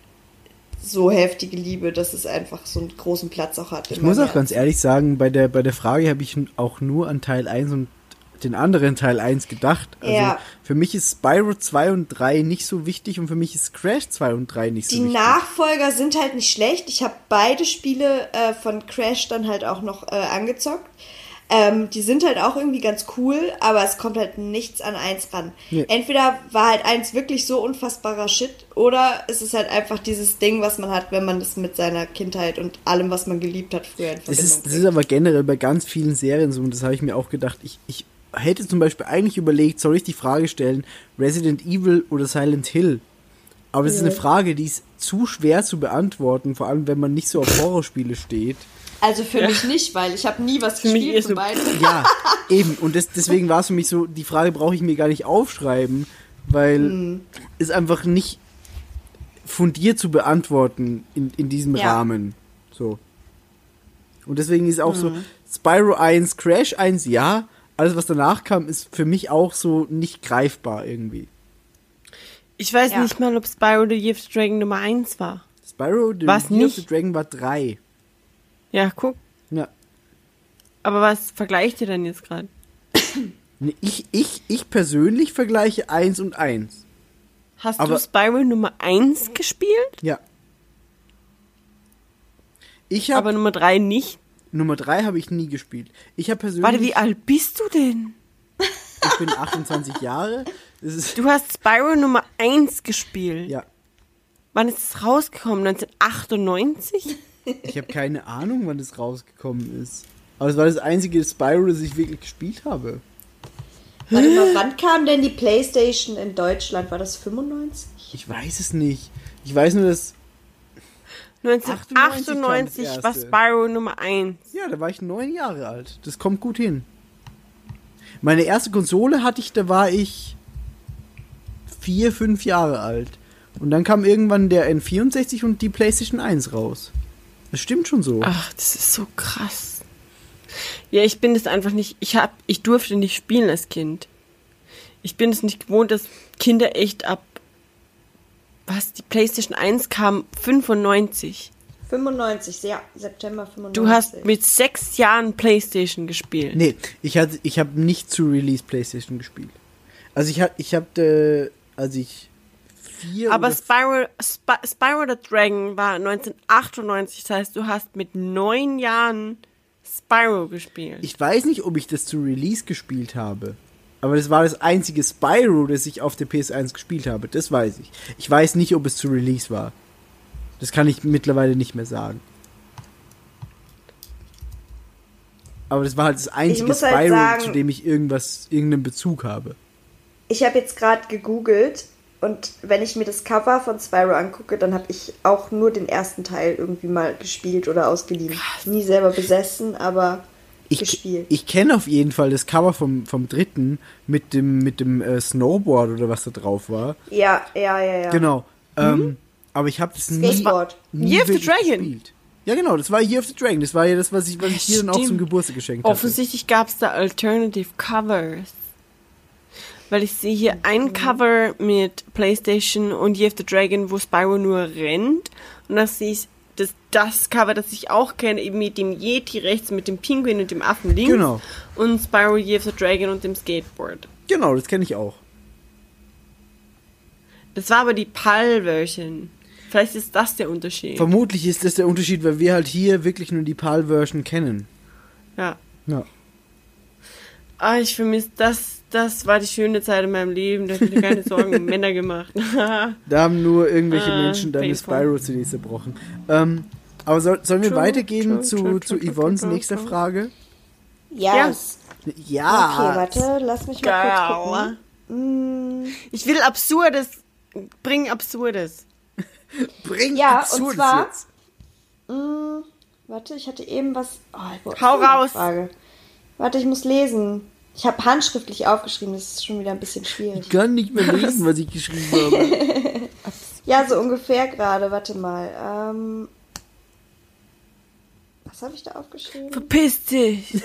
so heftige Liebe, dass es einfach so einen großen Platz auch hat. Ich muss auch ganz ehrlich sagen, bei der, bei der Frage habe ich auch nur an Teil eins und den anderen Teil eins gedacht. Also Ja. für mich ist Spyro zwei und drei nicht so wichtig und für mich ist Crash zwei und drei nicht so Die wichtig. Nachfolger sind halt nicht schlecht. Ich habe beide Spiele äh, von Crash dann halt auch noch äh, angezockt. Ähm, die sind halt auch irgendwie ganz cool, aber es kommt halt nichts an eins ran. Nee. Entweder war halt eins wirklich so unfassbarer Shit oder es ist halt einfach dieses Ding, was man hat, wenn man das mit seiner Kindheit und allem, was man geliebt hat, früher in Das Verbindung ist, das bringt. ist aber generell bei ganz vielen Serien so und das habe ich mir auch gedacht. Ich, ich hätte zum Beispiel eigentlich überlegt, soll ich die Frage stellen, Resident Evil oder Silent Hill? Aber das ist eine Frage, die ist zu schwer zu beantworten, vor allem wenn man nicht so auf Horrorspiele steht. Also für mich nicht, weil ich habe nie was Für mich gespielt ist von so- beiden. Ja, eben. Und das, deswegen war es für mich so, die Frage brauche ich mir gar nicht aufschreiben, weil Hm. es einfach nicht fundiert zu beantworten in, in diesem Ja. Rahmen. So. Und deswegen ist auch so, Hm. Spyro eins, Crash eins, ja. Alles, was danach kam, ist für mich auch so nicht greifbar irgendwie. Ich weiß Ja. nicht mal, ob Spyro the Year of the Dragon Nummer eins war. Spyro, The Was Year of the nicht? Dragon war drei. Ja, guck. Ja. Aber was vergleicht ihr denn jetzt gerade? Nee, Ich, ich, ich persönlich vergleiche eins und eins. Hast Aber- du Spyro Nummer eins gespielt, Ja. Ich habe aber Nummer drei nicht? Nummer drei habe ich nie gespielt. Ich habe persönlich Warte, wie alt bist du denn? ich bin achtundzwanzig Jahre. Das ist Du hast Spyro Nummer eins gespielt. ja, Wann ist es rausgekommen? neunzehnhundertachtundneunzig? ich habe keine Ahnung, wann das rausgekommen ist. Aber es war das einzige Spyro, das ich wirklich gespielt habe. Warte mal, wann kam denn die PlayStation in Deutschland? War das fünfundneunzig? Ich weiß es nicht. Ich weiß nur, dass neunzehnhundertachtundneunzig kam das war erste. Spyro Nummer eins. ja, da war ich neun Jahre alt. Das kommt gut hin. Meine erste Konsole hatte ich, da war ich vier, fünf Jahre alt. Und dann kam irgendwann der N vierundsechzig und die PlayStation eins raus. Das stimmt schon so. Ach, das ist so krass. Ja, ich bin das einfach nicht, ich hab, ich durfte nicht spielen als Kind. Ich bin es nicht gewohnt, dass Kinder echt ab, was, die PlayStation eins kam fünfundneunzig. fünfundneunzig, ja, September fünfundneunzig. Du hast mit sechs Jahren PlayStation gespielt. Nee, ich hatte, ich habe nicht zu Release PlayStation gespielt. Also ich hab, ich habe, äh, als ich vier Aber oder Spyro, Spy, Spyro the Dragon war neunzehnhundertachtundneunzig, das heißt, du hast mit neun Jahren Spyro gespielt. Ich weiß nicht, ob ich das zu Release gespielt habe. Aber das war das einzige Spyro, das ich auf der P S eins gespielt habe. Das weiß ich. Ich weiß nicht, ob es zu Release war. Das kann ich mittlerweile nicht mehr sagen. Aber das war halt das einzige muss halt Spyro, sagen- zu dem ich irgendwas, irgendeinen Bezug habe. Ich habe jetzt gerade gegoogelt und wenn ich mir das Cover von Spyro angucke, dann habe ich auch nur den ersten Teil irgendwie mal gespielt oder ausgeliehen. Nie selber besessen, aber Ich, gespielt. ich kenne auf jeden Fall das Cover vom, vom dritten mit dem, mit dem äh, Snowboard oder was da drauf war. Ja, ja, ja, ja. Genau. Ähm, aber ich habe das nie, Skateboard. nie Year of the wirklich Dragon. gespielt. Ja, genau, das war Year of the Dragon. Das war ja das, was ich, was ich dir dann auch Stimmt. zum Geburtstag geschenkt habe. Offensichtlich gab es da Alternative Covers. Weil ich sehe hier ein Cover mit PlayStation und Year of the Dragon, wo Spyro nur rennt. Und das sehe ich das, das Cover, das ich auch kenne, eben mit dem Yeti rechts, mit dem Pinguin und dem Affen links. Genau. Und Spyro, Year of the Dragon und dem Skateboard. Genau, das kenne ich auch. Das war aber die P A L-Version. Vielleicht ist das der Unterschied. Vermutlich ist das der Unterschied, weil wir halt hier wirklich nur die P A L-Version kennen. Ja. Ja. Ah, ich vermisse das. Das war die schöne Zeit in meinem Leben. Da habe ich mir keine Sorgen um Männer gemacht. Da haben nur irgendwelche Ah, Menschen deine painful. Spyro-C Ds zerbrochen. Ähm, aber soll, sollen wir True, weitergehen true, zu, true, zu true, Yvonnes true, nächster true. Frage? Yes. Ja. Okay, warte, lass mich mal kurz Geil. gucken. Mm, Ich will Absurdes. Bring Absurdes. Bring Ja, und Absurdes zwar- jetzt. mm, warte, ich hatte eben was. Oh, ich wollte- Hau raus. Frage. Warte, ich muss lesen. Ich habe handschriftlich aufgeschrieben, das ist schon wieder ein bisschen schwierig. Ich kann nicht mehr lesen, was ich geschrieben habe. Ja, so ungefähr gerade. Warte mal. Ähm, was habe ich da aufgeschrieben? Verpiss dich.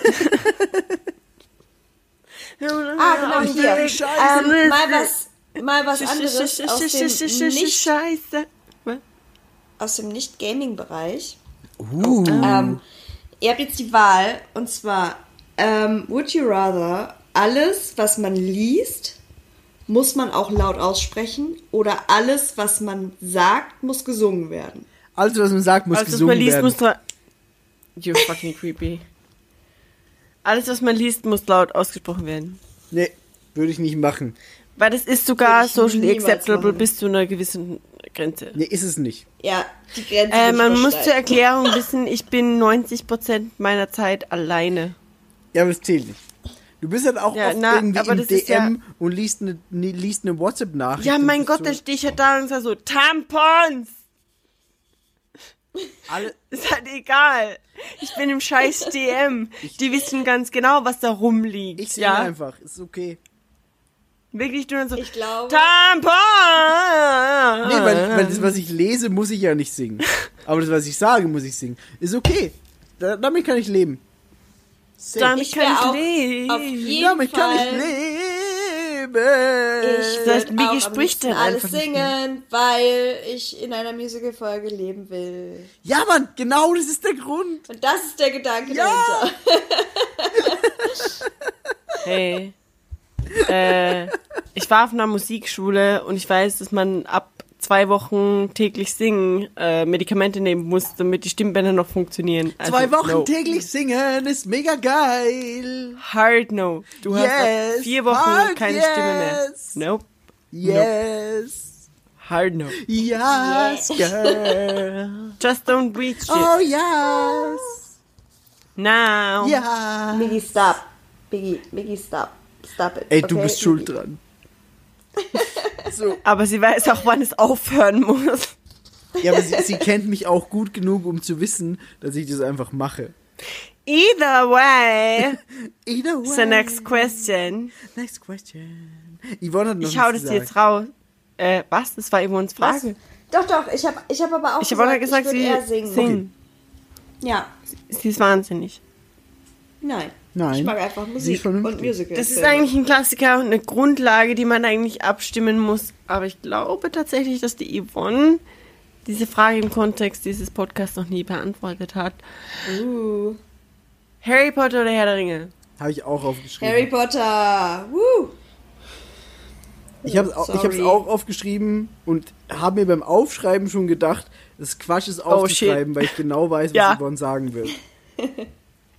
Ah, genau, Ich hier. will Scheiße. Ähm, mal was, mal was anderes aus dem nicht, Scheiße. aus dem Nicht-Gaming-Bereich. Uh. Ähm, ihr habt jetzt die Wahl, und zwar, ähm, would you rather, alles, was man liest, muss man auch laut aussprechen, oder alles, was man sagt, muss gesungen werden? Alles, was man sagt, muss Alles, was gesungen man liest, werden. muss tra- You're fucking creepy. Alles, was man liest, muss laut ausgesprochen werden. Nee, würde ich nicht machen. Weil das ist sogar Würde ich socially niemals acceptable machen. bis zu einer gewissen Grenze. Nee, ist es nicht. Ja, die Grenze Äh, wird man muss überschreiten. zur Erklärung wissen, ich bin neunzig Prozent meiner Zeit alleine. Ja, aber das zählt nicht. Du bist halt auch Ja, oft na, irgendwie aber im das D ist ja- M und liest eine, ne, liest eine WhatsApp-Nachricht. Ja, und mein bist Gott, so, dann stehe ich halt da und sage so, Tampons! alle, Ist halt egal. Ich bin im scheiß D M. Die wissen ganz genau, was da rumliegt. Ich sehe ja? einfach, ist okay. Wirklich, du dann so, Ich glaube, Tampons! Nee, weil, weil das, was ich lese, muss ich ja nicht singen. Aber das, was ich sage, muss ich singen. Ist okay. Da, damit kann ich leben. Safe. Damit ich kann wäre ich auch leben. auf jeden Damit kann Fall. ich leben. Ich Das heißt, würde Migi auch am spricht liebsten dann alles einfach nicht singen, weil ich in einer Musical-Folge leben will. Ja, Mann, genau, das ist der Grund. Und das ist der Gedanke Ja. dahinter. Hey. äh, ich war auf einer Musikschule und ich weiß, dass man ab zwei Wochen täglich singen äh, Medikamente nehmen muss, damit die Stimmbänder noch funktionieren. Also, Zwei Wochen no. täglich singen ist mega geil. Hard no. Du hast Yes, ab vier Wochen hard keine yes. Stimme mehr. Nope. Yes. Hard no. Yes, girl. Just don't breathe shit. Oh, yes. Now. Ja. Biggie, stop. Biggie, Biggie, stop. Stop it. Ey, du okay? bist schuld dran. So. Aber sie weiß auch, wann es aufhören muss. Ja, aber sie, sie kennt mich auch gut genug, um zu wissen, dass ich das einfach mache. Either way. Either way. The next question. Next question. Yvonne hat noch Ich hau nichts das gesagt. jetzt raus. Äh, was? Das war Yvonne's Was? Frage. Doch, doch, ich habe ich hab aber auch Ich habe auch gesagt, gesagt, ich sie würde eher singen. singen. Ja, Sie ist wahnsinnig. nein. Nein. Ich mag einfach Sie Musik ist vernünftig. und Musicals. Das ist eigentlich ein Klassiker und eine Grundlage, die man eigentlich abstimmen muss. Aber ich glaube tatsächlich, dass die Yvonne diese Frage im Kontext dieses Podcasts noch nie beantwortet hat. Uh, Harry Potter oder Herr der Ringe? Habe ich auch aufgeschrieben. Harry Potter. Woo. Ich habe es auch, ich hab's Sorry. auch aufgeschrieben und habe mir beim Aufschreiben schon gedacht, das ist Quatsch, es aufzuschreiben, weil ich genau weiß, was Ja. Yvonne sagen wird.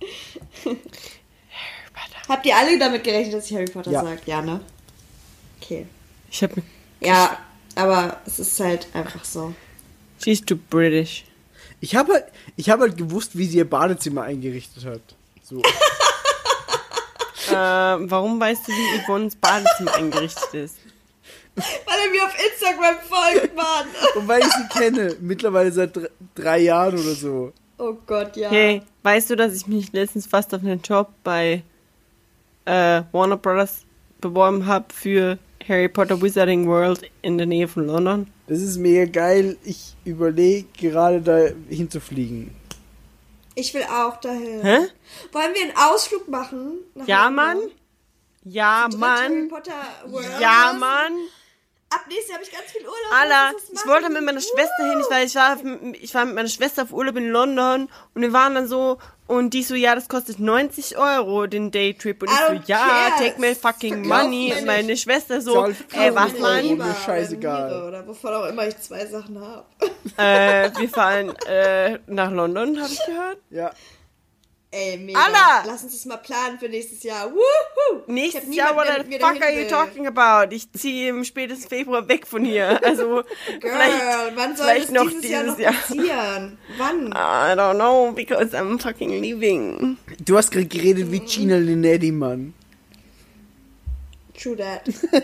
Habt ihr alle damit gerechnet, dass ich Harry Potter Ja. sage? Ja, ne? Okay. Ich hab mir... Ja, aber es ist halt einfach so. She's too British. Ich habe halt, ich hab halt gewusst, wie sie ihr Badezimmer eingerichtet hat. So. äh, warum weißt du, wie Yvonnes Badezimmer eingerichtet ist? Weil er mir auf Instagram folgt, Mann. Und weil ich sie kenne, mittlerweile seit dr- drei Jahren oder so. Oh Gott, ja. Hey, weißt du, dass ich mich letztens fast auf einen Job bei äh, Warner Brothers beworben habe für Harry Potter Wizarding World in der Nähe von London? Das ist mega geil. Ich überlege gerade da hinzufliegen. Ich will auch dahin. Hä? Wollen wir einen Ausflug machen? nach Ja, London? Mann. Ja, Dritte Harry Mann. Potter World. Ja, Mann. Ab nächstes Jahr habe ich ganz viel Urlaub. Alter, Lass uns das ich wollte machen. mit meiner Schwester hin, ich war, ich, war, ich war mit meiner Schwester auf Urlaub in London und wir waren dann so, und die so, ja, das kostet neunzig Euro, den Daytrip. Und ich I so, don't ja, care. take my fucking Verkauf money. meine- Und meine Schwester so, Zahl- ey, was, Kauf Mann? mir Oder scheißegal. Niere Oder wovon auch immer ich zwei Sachen habe. äh, wir fahren äh, nach London, habe ich gehört. Ja. Ey, mega. Alter! Lass uns das mal planen für nächstes Jahr. Woohoo! Ich Nächstes hab Jahr, what niemanden, the der fuck mit mir are dahin you will. talking about? Ich ziehe im spätestens Februar weg von hier. Also, Girl, vielleicht, wann soll vielleicht das noch dieses Jahr noch dieses Jahr. passieren? Wann? I don't know, because I'm fucking leaving. Du hast gerade geredet wie Gina Linetti, Mann. True that.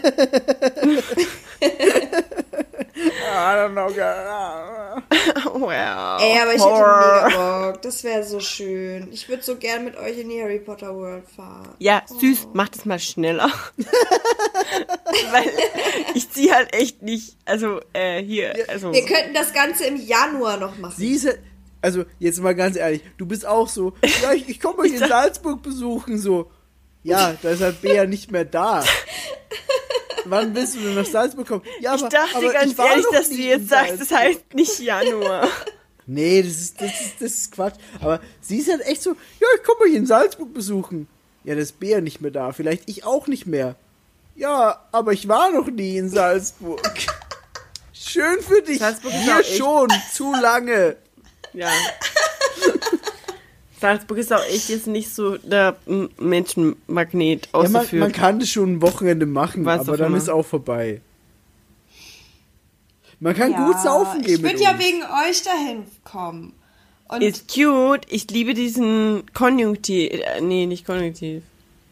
I don't know, girl. Well, Ey, aber ich horror. hätte mega Bock. Das wäre so schön. Ich würde so gern mit euch in die Harry Potter World fahren. Ja, süß, mach das mal schneller. Weil ich ziehe halt echt nicht, also, äh, hier, also. Wir könnten das Ganze im Januar noch machen. Sie ist halt, also jetzt mal ganz ehrlich, du bist auch so, ja, ich, ich komme euch in Salzburg besuchen, so. Ja, da ist halt Bea nicht mehr da. Wann willst du denn nach Salzburg kommen? Ja, Ich aber, dachte aber ganz ich war ehrlich, noch dass du nie jetzt in sagst, das Salzburg. heißt nicht Januar. Nee, das ist, das ist, das ist Quatsch. Aber sie ist halt echt so, ja, ich komme euch in Salzburg besuchen. Ja, das ist Bea nicht mehr da. Vielleicht ich auch nicht mehr. Ja, aber ich war noch nie in Salzburg. Schön für dich. Salzburg ist Wir auch echt- schon. Zu lange. Ja. Salzburg ist auch echt jetzt nicht so der M- Menschenmagnet, außer Ja, man, für... man kann das schon ein Wochenende machen, Was aber auch dann immer. ist auch vorbei. Man kann gut saufen gehen Ich mit würde ja uns. wegen euch dahin kommen. Und Ist cute. Ich liebe diesen Konjunktiv. Äh, nee, nicht Konjunktiv.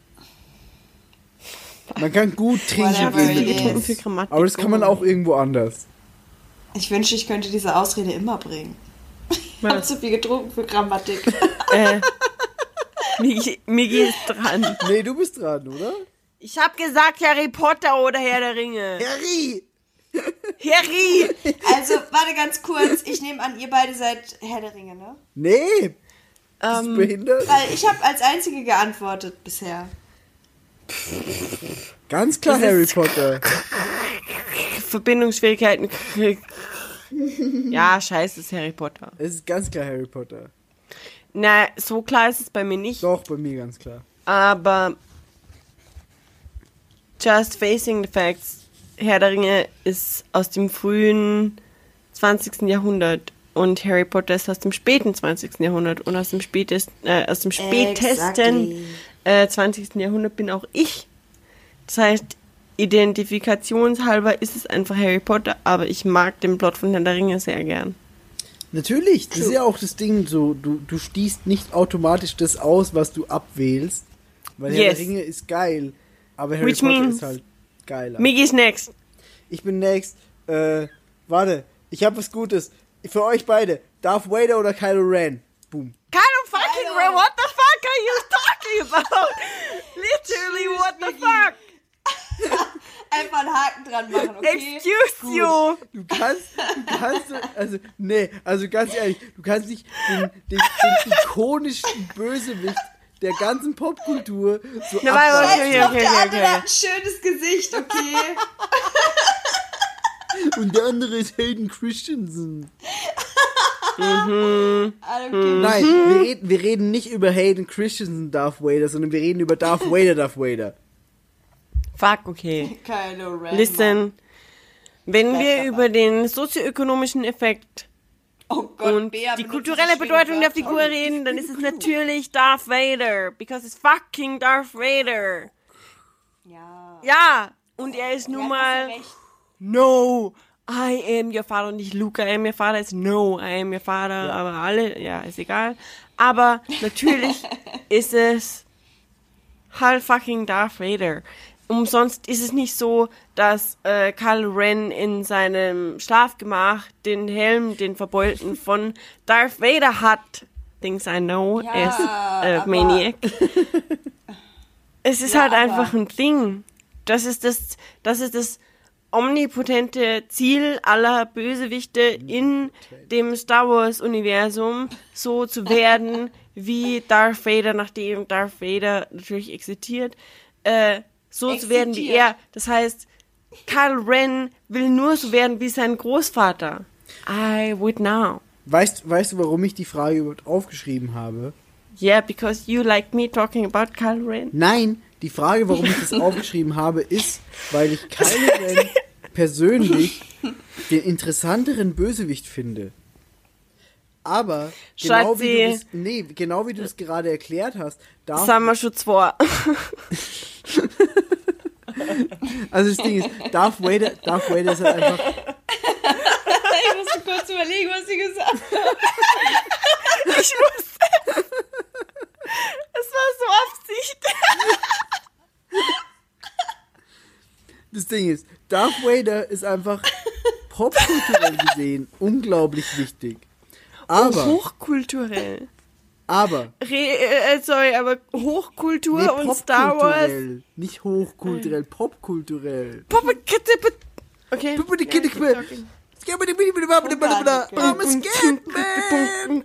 Man kann gut trinken Whatever gehen it mit is. Betonung uns. für Grammatik. Aber das kann man auch irgendwo anders. ich wünschte, ich könnte diese Ausrede immer bringen. Ich habe Was? zu viel getrunken für Grammatik. Äh, Migi, Migi ist dran. Nee, du bist dran, oder? Ich hab gesagt Harry Potter oder Herr der Ringe. Harry! Harry! Also, warte ganz kurz. Ich nehme an, ihr beide seid Herr der Ringe, ne? Nee! Bist du Ähm, behindert? Weil ich habe als Einzige geantwortet bisher. Ganz klar das Harry ist- Potter. Verbindungsschwierigkeiten. Ja, scheiße, ist Harry Potter. Es ist ganz klar Harry Potter. Na, so klar ist es bei mir nicht. Doch, bei mir ganz klar. Aber just facing the facts, Herr der Ringe ist aus dem frühen zwanzigsten Jahrhundert und Harry Potter ist aus dem späten zwanzigsten Jahrhundert und aus dem spätesten, äh, aus dem spätesten Exactly. äh, zwanzigsten Jahrhundert bin auch ich. Das heißt, identifikationshalber ist es einfach Harry Potter, aber ich mag den Plot von Herr der Ringe sehr gern. Natürlich, das ist ja auch das Ding, so, du, du stießt nicht automatisch das aus, was du abwählst. Weil Herr Yes. der Ringe ist geil, aber Harry Which Potter means- ist halt geiler. Miggy ist next. Ich bin next. Äh, warte, ich habe was Gutes. Für euch beide. Darth Vader oder Kylo Ren? Boom. Kylo fucking Kylo. Ren, what the fuck are you talking about? Literally, what the fuck? Einfach einen Haken dran machen, okay? Excuse you. Du kannst, du kannst, also, nee, also ganz ehrlich, du kannst nicht den, den, den ikonischsten Bösewicht der ganzen Popkultur so Na, warte, abwaschen. okay, Weißt du, okay, der okay, andere okay. hat ein schönes Gesicht, okay? Und der andere ist Hayden Christensen. Also, okay. Nein, wir reden, wir reden nicht über Hayden Christensen Darth Vader, sondern wir reden über Darth Vader Darth Vader. Fuck, okay. Kylo Ren. Listen, wenn Bleib wir dabei. über den sozioökonomischen Effekt Oh Gott, und Bea die benutzt kulturelle so schwere Bedeutung der Wörter. Figur reden, dann ist es natürlich Darth Vader. Because it's fucking Darth Vader. Ja. Ja, und er ist nun Ja, mal... hast du recht. No, I am your father. Und nicht Luke, I am your father. Ist no, I am your father. Aber alle, ja, ist egal. Aber natürlich ist es halt fucking Darth Vader. Umsonst ist es nicht so, dass äh, Kylo Ren in seinem Schlafgemach den Helm, den verbeulten von Darth Vader hat. Things I know Ja, as a aber- Maniac. Es ist Ja, halt aber- einfach ein Ding. Das ist das, das ist das omnipotente Ziel aller Bösewichte in dem Star Wars Universum, so zu werden wie Darth Vader, nachdem Darth Vader natürlich existiert, äh, so zu werden wie Existiert. er. Das heißt, Kylo Ren will nur so werden wie sein Großvater. I would now. Weißt, weißt du, warum ich die Frage überhaupt aufgeschrieben habe? Yeah, because you like me talking about Kylo Ren. Nein, die Frage, warum ich das aufgeschrieben habe, ist, weil ich Kylo Ren persönlich den interessanteren Bösewicht finde. Aber genau Schatzi. wie, du das, nee, genau wie du das gerade erklärt hast, darf, Das haben wir schon zwei. Also also das Ding ist, Darth Vader, Darth Vader ist halt einfach, Ich musste kurz überlegen, was sie gesagt hat. Ich wusste. Es war so Absicht. das Ding ist, Darth Vader ist einfach popkulturell gesehen unglaublich wichtig. Aber, Hochkulturell. aber, Re äh, sorry, aber Hochkultur nee, und Star Wars. popkulturell, nicht hochkulturell, popkulturell. Papa, Kitte, bitte. Okay. I'm a scared man.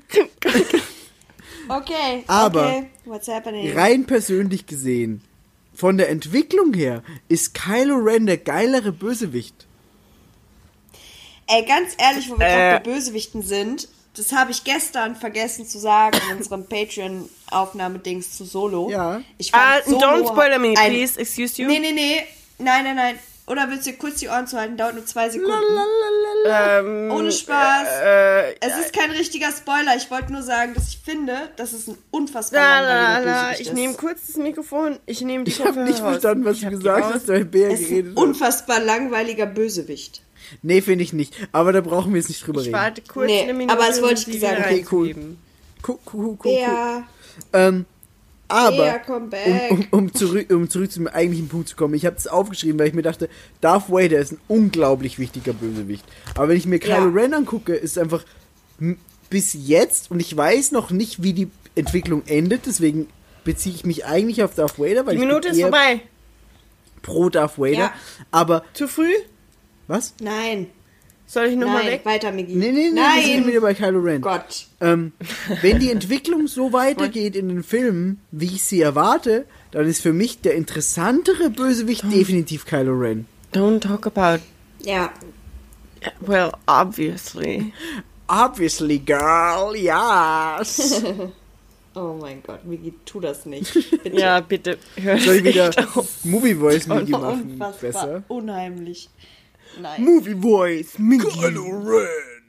Okay, Aber- okay, what's happening? Rein persönlich gesehen, von der Entwicklung her, ist Kylo Ren der geilere Bösewicht. Ey, ganz ehrlich, wo wir Äh. gerade bei Bösewichten sind, das habe ich gestern vergessen zu sagen in unserem Patreon-Aufnahmedings zu Solo. Ja. Ich Ah, fand Solo don't spoil me, ein- please. Excuse you. Nee, nee, nee. Nein, nein, nein. Oder willst du dir kurz die Ohren zuhalten? Dauert nur zwei Sekunden. Ähm, Ohne Spaß. Äh, Es ist kein richtiger Spoiler. Ich wollte nur sagen, dass ich finde, dass es ein unfassbar la, la, langweiliger la. Bösewicht Ich ist. nehme kurz das Mikrofon. Ich nehme die Ich habe Kopfhörer nicht raus. verstanden, was Ich du hab die gesagt raus. hast, weil Bär Es ist ein geredet hat. unfassbar langweiliger Bösewicht. Nee, finde ich nicht. Aber da brauchen wir jetzt nicht drüber Ich reden. warte kurz Nee, eine Minute, aber das wollte um ich die gesagt wieder haben. Okay, cool. reinzugeben. Cool, cool, cool, cool. Ja, Ähm, aber, ja, come back. um, um, um, zurück, um zurück zum eigentlichen Punkt zu kommen, ich habe das aufgeschrieben, weil ich mir dachte, Darth Vader ist ein unglaublich wichtiger Bösewicht. Aber wenn ich mir Kylo Ja. Ren angucke, ist es einfach m- bis jetzt, und ich weiß noch nicht, wie die Entwicklung endet, deswegen beziehe ich mich eigentlich auf Darth Vader, weil Die ich Minute bin ist eher vorbei. pro Darth Vader. Ja. Aber, Zu früh? was? Nein, Soll ich nochmal nein, weg? weiter, Migi. Nee, nee, nee, wir sind Nein, wieder bei Kylo Ren. Gott. Ähm, wenn die Entwicklung so weitergeht in den Filmen, wie ich sie erwarte, dann ist für mich der interessantere Bösewicht definitiv Kylo Ren. Don't talk about, Ja, well, obviously. Obviously, girl, yes. oh mein Gott, Migi, tu das nicht. Bitte. Ja, bitte, hör Soll ich wieder echt auf. Movie Voice Migi machen? Unfassbar Besser. unheimlich. Nein. Movie Voice, Mickey Ren.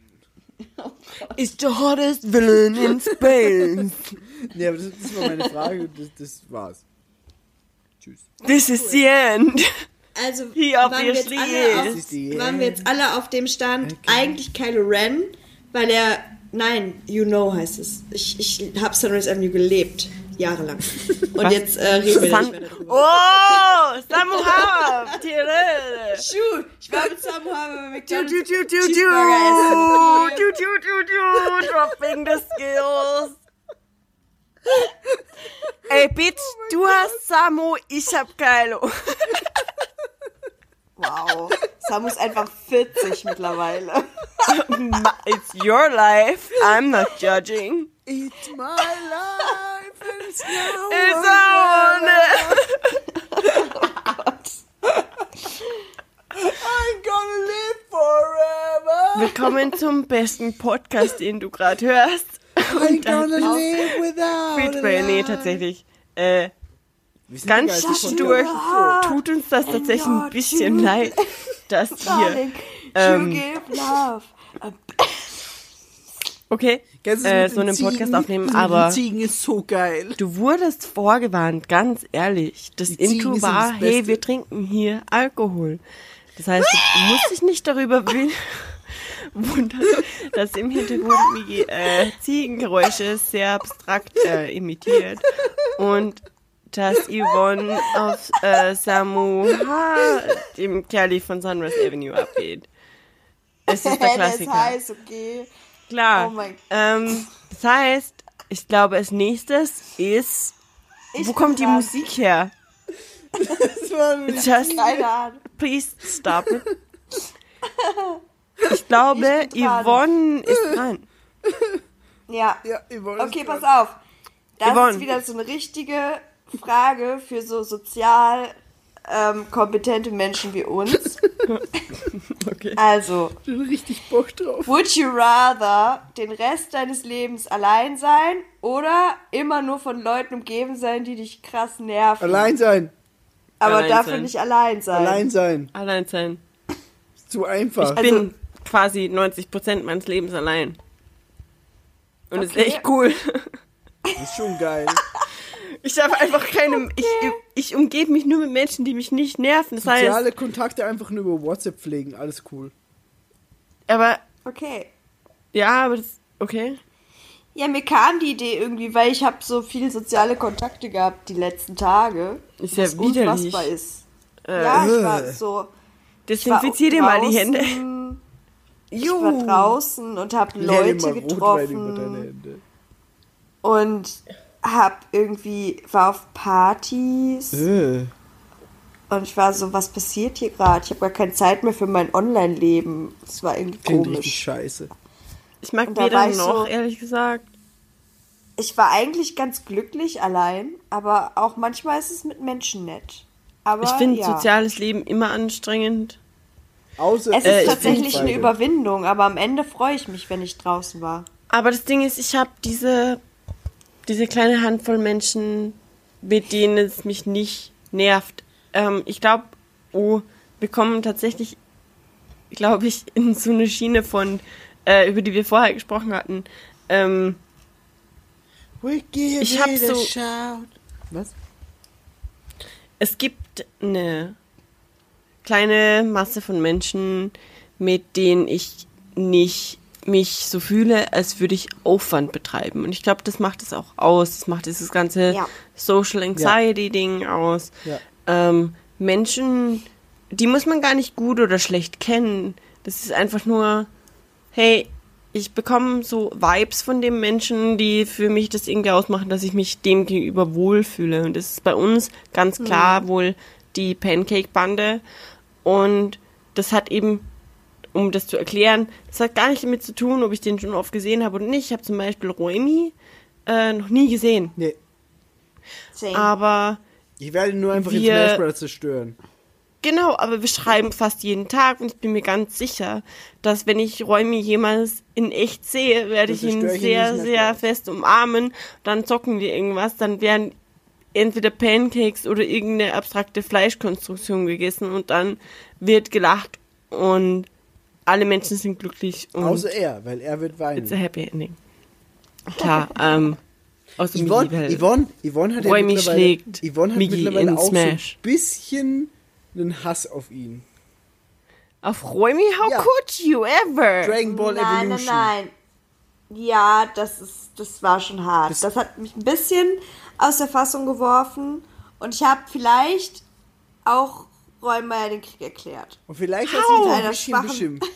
is the hottest villain in space. Nee, aber das, das war meine Frage. Das, das war's. Tschüss. This is the end. Also He waren wir, jetzt obviously alle is. This is the auf, waren wir jetzt alle auf dem Stand, Okay. eigentlich Kylo Ren, weil er, nein, You Know heißt es. Ich, ich habe Sunrise Avenue gelebt, jahrelang. Und Was? jetzt äh, reden wir nicht Sun mehr darüber. oh, Samu Hab, Tire. Schuh, ich war mit Samu Haber bei Du, McDonald's du, du, du, du, Cheeseburger essen. du, du, du, du, dropping the skills. Ey, Bitch, du hast Samu, ich hab Kylo. Wow, Samu ist einfach vierzig mittlerweile. It's your life, I'm not judging. It's my life and it's now It's a I'm gonna live forever. Willkommen zum besten Podcast, den du gerade hörst. I'm gonna live without Feedback, a nee, lie. tatsächlich. Äh, Wir sind ganz die geilste durch. Podcast. Tut uns das tatsächlich ein bisschen leid, dass wir Darling, ähm, you give love. okay, Kennst du das äh, mit so den einen Podcast Ziegen? aufnehmen, Das mit den aber Ziegen ist so geil. du wurdest vorgewarnt, ganz ehrlich. Das Die Ziegen Intro sind war, das hey, Beste. wir trinken hier Alkohol. Das heißt, du musst dich nicht darüber wün- wundern, dass im Hintergrund wie äh, Ziegengeräusche sehr abstrakt äh, imitiert und dass Yvonne auf äh, Samu Ha, dem Kerli von Sunrise Avenue, abgeht. Es ist der Der ist Klassiker. heiß, okay. Klar. Oh mein- ähm, das heißt, ich glaube, als nächstes ist, Ich wo bin kommt die dran. Musik her? Das war Just, Keine Ahnung. please stop it. Ich glaube, Ich bin dran. Yvonne ist dran. Ja. ja, Yvonne ist Okay, dran. pass auf. Das Yvonne. ist wieder so eine richtige Frage für so sozial ähm, kompetente Menschen wie uns. Okay. Also, Ich hab richtig Bock drauf. would you rather den Rest deines Lebens allein sein oder immer nur von Leuten umgeben sein, die dich krass nerven? Allein sein. Aber Allein dafür sein. nicht allein sein. Allein sein. Allein sein. Ist zu einfach. Ich Also- bin quasi neunzig Prozent meines Lebens allein. Und es ist Okay. echt cool. Das ist schon geil. Ich habe einfach keine. Ich, ich umgebe mich nur mit Menschen, die mich nicht nerven. Das heißt. Soziale Kontakte einfach nur über WhatsApp pflegen. Alles cool. Aber. Okay. Ja, aber das. Okay. Ja, mir kam die Idee irgendwie, weil ich habe so viele soziale Kontakte gehabt die letzten Tage. Ist ja was widerlich. unfassbar ist. Äh, ja, ich war so. Ich war Desinfizier dir mal die Hände. draußen, Ich war draußen und habe Leute Leute Rotwein über deine getroffen Hände. und hab irgendwie, war auf Partys Äh. und ich war so, was passiert hier gerade? Ich habe gar keine Zeit mehr für mein Online-Leben. Es war irgendwie Klingt richtig komisch. scheiße. Ich mag Und da war weder ich noch, so- ehrlich gesagt. Ich war eigentlich ganz glücklich allein, aber auch manchmal ist es mit Menschen nett. Aber Ich finde ja. soziales Leben immer anstrengend. Außer Es ist Äh, ich tatsächlich bin eine beide. Überwindung, aber am Ende freue ich mich, wenn ich draußen war. Aber das Ding ist, ich habe diese, diese kleine Handvoll Menschen, mit denen es mich nicht nervt. Ähm, ich glaube, oh, wir kommen tatsächlich, glaube ich, in so eine Schiene von, äh, über die wir vorher gesprochen hatten. Ähm, Ich hab so- Was? es gibt eine kleine Masse von Menschen, mit denen ich nicht mich so fühle, als würde ich Aufwand betreiben. Und ich glaube, das macht es auch aus. Das macht dieses ganze Ja. Social Anxiety-Ding aus. Ja. Ähm, Menschen, die muss man gar nicht gut oder schlecht kennen. Das ist einfach nur, hey, ich bekomme so Vibes von dem Menschen, die für mich das irgendwie ausmachen, dass ich mich dem gegenüber wohlfühle. Und das ist bei uns ganz klar wohl die Pancake-Bande. Und das hat eben, um das zu erklären, das hat gar nicht damit zu tun, ob ich den schon oft gesehen habe oder nicht. Ich habe zum Beispiel Roemi äh, noch nie gesehen. Nee. Same. Aber Ich werde ihn nur einfach in Wir- Smash Bros. Zerstören. genau, aber wir schreiben fast jeden Tag und ich bin mir ganz sicher, dass wenn ich Roemi jemals in echt sehe, werde Dann ich ihn zerstöre ich ihn sehr, nicht mehr sehr gleich. fest umarmen. Dann zocken wir irgendwas, dann werden entweder Pancakes oder irgendeine abstrakte Fleischkonstruktion gegessen und dann wird gelacht und alle Menschen sind glücklich und Außer er, weil er wird weinen. it's a happy ending. Klar, ähm, außer Migi, Yvonne, weil Yvonne, Yvonne hat ja Roimi mittlerweile, schlägt Yvonne hat Migi mittlerweile in auch Smash. so ein bisschen einen Hass auf ihn. auf Roemi, how Ja. could you ever? Dragon Ball nein, nein, Evolution. nein. Ja, das ist, das war schon hart. Das- Das, hat mich ein bisschen aus der Fassung geworfen und ich habe vielleicht auch Räumer den Krieg erklärt. Und vielleicht hat Au! sie ihn ein Einer bisschen schwachen- beschimpft.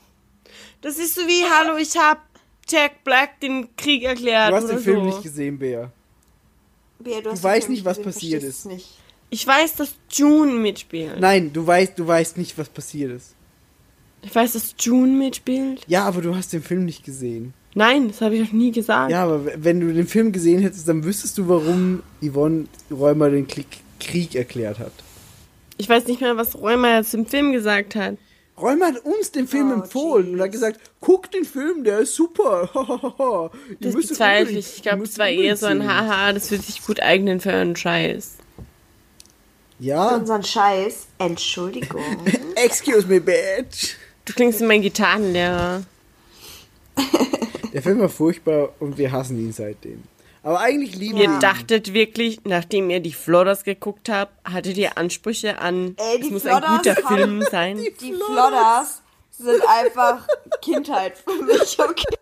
Das ist so wie, hallo, ich hab Jack Black den Krieg erklärt. Du hast oder den Film so. nicht gesehen, Bea. Bea, du hast den weißt Film nicht, was gesehen, passiert verstehst ist. es Nicht. Ich weiß, dass June mitspielt. Nein, du weißt, du weißt nicht, was passiert ist. Ich weiß, dass June mitspielt. Ja, aber du hast den Film nicht gesehen. Nein, das habe ich noch nie gesagt. Ja, aber w- wenn du den Film gesehen hättest, dann wüsstest du, warum Yvonne Räumer den Krieg, Krieg erklärt hat. Ich weiß nicht mehr, was Räumer jetzt im Film gesagt hat. Räumer hat uns den Film Oh, empfohlen und hat jeez. gesagt, guck den Film, der ist super. Ihr Das müsst ihn bezweifle unbedingt- ich. Ich ihr glaube, müsst es ihn war eher unbedingt so ein sehen. Haha, das wird sich gut eignen für einen Scheiß. Ja, Unseren Scheiß. Entschuldigung. excuse me, bitch. Du klingst wie mein Gitarrenlehrer. Der Film war furchtbar und wir hassen ihn seitdem. Aber eigentlich lieben wir Ihr ihn. dachtet wirklich, nachdem ihr die Flodders geguckt habt, hattet ihr Ansprüche an, Ey, die es muss ein Flodders guter haben- Film sein? Die Flodders sind einfach Kindheit für mich, okay?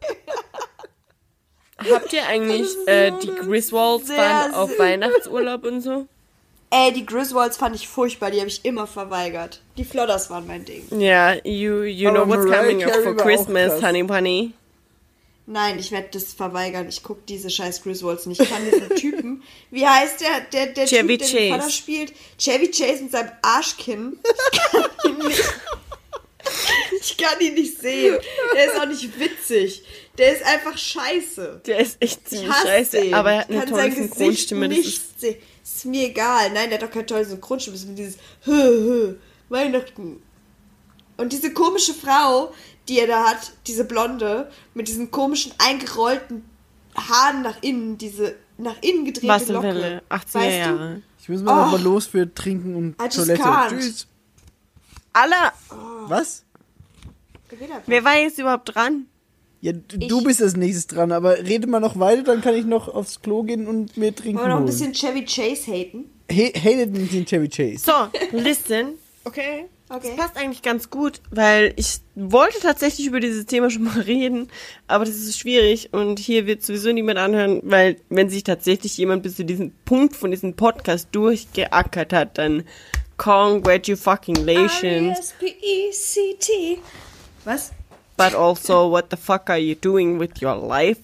Habt ihr eigentlich äh, die Griswolds sehr waren auf süß. Weihnachtsurlaub und so? Ey, die Griswolds fand ich furchtbar, die habe ich immer verweigert. Die Flodders waren mein Ding. Ja, you, you Aber know what's Mariah coming up Carey for war auch Christmas, krass. honey bunny. Nein, ich werde das verweigern. Ich gucke diese scheiß Griswolds nicht. Ich kann diesen Typen. Wie heißt der, der, der Chevy Typ, der den Chase. Vater spielt? Chevy Chase mit seinem Arschkinn. Ich kann ihn nicht. Ich kann ihn nicht sehen. Der ist auch nicht witzig. Der ist einfach scheiße. Der ist echt Ich ziemlich hasse scheiße, den. aber er hat Ich eine kann tolle sein Gesicht Synchronstimme. Das ist nicht sehen. Ist mir egal. Nein, der hat doch keine tolle Synchronstimme. Das ist mit dieses Hö, Hö, Weihnachten. Und diese komische Frau, die er da hat, diese Blonde, mit diesen komischen eingerollten Haaren nach innen, diese nach innen gedrehte Wasserwelle, Locke. achtziger Weißt du? Jahre. Ich muss mal Oh. noch mal los für Trinken und I just Toilette. can't. Tschüss. Alla, Was? Der geht einfach. wer war jetzt überhaupt dran? Ja, d- du Ich- bist als nächstes dran, aber rede mal noch weiter, dann kann ich noch aufs Klo gehen und mir Trinken Wollen wir noch ein holen. bisschen Chevy Chase haten? Ha- hatet den Chevy Chase. So, listen. Okay. Okay. Das passt eigentlich ganz gut, weil ich wollte tatsächlich über dieses Thema schon mal reden, aber das ist schwierig und hier wird sowieso niemand anhören, weil wenn sich tatsächlich jemand bis zu diesem Punkt von diesem Podcast durchgeackert hat, dann congratulations. R E S P E C T. Was? But also, what the fuck are you doing with your life?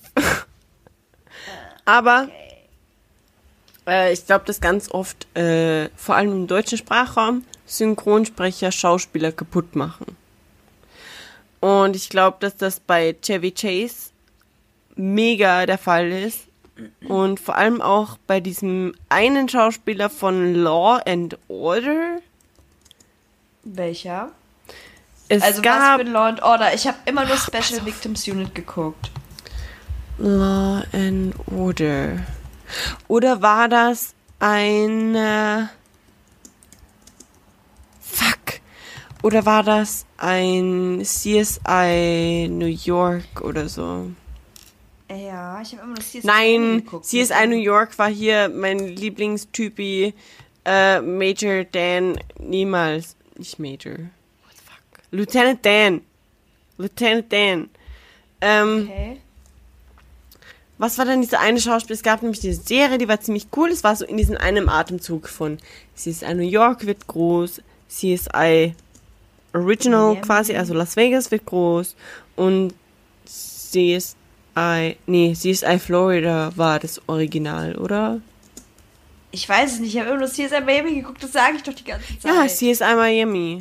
Aber äh, ich glaube, dass ganz oft, äh, vor allem im deutschen Sprachraum, Synchronsprecher Schauspieler kaputt machen. Und ich glaube, dass das bei Chevy Chase mega der Fall ist. Und vor allem auch bei diesem einen Schauspieler von Law and Order. Welcher? Es Also was gab für Law and Order? Ich habe immer nur Special Victims Unit geguckt. Law and Order. Oder war das ein äh, Fuck. Oder war das ein C S I New York oder so? Ja, ich habe immer nur C S I Nein, geguckt. C S I New York war hier mein Lieblingstypi. Äh, Major Dan, niemals. Nicht Major. What the fuck? Lieutenant Dan. Lieutenant Dan. Ähm, Okay. Was war denn diese eine Schauspiel? Es gab nämlich diese Serie, die war ziemlich cool. Es war so in diesem einem Atemzug von C S I New York wird groß, C S I Original Miami. quasi, also Las Vegas wird groß und C S I, nee, C S I Florida war das Original, oder? Ich weiß es nicht, ich habe immer nur C S I Miami geguckt, das sage ich doch die ganze Zeit. Ja, C S I Miami.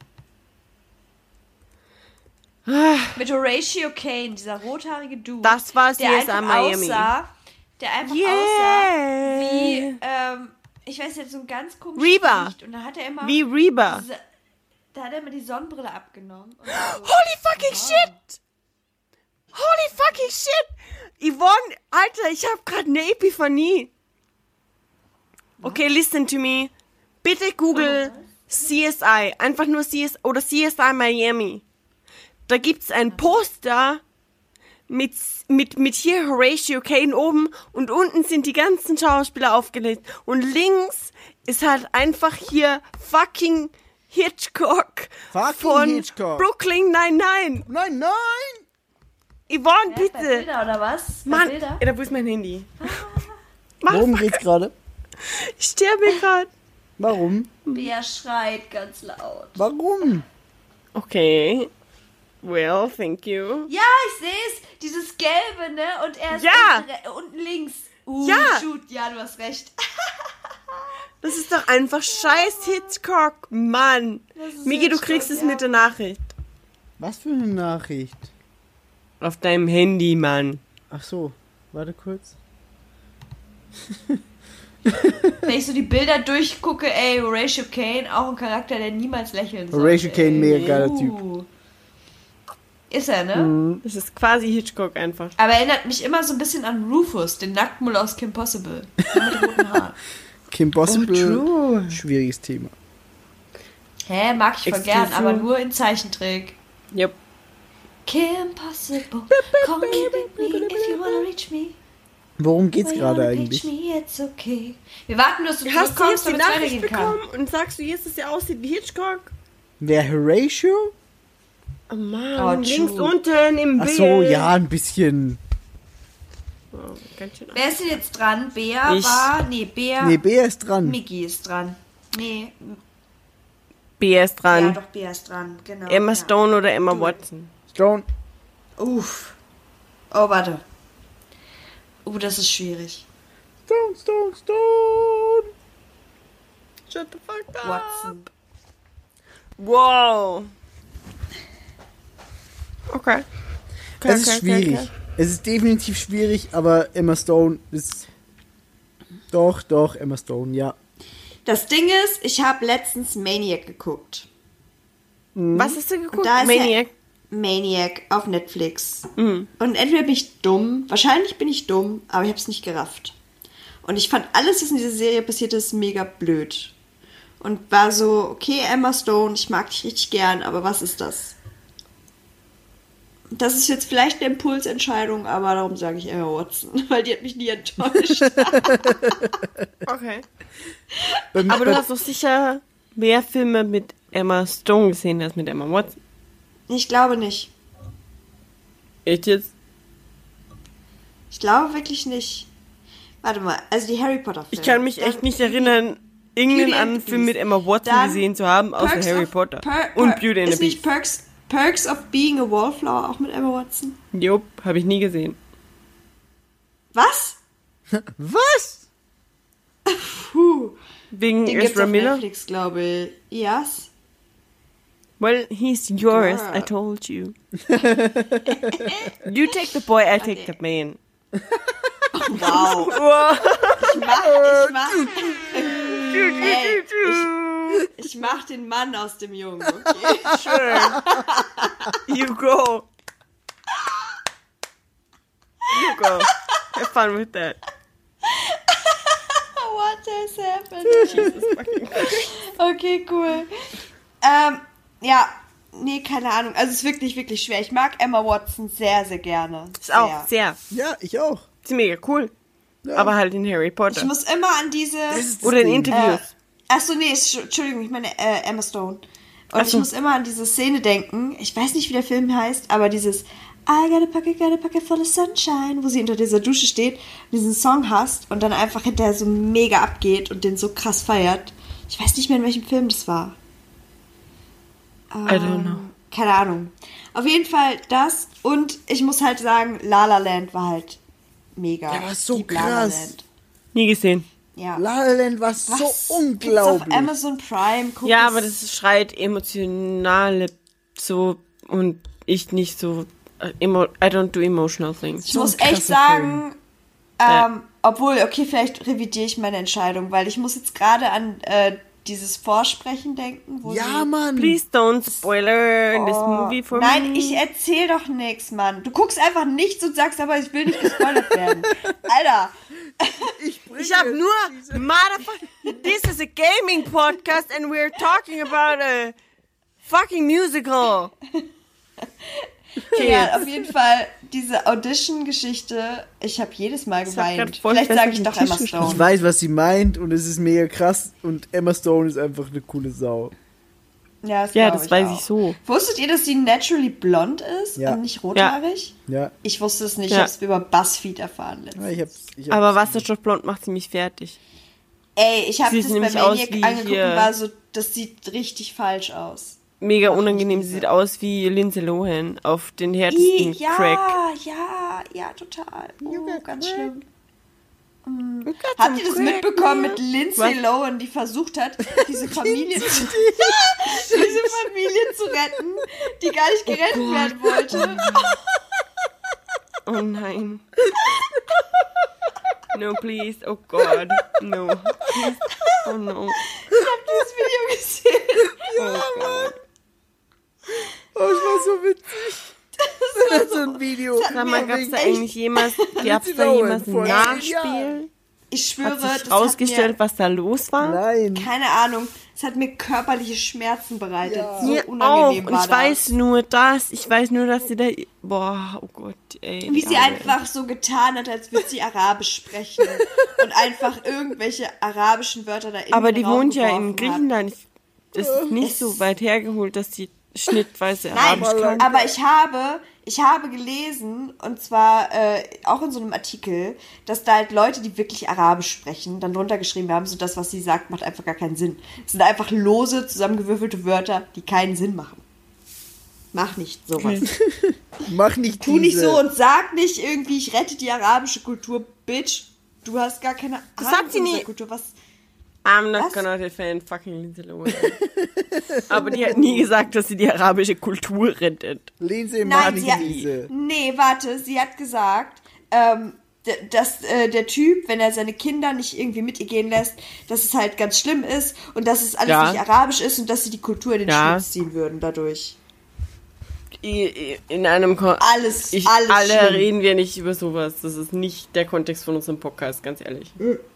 Mit Horatio Kane, dieser rothaarige Dude. Das war C der S I einfach Miami. aussah, der einfach Yeah. aussah wie, ähm, ich weiß jetzt, so ein ganz komisches Reba. Gesicht. Und da hat er immer, Wie Reba. diese, da hat er immer die Sonnenbrille abgenommen. Und so, Holy fucking shit! Holy fucking shit! Yvonne, Alter, ich hab grad eine Epiphanie. Okay, listen to me. Bitte google C S I. Einfach nur C S I oder C S I Miami. Da gibt's ein Poster mit, mit, mit hier Horatio Kane oben und unten sind die ganzen Schauspieler aufgelegt. Und links ist halt einfach hier fucking Hitchcock Fucking von Hitchcock. Brooklyn Nine-Nine. Nein, nein! Yvonne, Bei bitte. Bilder oder was? Bei Mann, Bilder? da wo ist mein Handy? Worum geht's gerade? Ich sterbe gerade. Warum? Bea schreit ganz laut. Warum? Okay. Well, thank you. Ja, ich sehe es. Dieses Gelbe, ne? Und er ist Ja. unten, re- unten links. Uh, Ja. shoot. Ja, du hast recht. Das ist doch einfach scheiß Hitchcock, Mann. ist Migi, du Hitchcock, kriegst es ja. mit der Nachricht. Was für eine Nachricht? Auf deinem Handy, Mann. Ach so, warte kurz. Wenn ich so die Bilder durchgucke, ey, Horatio Kane, auch ein Charakter, der niemals lächeln soll. Horatio Kane, mega geiler Typ. Uh. Ist er, ne? Das ist quasi Hitchcock einfach. Aber erinnert mich immer so ein bisschen an Rufus, den Nacktmull aus Kim Possible. Der mit roten Haaren. Kim Possible, Oh, true. schwieriges Thema. Hä, mag ich voll Excuse gern, aber you. nur in Zeichentrick. Yep. Kim Possible, call me, with me if you wanna reach me. Worum geht's When you gerade wanna eigentlich? reach me, it's okay. Wir warten, bis du Hast du jetzt zurückkommst, die damit es Nachricht weitergehen kann. bekommen und sagst du jetzt, dass er aussieht wie Hitchcock? Wer Horatio? Oh Mann, Oh, links true. unten im Ach Bild. so, ja, ein bisschen. Oh, ganz schön. Wer ist denn jetzt dran? Bea Ich. war... Nee, Bea... Nee, Bea ist dran. Miggi ist dran. Nee, Bea ist ja dran. doch, Bea ist dran. Genau. Emma ja. Stone oder Emma Du. Watson? Stone. Uff. Oh, warte. Oh, das ist schwierig. Stone, Stone, Stone. Shut the fuck up. Watson. Wow. Okay. okay Es ist okay, schwierig. Okay, okay. Es ist definitiv schwierig, aber Emma Stone ist... Doch, doch, Emma Stone, ja. Das Ding ist, ich habe letztens Maniac geguckt. Was hast du geguckt? Da ist Maniac. Ja Maniac auf Netflix. Mhm. Und entweder bin ich dumm, wahrscheinlich bin ich dumm, aber ich habe es nicht gerafft. Und ich fand alles, was in dieser Serie passiert ist, mega blöd. Und war so, okay, Emma Stone, ich mag dich richtig gern, aber was ist das? Das ist jetzt vielleicht eine Impulsentscheidung, aber darum sage ich Emma Watson, weil die hat mich nie enttäuscht. Okay. Beim, Aber du bei- hast doch sicher mehr Filme mit Emma Stone gesehen als mit Emma Watson. Ich glaube nicht. Echt jetzt? Ich glaube wirklich nicht. Warte mal, also die Harry Potter Filme. Ich kann mich echt nicht erinnern, irgendeinen Beauty and anderen the Film mit Beast. Emma Watson Dann gesehen zu haben, außer Perks Harry of- Potter. Per- Und Per- Beauty and ist the nicht Beast. Perks, Perks of Being a Wallflower auch mit Emma Watson? Jupp, habe ich nie gesehen. Was? Was? Puh. Wegen Den gibt's Ezra auf Miller? Netflix, glaube ich. Yes. Well, he's yours, Girl. I told you. You take the boy, I take the man. Wow. Wow. Ich mach, ich mach, ey, ich, ich mach den Mann aus dem Jungen, okay? Sure. You go. You go. Have fun with that. What has happened? Okay, cool. Ähm, ja, nee, keine Ahnung. Also es ist wirklich, wirklich schwer. Ich mag Emma Watson sehr, sehr gerne. Ist auch sehr. Ja, ich auch. Ist mega cool. Ja. Aber halt in Harry Ich Potter. muss immer an diese... Das ist das Oder in Ding. Interviews. Achso, nee, Entsch- Entschuldigung, ich meine äh, Emma Stone. Und Ach ich so. muss immer an diese Szene denken. Ich weiß nicht, wie der Film heißt, aber dieses I got a pocket, got a pocket full of sunshine, wo sie unter dieser Dusche steht, diesen Song hasst und dann einfach hinterher so mega abgeht und den so krass feiert. Ich weiß nicht mehr, in welchem Film das war. Ähm, I don't know. Keine Ahnung. Auf jeden Fall das. Und ich muss halt sagen, La La Land war halt mega. Der war so Lieb La La krass. Land. Nie gesehen. Ja. La La Land war Was? so Gibt's unglaublich. auf Amazon Prime. Guck Ja, es- aber das schreit emotionale so und ich nicht so. äh, Emo I don't do emotional things. Ich So ein muss echt krasser sagen, ähm, Ja. obwohl, okay, vielleicht revidiere ich meine Entscheidung, weil ich muss jetzt gerade an äh, dieses Vorsprechen denken, wo Ja, sie... Mann. Please don't spoiler this Oh, movie for nein, me. ich erzähl doch nichts, Mann. Du guckst einfach nichts und sagst, aber ich will nicht gespoilert werden. Alter, Ich, bringe Ich hab nur diese- motherfucking. This is a gaming podcast and we're talking about a fucking musical. Okay, ja, jetzt. auf jeden Fall diese Audition-Geschichte, ich habe jedes Mal hab grad geweint. voll Vielleicht fest sage auf ich den doch Tisch Emma geschlagen. Ich Stone. weiß, was sie meint und es ist mega krass und Emma Stone ist einfach eine coole Sau. Ja, das, Ja, glaub das weiß auch. ich so. Wusstet ihr, dass sie naturally blond ist Ja. und nicht rothaarig? Ja, Ich wusste es nicht, Ja. ich habe es über BuzzFeed erfahren letztens. ja ich hab's. Ich hab's Aber Wasserstoffblond macht sie mich fertig. Ey, ich habe Sieht das bei nämlich aus Maniac wie angeguckt hier- und war so, das sieht richtig falsch aus. Mega Ach, unangenehm. ich Sie liebe. sieht aus wie Lindsay Lohan auf den I, härtesten ja, Crack. ja, ja, total. Oh, got ganz crack. schlimm. You got Habt some ihr das crack, mitbekommen man? mit Lindsay Was? Lohan, die versucht hat, diese Familie, zu, diese Familie zu retten, die gar nicht gerettet werden wollte? Oh nein. No, please. Oh God. No. Please. Oh no. Ich hab dieses Video gesehen. Oh God. Oh, es war so witzig. Das war so ein Video. Sag mal, gab's da Echt? eigentlich jemals, gab's da Lohan jemals ein vor- Nachspiel? ich schwöre, Hat sich das rausgestellt, hat was da los war? Nein. mir, keine Ahnung, es hat mir körperliche Schmerzen bereitet. Ja. So Mir auch. unangenehm Und war ich weiß das. nur das. Ich weiß nur, dass sie da... Boah, oh Gott, ey. Wie die sie Arme. einfach so getan hat, als würde sie Arabisch sprechen und einfach irgendwelche arabischen Wörter da in Aber den die Raum wohnt ja geworfen in hat. Griechenland. Ich- Es ist nicht Es- so weit hergeholt, dass sie schnittweise Nein, Arabisch kann. aber ich habe, ich habe gelesen, und zwar äh, auch in so einem Artikel, dass da halt Leute, die wirklich Arabisch sprechen, dann drunter geschrieben haben, so das, was sie sagt, macht einfach gar keinen Sinn. Es sind einfach lose, zusammengewürfelte Wörter, die keinen Sinn machen. Mach nicht sowas. Mach nicht Tu nicht diese- so und sag nicht irgendwie, ich rette die arabische Kultur, Bitch. Du hast gar keine Das Ahnung hat sie von dieser nie. Kultur. Was? I'm not Was? gonna defend fucking Lindsay Lohan. Aber die hat nie gesagt, dass sie die arabische Kultur rettet. Lindsay, mach Nein, nicht sie hat, diese. nee, warte, sie hat gesagt, ähm, d- dass äh, der Typ, wenn er seine Kinder nicht irgendwie mit ihr gehen lässt, dass es halt ganz schlimm ist und dass es alles Ja. nicht arabisch ist und dass sie die Kultur in den Ja. Schmutz ziehen würden dadurch. I- i- In einem Kon Alles, ich, alles alle schlimm. reden wir nicht über sowas. Das ist nicht der Kontext von unserem Podcast, ganz ehrlich.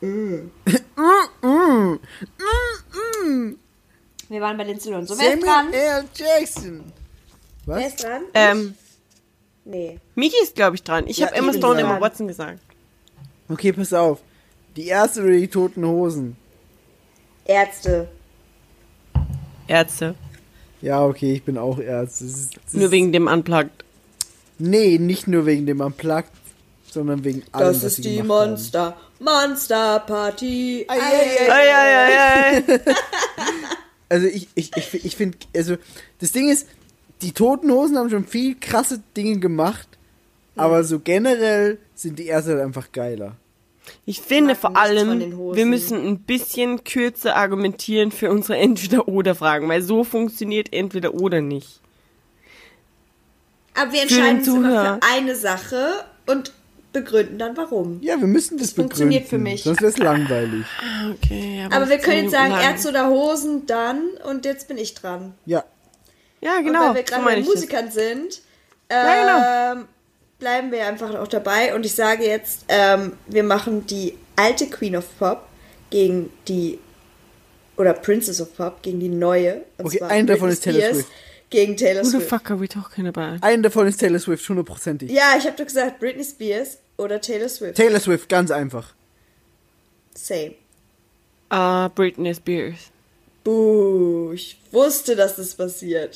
Wir waren bei Lindsay Lohan. So, wer ist dran? Samuel L. Jackson. Wer Was? ist dran? Ähm, Nee. Miki ist, glaube ich, dran. Ich Ja, habe Emma ich bin Stone, dran. Emma Watson gesagt. Okay, pass auf. Die erste oder die Toten Hosen? Ärzte. Ärzte. Ja, okay, ich bin auch Ärzte. Das ist, das Nur ist, wegen dem Unplugged. Nee, nicht nur wegen dem Unplugged, sondern wegen allem, Das was ist sie die gemacht Monster. Monster Party. Ei, ei, ei. Ei, ei, ei, ei. haben. Also ich, ich, ich, ich finde, also das Ding ist, die Toten Hosen haben schon viel krasse Dinge gemacht, aber so generell sind die Ärzte halt einfach geiler. Ich finde mag vor nichts von allem, den Hosen. wir müssen ein bisschen kürzer argumentieren für unsere Entweder-Oder-Fragen, weil so funktioniert Entweder-Oder nicht. Aber wir Für den entscheiden uns immer Zuhörer. für eine Sache und begründen dann warum. Ja, wir müssen das, Das funktioniert begründen, für mich. sonst wäre es langweilig. Okay, Aber wir können jetzt sagen, lang. Ärzte oder Hosen, dann und jetzt bin ich dran. Ja, Ja, Und genau. weil wir so gerade meine bei ich das. Musikern sind, Ja, ähm, bleiben wir einfach auch dabei. Und ich sage jetzt, ähm, wir machen die alte Queen of Pop gegen die, oder Princess of Pop gegen die neue. Und Okay, zwar einen davon Britney ist Taylor Spears Swift. Gegen Taylor Who the Swift. fuck are we talking about? einen davon ist Taylor Swift, hundertprozentig. Ja, ich habe doch gesagt, Britney Spears oder Taylor Swift. Taylor Swift, ganz einfach. Same. Uh, Britney Spears. Buh, ich wusste, dass das passiert.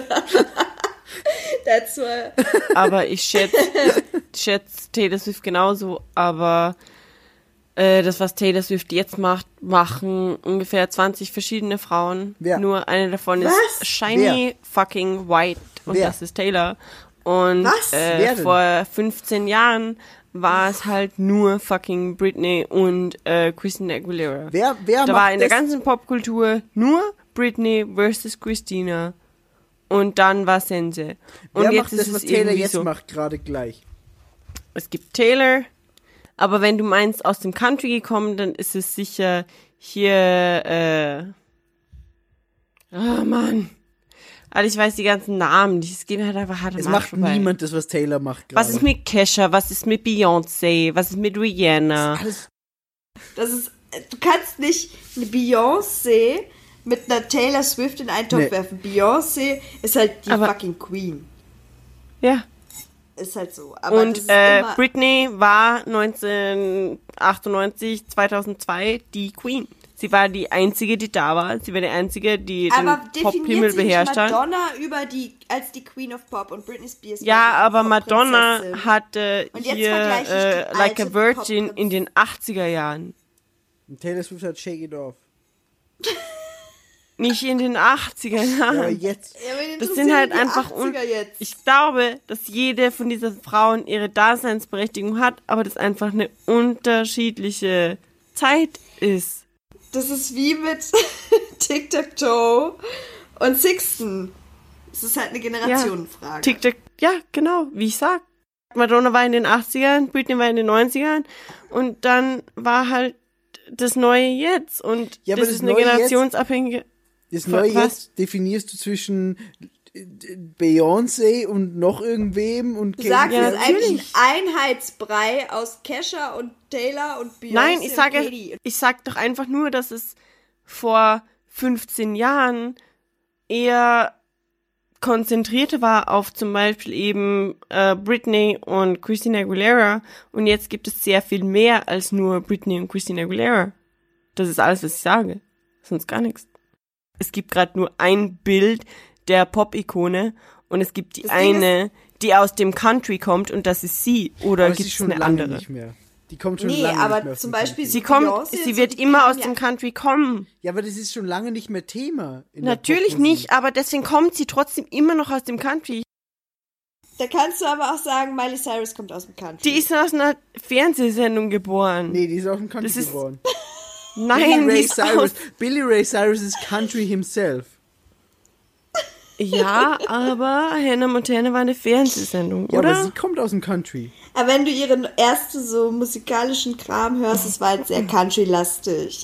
That's why. Aber ich schätze schätz Taylor Swift genauso, aber äh, das, was Taylor Swift jetzt macht, machen ungefähr zwanzig verschiedene Frauen. Wer? Nur eine davon Was? ist shiny fucking white und Wer? das ist Taylor. Und Was? Äh, Wer denn? vor fünfzehn Jahren war es halt nur fucking Britney und äh, Christina Aguilera. Wer, wer Da macht war in der das? ganzen Popkultur nur Britney versus Christina. Und dann war Sense. Und Wer jetzt macht ist das, es was Taylor irgendwie jetzt so. macht, gerade gleich? Es gibt Taylor, aber wenn du meinst aus dem Country gekommen, dann ist es sicher hier, äh, oh Mann. Also ich weiß die ganzen Namen, es geht mir halt einfach hart am Es Arsch macht vorbei. niemand das, was Taylor macht gerade. Was ist mit Kesha, was ist mit Beyoncé, was ist mit Rihanna? Alles Das ist, du kannst nicht eine Beyoncé mit einer Taylor Swift in einen Topf Nee. werfen. Beyoncé ist halt die Aber- fucking Queen. Ja. Ist halt so. Aber das Und ist äh, immer, Britney war neunzehnhundertachtundneunzig, zweitautzwei die Queen. Sie war die Einzige, die da war. Sie war die Einzige, die aber den Pop-Himmel definiert sich beherrscht hat. Madonna über die, als die Queen of Pop und Britney Spears. Ja, war die aber Madonna Pop-Prinzessin. hatte Und jetzt hier vergleiche ich die äh, Like a alte Virgin Pop-Prinz- in den achtziger Jahren. Und Taylor Swift hat Shake It Off. Nicht in den achtziger Ja, aber Jahren. jetzt. Ja, wen Das interessieren sind halt die einfach un achtziger jetzt? Ich glaube, dass jede von diesen Frauen ihre Daseinsberechtigung hat, aber das einfach eine unterschiedliche Zeit ist. Das ist wie mit Tic-Tac-Toe und Sixten. Es ist halt eine Generationenfrage. TikTok, ja, genau, wie ich sag. Madonna war in den achtzigern, Britney war in den neunzigern und dann war halt das Neue jetzt und Ja, aber das, das ist eine Neue jetzt- generationsabhängige. Das Was? Neue jetzt definierst du zwischen Beyoncé und noch irgendwem und Du sagst, Ja, es ist eigentlich natürlich. ein Einheitsbrei aus Kesha und Taylor und Beyoncé Nein, ich und sage, Katy. ich sag doch einfach nur, dass es vor fünfzehn Jahren eher konzentrierter war auf zum Beispiel eben äh, Britney und Christina Aguilera und jetzt gibt es sehr viel mehr als nur Britney und Christina Aguilera. Das ist alles, was ich sage. Sonst gar nichts. Es gibt gerade nur ein Bild der Pop-Ikone und es gibt die Das Ding eine, die aus dem Country kommt und das ist sie. Oder Aber sie gibt ist es schon eine lange andere? nicht mehr. Die kommt schon Nee, lange nicht mehr aber aus zum dem Beispiel Country. Sie kommt, Beyoncé sie und wird so, die immer kamen aus ja- dem Country kommen. Ja, aber das ist schon lange nicht mehr Thema. In der Natürlich Popmusik. nicht, aber deswegen kommt sie trotzdem immer noch aus dem Country. Da kannst du aber auch sagen, Miley Cyrus kommt aus dem Country. Die ist aus einer Fernsehsendung geboren. Nee, die ist aus dem Country Das ist- geworden. Nein, Billy die Ray ist Cyrus. aus... Billy Ray Cyrus ist Country himself. Ja, aber Hannah Montana war eine Fernsehsendung, Ja, aber sie oder? kommt aus dem Country. Aber wenn du ihren ersten so musikalischen Kram hörst, es war halt sehr Country-lastig.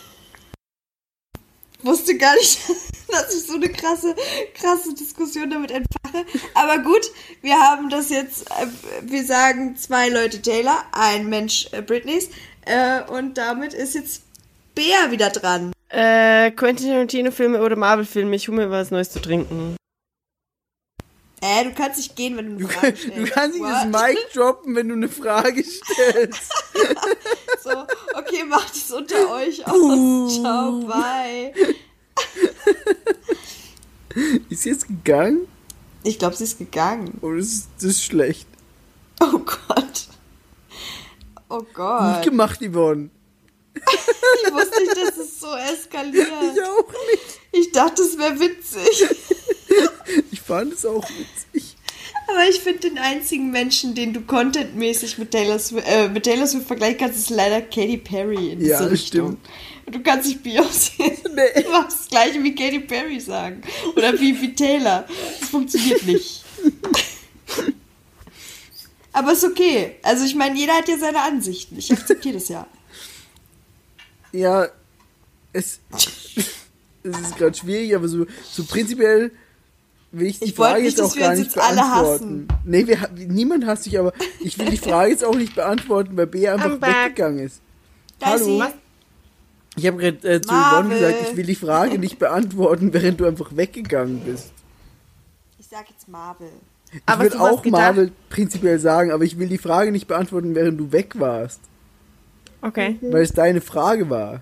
Wusste gar nicht, dass ich so eine krasse, krasse Diskussion damit entfache. Aber gut, wir haben das jetzt, äh, wir sagen zwei Leute Taylor, ein Mensch äh, Britneys. Äh, und damit ist jetzt Bea wieder dran. Äh, Quentin Tarantino-Filme oder Marvel-Filme, ich hole mir was Neues zu trinken. Äh, du kannst nicht gehen, wenn du eine Du, Frage kann, stellst. du kannst nicht das What? Mic droppen, wenn du eine Frage stellst. So, okay, macht es unter euch aus. Ciao, bye. Ist sie jetzt gegangen? Ich glaube, sie ist gegangen. Oder ist das ist schlecht? Oh Gott. Oh Gut Gott. gemacht, Yvonne. Ich wusste nicht, dass es so eskaliert. Ich auch nicht. Ich dachte, es wäre witzig. Ich fand es auch witzig. Aber ich finde, den einzigen Menschen, den du contentmäßig mit Taylor Swift, äh, mit Taylor Swift vergleichen kannst, ist leider Katy Perry in Ja, diese das Richtung. Und du kannst nicht Beyoncé Nee. das gleiche wie Katy Perry sagen. Oder wie, wie Taylor. Das funktioniert nicht. Aber ist okay. Also ich meine, jeder hat ja seine Ansichten. Ich akzeptiere das ja. Ja, es, es ist gerade schwierig, aber so, so prinzipiell will ich die Ich wollte Frage nicht, jetzt dass auch wir gar uns nicht jetzt alle beantworten. Nee, wir, ha- niemand hasst dich, aber ich will die Frage jetzt auch nicht beantworten, weil Bea einfach I'm back. weggegangen ist. Da Hallo? ist sie. Was? Ich habe gerade äh, zu Marvel. Yvonne gesagt, ich will die Frage nicht beantworten, während du einfach weggegangen bist. Ich sag jetzt Marvel. Ich Aber würde du hast auch gedacht- Marvel prinzipiell sagen, aber ich will die Frage nicht beantworten, während du weg warst. Okay. Weil es deine Frage war.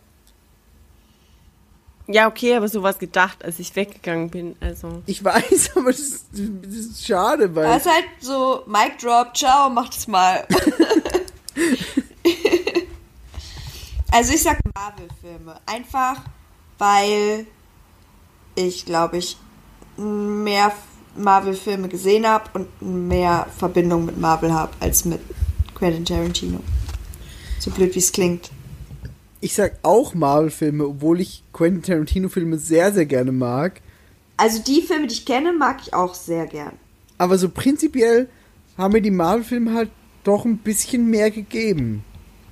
Ja, okay, aber so was gedacht, als ich weggegangen bin, also. Ich weiß, aber das ist, das ist schade, weil... Das ist halt so, Mic Drop, ciao, macht es mal. Also ich sag Marvel-Filme. Einfach, weil ich, glaube ich, mehr Marvel-Filme gesehen habe und mehr Verbindung mit Marvel habe als mit Quentin Tarantino. So blöd wie es klingt. Ich sag auch Marvel-Filme, obwohl ich Quentin Tarantino-Filme sehr, sehr gerne mag. Also die Filme, die ich kenne, mag ich auch sehr gern. Aber so prinzipiell haben mir die Marvel-Filme halt doch ein bisschen mehr gegeben.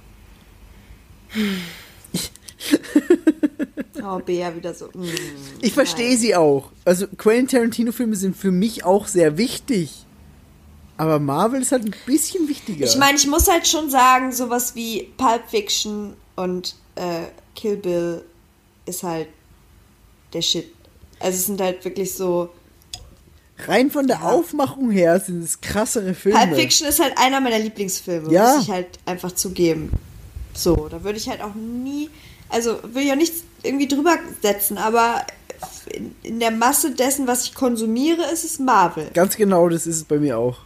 Oh, Bea wieder so. Mm, Ich verstehe nein. sie auch. Also Quentin Tarantino-Filme sind für mich auch sehr wichtig. Aber Marvel ist halt ein bisschen wichtiger. Ich meine, ich muss halt schon sagen, sowas wie Pulp Fiction und äh, Kill Bill ist halt der Shit. Also es sind halt wirklich so... Rein von der Ja. Aufmachung her sind es krassere Filme. Pulp Fiction ist halt einer meiner Lieblingsfilme, Ja. muss ich halt einfach zugeben. So, da würde ich halt auch nie... Also will ich auch nichts irgendwie drüber setzen, aber in, in der Masse dessen, was ich konsumiere, ist es Marvel. Ganz genau, das ist es bei mir auch.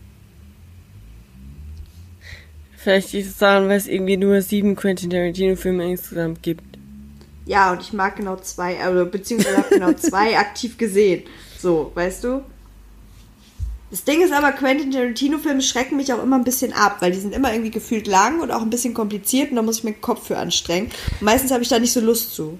Vielleicht liegt es daran, weil es irgendwie nur sieben Quentin Tarantino-Filme insgesamt gibt. Ja, und ich mag genau zwei, also beziehungsweise habe genau zwei aktiv gesehen. So, weißt du? Das Ding ist aber, Quentin Tarantino-Filme schrecken mich auch immer ein bisschen ab, weil die sind immer irgendwie gefühlt lang und auch ein bisschen kompliziert und da muss ich mir den Kopf für anstrengen. Und meistens habe ich da nicht so Lust zu.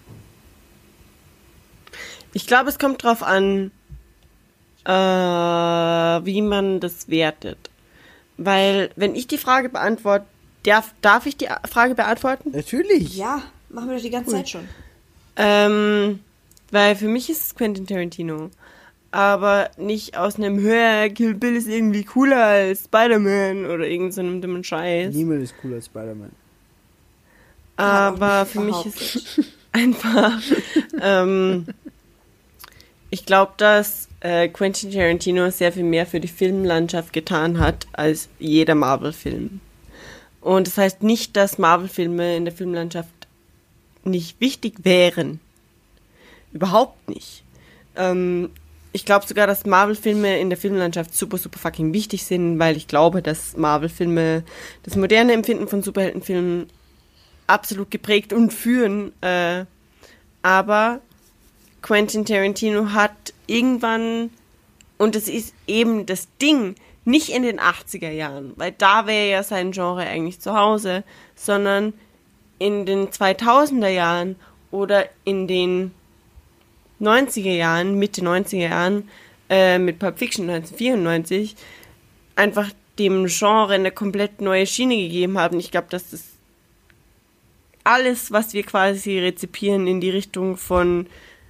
Ich glaube, es kommt drauf an, äh, wie man das wertet. Weil, wenn ich die Frage beantworte, darf, darf ich die Frage beantworten? Natürlich. Ja, machen wir doch die ganze Cool. Zeit schon. Ähm, weil für mich ist es Quentin Tarantino. aber nicht aus einem Höher, Kill Bill ist irgendwie cooler als Spider-Man oder irgend so einem dummen Scheiß. Niemand ist cooler als Spider-Man. Aber für mich ist es einfach, ähm, ich glaube, dass äh, Quentin Tarantino sehr viel mehr für die Filmlandschaft getan hat als jeder Marvel-Film. Und das heißt nicht, dass Marvel-Filme in der Filmlandschaft nicht wichtig wären. Überhaupt nicht. Ähm, ich glaube sogar, dass Marvel-Filme in der Filmlandschaft super, super fucking wichtig sind, weil ich glaube, dass Marvel-Filme das moderne Empfinden von Superheldenfilmen absolut geprägt und führen. Äh, aber Quentin Tarantino hat irgendwann, und das ist eben das Ding, nicht in den achtziger Jahren, weil da wäre ja sein Genre eigentlich zu Hause, sondern in den zweitausender Jahren oder in den neunziger Jahren, Mitte neunziger Jahren, äh, mit Pulp Fiction neunzehnhundertvierundneunzig, einfach dem Genre eine komplett neue Schiene gegeben haben. Ich glaube, dass das alles, was wir quasi rezipieren in die Richtung von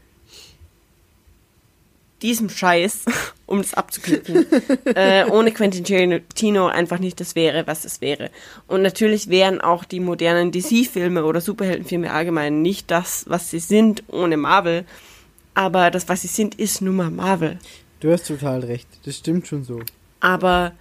diesem Scheiß, um es abzukürzen, äh, ohne Quentin Tarantino einfach nicht das wäre, was es wäre. Und natürlich wären auch die modernen D C-Filme oder Superheldenfilme allgemein nicht das, was sie sind, ohne Marvel. Aber das, was sie sind, ist nun mal Marvel. Du hast total recht, das stimmt schon so. Aber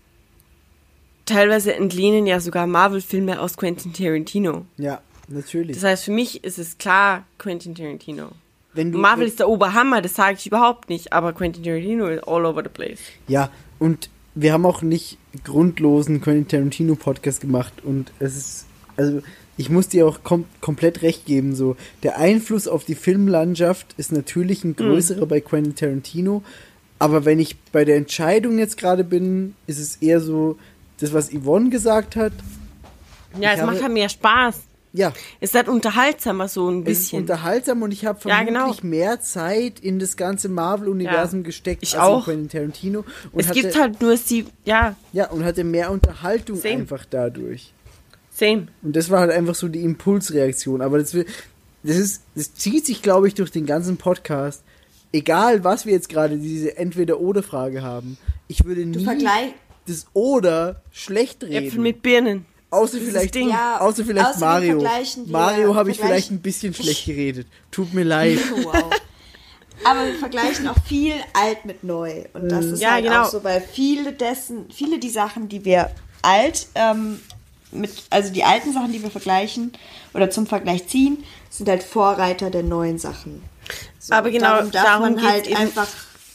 teilweise entlehnen ja sogar Marvel-Filme aus Quentin Tarantino. Ja, natürlich. Das heißt, für mich ist es klar Quentin Tarantino. Wenn du, Marvel wenn, ist der Oberhammer, das sage ich überhaupt nicht, aber Quentin Tarantino ist all over the place. Ja, und wir haben auch nicht grundlosen Quentin Tarantino Podcast gemacht und es ist, also ich muss dir auch kom- komplett recht geben, so, der Einfluss auf die Filmlandschaft ist natürlich ein größerer mhm. bei Quentin Tarantino, aber wenn ich bei der Entscheidung jetzt gerade bin, ist es eher so, das, was Yvonne gesagt hat. Ja, es habe, macht ja mehr Spaß. Ja. Es ist halt unterhaltsamer so ein bisschen. Es ist unterhaltsam und ich habe vermutlich ja, genau. mehr Zeit in das ganze Marvel-Universum ja, gesteckt ich als auch. in Quentin Tarantino. Und es hatte, gibt halt nur sie, ja. Ja, und hatte mehr Unterhaltung Same. einfach dadurch. Same. Und das war halt einfach so die Impulsreaktion. Aber das, will, das, ist, das zieht sich, glaube ich, durch den ganzen Podcast. Egal, was wir jetzt gerade diese Entweder-Oder-Frage haben. Ich würde nie Vergleich- das Oder schlecht reden. Äpfel mit Birnen. Außer vielleicht, ja, außer vielleicht außer Mario. wir Mario habe ich vergleichen- vielleicht ein bisschen schlecht geredet. Tut mir leid. Wow. Aber wir vergleichen auch viel alt mit neu. Und das ist Ja, halt genau. auch so, weil viele dessen, viele die Sachen, die wir alt, ähm, mit, also die alten Sachen, die wir vergleichen oder zum Vergleich ziehen, sind halt Vorreiter der neuen Sachen. So, Aber genau, darum darf darum man halt geht's eben, einfach,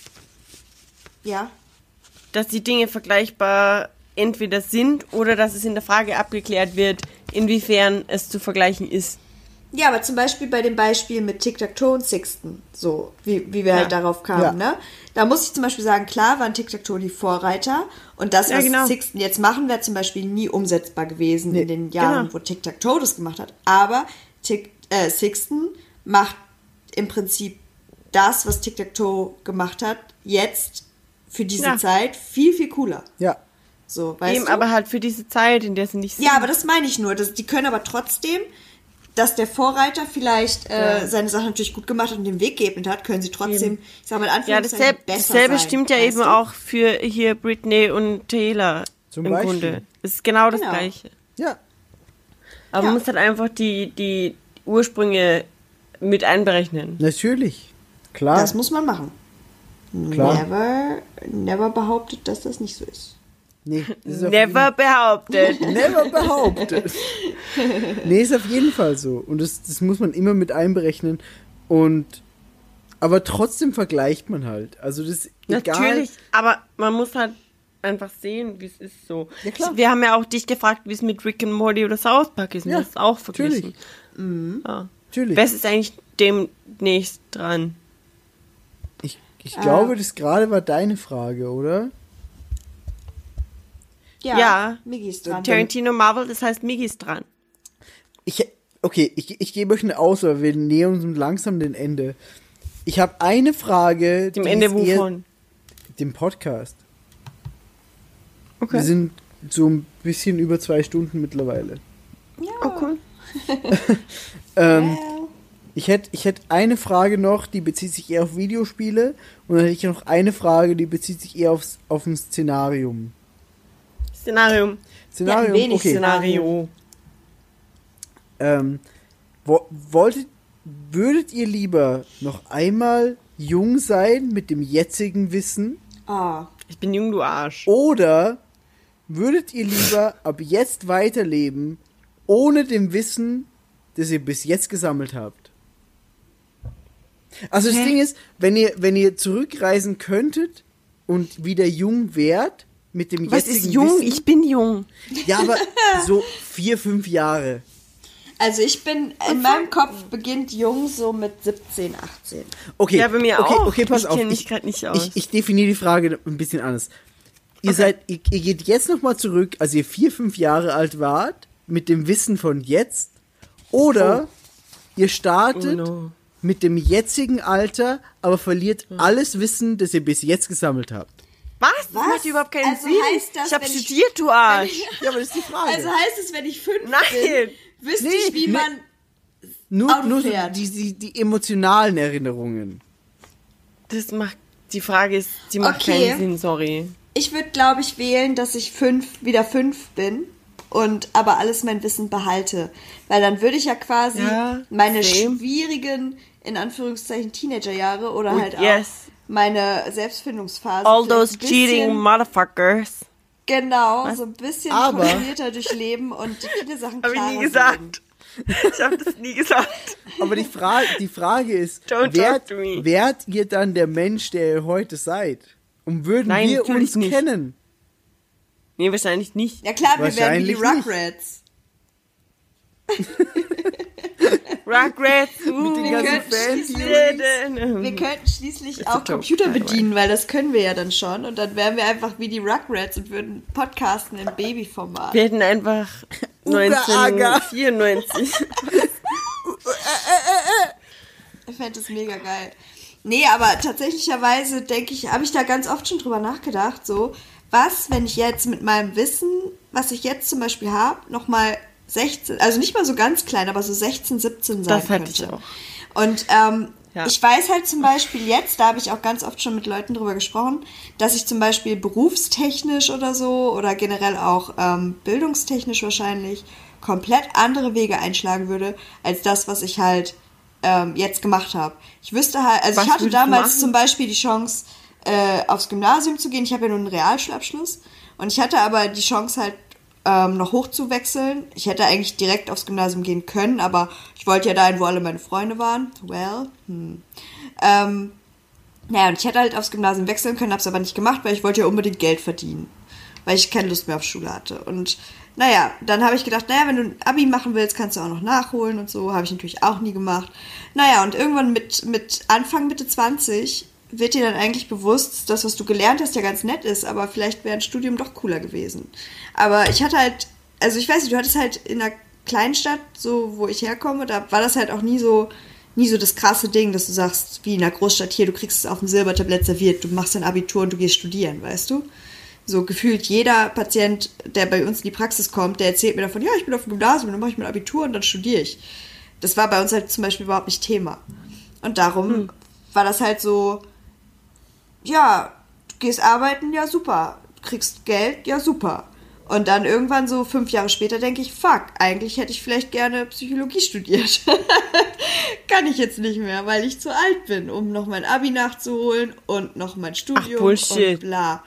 ja, dass die Dinge vergleichbar entweder sind oder dass es in der Frage abgeklärt wird, inwiefern es zu vergleichen ist. Ja, aber zum Beispiel bei dem Beispiel mit Tic-Tac-Toe und Sixten, so wie, wie wir Ja. halt darauf kamen, Ja. ne? Da muss ich zum Beispiel sagen, klar waren Tic-Tac-Toe die Vorreiter und das, Ja, was genau. Sixten jetzt machen, wäre zum Beispiel nie umsetzbar gewesen Nee, in den Jahren, genau. wo Tic-Tac-Toe das gemacht hat. Aber Tic, äh, Sixten macht im Prinzip das, was Tic-Tac-Toe gemacht hat, jetzt für diese Ja. Zeit viel, viel cooler. Ja. So, weißt Eben, du? aber halt für diese Zeit, in der sie nicht sind. Ja, aber das meine ich nur. Das, die können aber trotzdem, dass der Vorreiter vielleicht äh, Ja. seine Sache natürlich gut gemacht hat und den Weg geebnet hat, können sie trotzdem, Eben. ich sag mal in Ja, Anführungszeichen, dasselbe, besser dasselbe sein. stimmt ja weißt eben du? auch für hier Britney und Taylor Zum im Beispiel. Grunde. Es ist genau das Genau. Gleiche. Ja. Aber Ja. man muss halt einfach die, die Ursprünge mit einberechnen. Natürlich. Klar. Das muss man machen. Klar. Never, never behauptet, dass das nicht so ist. Nee, das ist auf Never behauptet. jeden, never behauptet. Nee, ist auf jeden Fall so. Und das, das muss man immer mit einberechnen. Und aber trotzdem vergleicht man halt. Also das ist egal. Natürlich, aber man muss halt einfach sehen, wie es ist so. Ja, klar. Wir haben ja auch dich gefragt, wie es mit Rick and Morty oder South Park ist. Und Ja, das ist auch verglichen. natürlich. Ja. Natürlich. Wer ist eigentlich demnächst dran? Ich, ich Ah. glaube, das gerade war deine Frage, oder? Ja, Ja. Miggi ist dran. Tarantino Marvel, das heißt Miggi ist dran. Ich, okay, ich, ich gebe euch eine Auswahl. Wir nähern uns langsam dem Ende. Ich habe eine Frage. Dem die Ende ist eher- wovon? Dem Podcast. Okay. Wir sind so ein bisschen über zwei Stunden mittlerweile. Oh, cool. Ähm, Ja. ich Ich hätte ich hätt eine Frage noch, die bezieht sich eher auf Videospiele. Und dann hätte ich noch eine Frage, die bezieht sich eher aufs, auf ein Szenarium. Szenarium. Szenarium, wenig okay. Szenario. Ähm, wo, wolltet, würdet ihr lieber noch einmal jung sein mit dem jetzigen Wissen? Ah. Ich bin jung, du Arsch. Oder würdet ihr lieber ab jetzt weiterleben, ohne dem Wissen, das ihr bis jetzt gesammelt habt? Also das Hä? Ding ist, wenn ihr, wenn ihr zurückreisen könntet und wieder jung wärt, mit dem Was jetzigen ist jung? Wissen... Ich bin jung. Ja, aber so vier, fünf Jahre. Also ich bin, in meinem Kopf beginnt jung so mit siebzehn, achtzehn. Okay, Ja, bei mir okay, auch. okay, pass Ich auf. kenn mich grad nicht aus. Ich, ich definiere die Frage ein bisschen anders. Ihr Okay. seid, ihr, ihr geht jetzt nochmal zurück, als ihr vier, fünf Jahre alt wart, mit dem Wissen von jetzt, oder ihr startet Oh no. mit dem jetzigen Alter, aber verliert alles Wissen, das ihr bis jetzt gesammelt habt. Was? Das Was? macht überhaupt keinen Also Sinn. heißt das, ich hab wenn ich- studiert, du Arsch. Ja, aber das ist die Frage. Also heißt es, wenn ich fünf Nein. bin, wüsste Nee, ich, wie nee. man... nur Auto nur so fährt. die, die, die emotionalen Erinnerungen. Das macht, die Frage ist, die macht Okay. keinen Sinn, sorry. Ich würde, glaube ich, wählen, dass ich fünf, wieder fünf bin und aber alles mein Wissen behalte. Weil dann würde ich ja quasi Ja, meine same. schwierigen, in Anführungszeichen, Teenagerjahre oder Oh, halt yes. auch meine Selbstfindungsphase. All vielleicht those ein bisschen- cheating motherfuckers. Genau, so ein bisschen Aber- kontrollierter durchleben und viele Sachen Hab ich klarer nie sehen. gesagt. Ich hab das nie gesagt. Aber die Frage, die Frage ist, Don't wärt, talk to me. wärt ihr dann der Mensch, der ihr heute seid? Und würden Nein, wir natürlich uns nicht. kennen? Nee, wahrscheinlich nicht. Ja klar, wir werden wie die Wahrscheinlich nicht. Rugrats. Rugrats, Mit den Wir ganzen könnten Fans. schließlich- Wir Wir könnten schließlich auch joke, Computer by the way. bedienen, weil das können wir ja dann schon. Und dann wären wir einfach wie die Rugrats und würden podcasten im Babyformat. Wir hätten einfach Uga Aga. neunzehnhundertvierundneunzig. Ich fände das mega geil. Nee, aber tatsächlicherweise denke ich, habe ich da ganz oft schon drüber nachgedacht, so, was, wenn ich jetzt mit meinem Wissen, was ich jetzt zum Beispiel habe, nochmal sechzehn, also nicht mal so ganz klein, aber so sechzehn, siebzehn sein Das hatte könnte. ich auch. Und ähm, Ja. ich weiß halt zum Beispiel jetzt, da habe ich auch ganz oft schon mit Leuten drüber gesprochen, dass ich zum Beispiel berufstechnisch oder so oder generell auch ähm, bildungstechnisch wahrscheinlich komplett andere Wege einschlagen würde, als das, was ich halt ähm, jetzt gemacht habe. Ich wüsste halt, also Was ich hatte würdest du damals machen? zum Beispiel die Chance, äh, aufs Gymnasium zu gehen. Ich habe ja nur einen Realschulabschluss und ich hatte aber die Chance halt ähm, noch hochzuwechseln. Ich hätte eigentlich direkt aufs Gymnasium gehen können, aber ich wollte ja dahin, wo alle meine Freunde waren. Well, hm. Ähm, naja, und ich hätte halt aufs Gymnasium wechseln können, habe es aber nicht gemacht, weil ich wollte ja unbedingt Geld verdienen, weil ich keine Lust mehr auf Schule hatte. Und naja, dann habe ich gedacht, naja, wenn du ein Abi machen willst, kannst du auch noch nachholen und so. Habe ich natürlich auch nie gemacht. Naja, und irgendwann mit, mit Anfang, Mitte zwanzig wird dir dann eigentlich bewusst, dass das, was du gelernt hast, ja ganz nett ist, aber vielleicht wäre ein Studium doch cooler gewesen. Aber ich hatte halt, also ich weiß nicht, du hattest halt in einer Kleinstadt, so wo ich herkomme, da war das halt auch nie so, nie so das krasse Ding, dass du sagst, wie in einer Großstadt hier, du kriegst es auf dem Silbertablett serviert, du machst dein Abitur und du gehst studieren, weißt du? So gefühlt jeder Patient, der bei uns in die Praxis kommt, der erzählt mir davon, ja, ich bin auf dem Gymnasium, dann mache ich mein Abitur und dann studiere ich. Das war bei uns halt zum Beispiel überhaupt nicht Thema. Und darum hm. war das halt so, ja, du gehst arbeiten, ja super, du kriegst Geld, ja super. Und dann irgendwann so fünf Jahre später denke ich, fuck, eigentlich hätte ich vielleicht gerne Psychologie studiert. Kann ich jetzt nicht mehr, weil ich zu alt bin, um noch mein Abi nachzuholen und noch mein Studium Ach, Bullshit. und bla.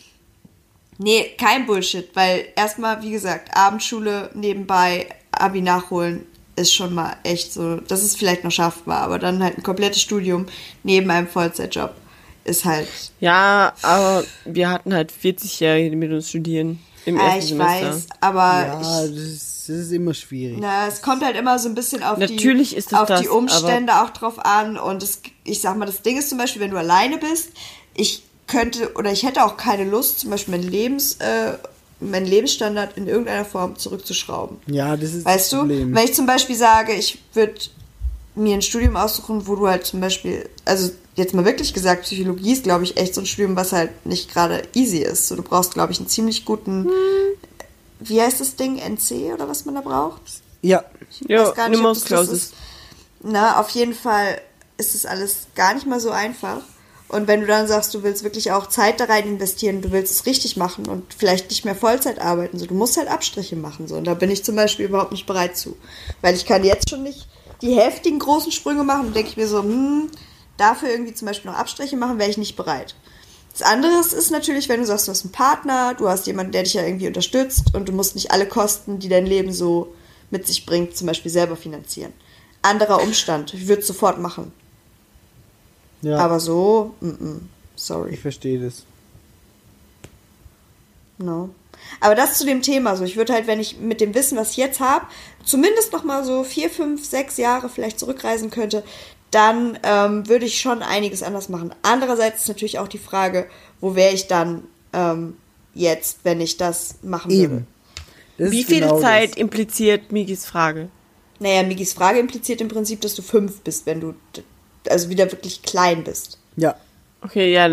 Nee, kein Bullshit, weil erstmal, wie gesagt, Abendschule nebenbei, Abi nachholen, ist schon mal echt so, das ist vielleicht noch schaffbar, aber dann halt ein komplettes Studium neben einem Vollzeitjob ist halt... Ja, aber wir hatten halt vierzig-Jährige, die mit uns studieren im Ja, ersten ich Semester. weiß, aber Ja, ich, das ist, das ist immer schwierig. na, es kommt halt immer so ein bisschen auf, Natürlich die, ist das auf das, die Umstände auch drauf an und es, ich sag mal, das Ding ist zum Beispiel, wenn du alleine bist, ich könnte oder ich hätte auch keine Lust, zum Beispiel mein Lebens, äh, meinen Lebensstandard in irgendeiner Form zurückzuschrauben. Ja, das ist Weißt das du, Problem. wenn ich zum Beispiel sage, ich würde mir ein Studium aussuchen, wo du halt zum Beispiel, also jetzt mal wirklich gesagt, Psychologie ist, glaube ich, echt so ein Studium, was halt nicht gerade easy ist. So, du brauchst, glaube ich, einen ziemlich guten, hm. wie heißt das Ding, N C oder was man da braucht? Ja, Ich Ja, weiß gar nicht, ob Numerus das das Clausus. ist. na, auf jeden Fall ist es alles gar nicht mal so einfach. Und wenn du dann sagst, du willst wirklich auch Zeit da rein investieren, du willst es richtig machen und vielleicht nicht mehr Vollzeit arbeiten, so, du musst halt Abstriche machen. So. Und da bin ich zum Beispiel überhaupt nicht bereit zu. Weil ich kann jetzt schon nicht die heftigen großen Sprünge machen und denke ich mir so, hm, dafür irgendwie zum Beispiel noch Abstriche machen, wäre ich nicht bereit. Das andere ist natürlich, wenn du sagst, du hast einen Partner, du hast jemanden, der dich ja irgendwie unterstützt und du musst nicht alle Kosten, die dein Leben so mit sich bringt, zum Beispiel selber finanzieren. Anderer Umstand, ich würde es sofort machen. Ja. Aber so, mm -mm, sorry. Ich verstehe das. No. Aber das zu dem Thema, so ich würde halt, wenn ich mit dem Wissen, was ich jetzt habe, zumindest noch mal so vier, fünf, sechs Jahre vielleicht zurückreisen könnte, dann ähm, würde ich schon einiges anders machen. Andererseits ist natürlich auch die Frage, wo wäre ich dann ähm, jetzt, wenn ich das machen Eben. würde. Das Wie ist viel genau Zeit das. impliziert Migis Frage? Naja, Migis Frage impliziert im Prinzip, dass du fünf bist, wenn du d- also wieder wirklich klein bist. Ja. Okay, ja,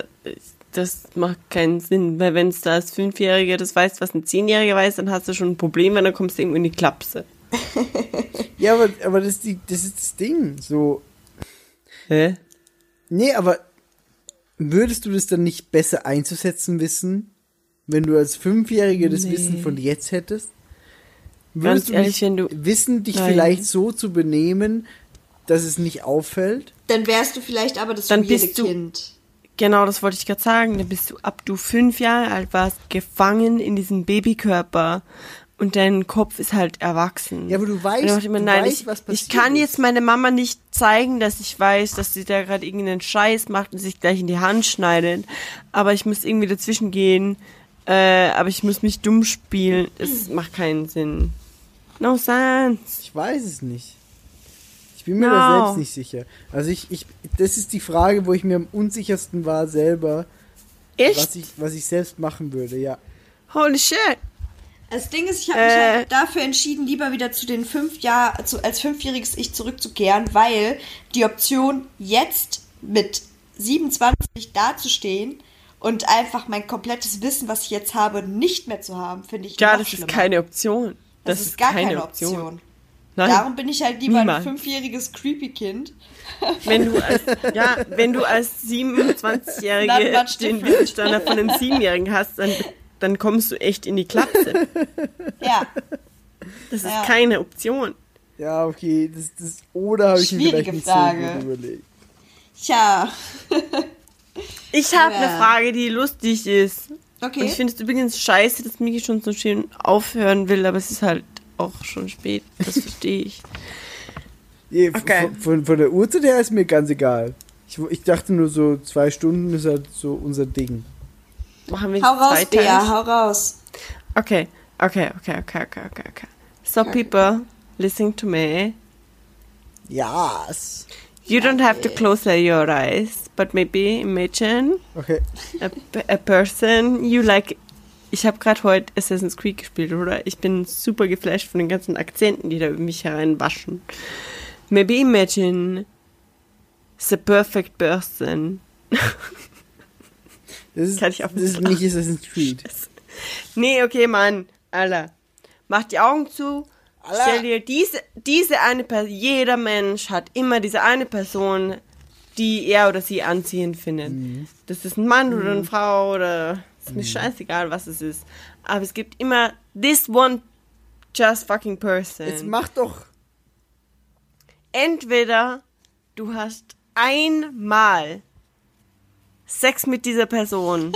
das macht keinen Sinn, weil wenn es da als Fünfjähriger das weiß, was ein Zehnjähriger weiß, dann hast du schon ein Problem, weil dann kommst du irgendwo in die Klapse. Ja, aber, aber das, ist die, das ist das Ding. So. Hä? Nee, aber würdest du das dann nicht besser einzusetzen wissen, wenn du als Fünfjähriger das Nee. Wissen von jetzt hättest? Ganz Würdest du ehrlich, nicht wenn du- wissen, dich Nein. vielleicht so zu benehmen, dass es nicht auffällt? Dann wärst du vielleicht aber das Dann weirde bist du- Kind. Genau, das wollte ich gerade sagen. Dann bist du, ab du fünf Jahre alt warst, gefangen in diesem Babykörper und dein Kopf ist halt erwachsen. Ja, aber du weißt, Und dann dachte ich mir, du nein, weißt, ich, was ich passiert kann ist. jetzt meiner Mama nicht zeigen, dass ich weiß, dass sie da gerade irgendeinen Scheiß macht und sich gleich in die Hand schneidet. Aber ich muss irgendwie dazwischen gehen. Äh, aber ich muss mich dumm spielen. Es macht keinen Sinn. No sense. Ich weiß es nicht. Ich bin mir No. da selbst nicht sicher. Also ich, ich, das ist die Frage, wo ich mir am unsichersten war selber, Echt? was ich, was ich selbst machen würde, ja. Holy shit. Das Ding ist, ich habe Äh. mich halt dafür entschieden, lieber wieder zu den fünf Jahr, zu, als fünfjähriges Ich zurückzukehren, weil die Option, jetzt mit siebenundzwanzig dazustehen und einfach mein komplettes Wissen, was ich jetzt habe, nicht mehr zu haben, finde ich Ja, noch das schlimmer. ist keine Option. Das, ist gar keine Option. Nein. Darum bin ich halt lieber Niemals. ein fünfjähriges Creepy-Kind. Wenn du als, ja, wenn du als Not siebenundzwanzigjährige much den different. Wissensstand von einem Siebenjährigen hast, dann, dann kommst du echt in die Klapse. Ja, Das ist Ja. keine Option. Ja, okay, das, das oder habe ich mir vielleicht Schwierige nicht Frage. so gut überlegt. tja. Ich habe Ja. eine Frage, die lustig ist. Okay. Und ich finde es übrigens scheiße, dass Miki schon so schön aufhören will, aber es ist halt auch schon spät. Das verstehe ich. Nee, Okay. von, von, von der Uhrzeit her ist mir ganz egal. Ich, ich dachte nur so, zwei Stunden ist halt so unser Ding. Machen wir Hau raus, zweiteilig? Bea, hau raus. Okay, okay, okay, okay, okay, okay, okay. So people, listen to me. Yes. You don't have to close your eyes, but maybe imagine Okay. a, a person you like. Ich habe gerade heute Assassin's Creed gespielt, oder? Ich bin super geflasht von den ganzen Akzenten, die da über mich hereinwaschen. Maybe imagine the perfect person. Das ist, Kann ich auch das ist nicht nicht Assassin's Creed. Nee, okay, Mann. Alter. Mach die Augen zu. Alter. Stell dir diese, diese eine Person, jeder Mensch hat immer diese eine Person, die er oder sie anziehend findet. Mhm. Das ist ein Mann oder eine Frau oder ist mir scheißegal, was es ist. Aber es gibt immer this one just fucking person. Jetzt mach doch. Entweder du hast einmal Sex mit dieser Person.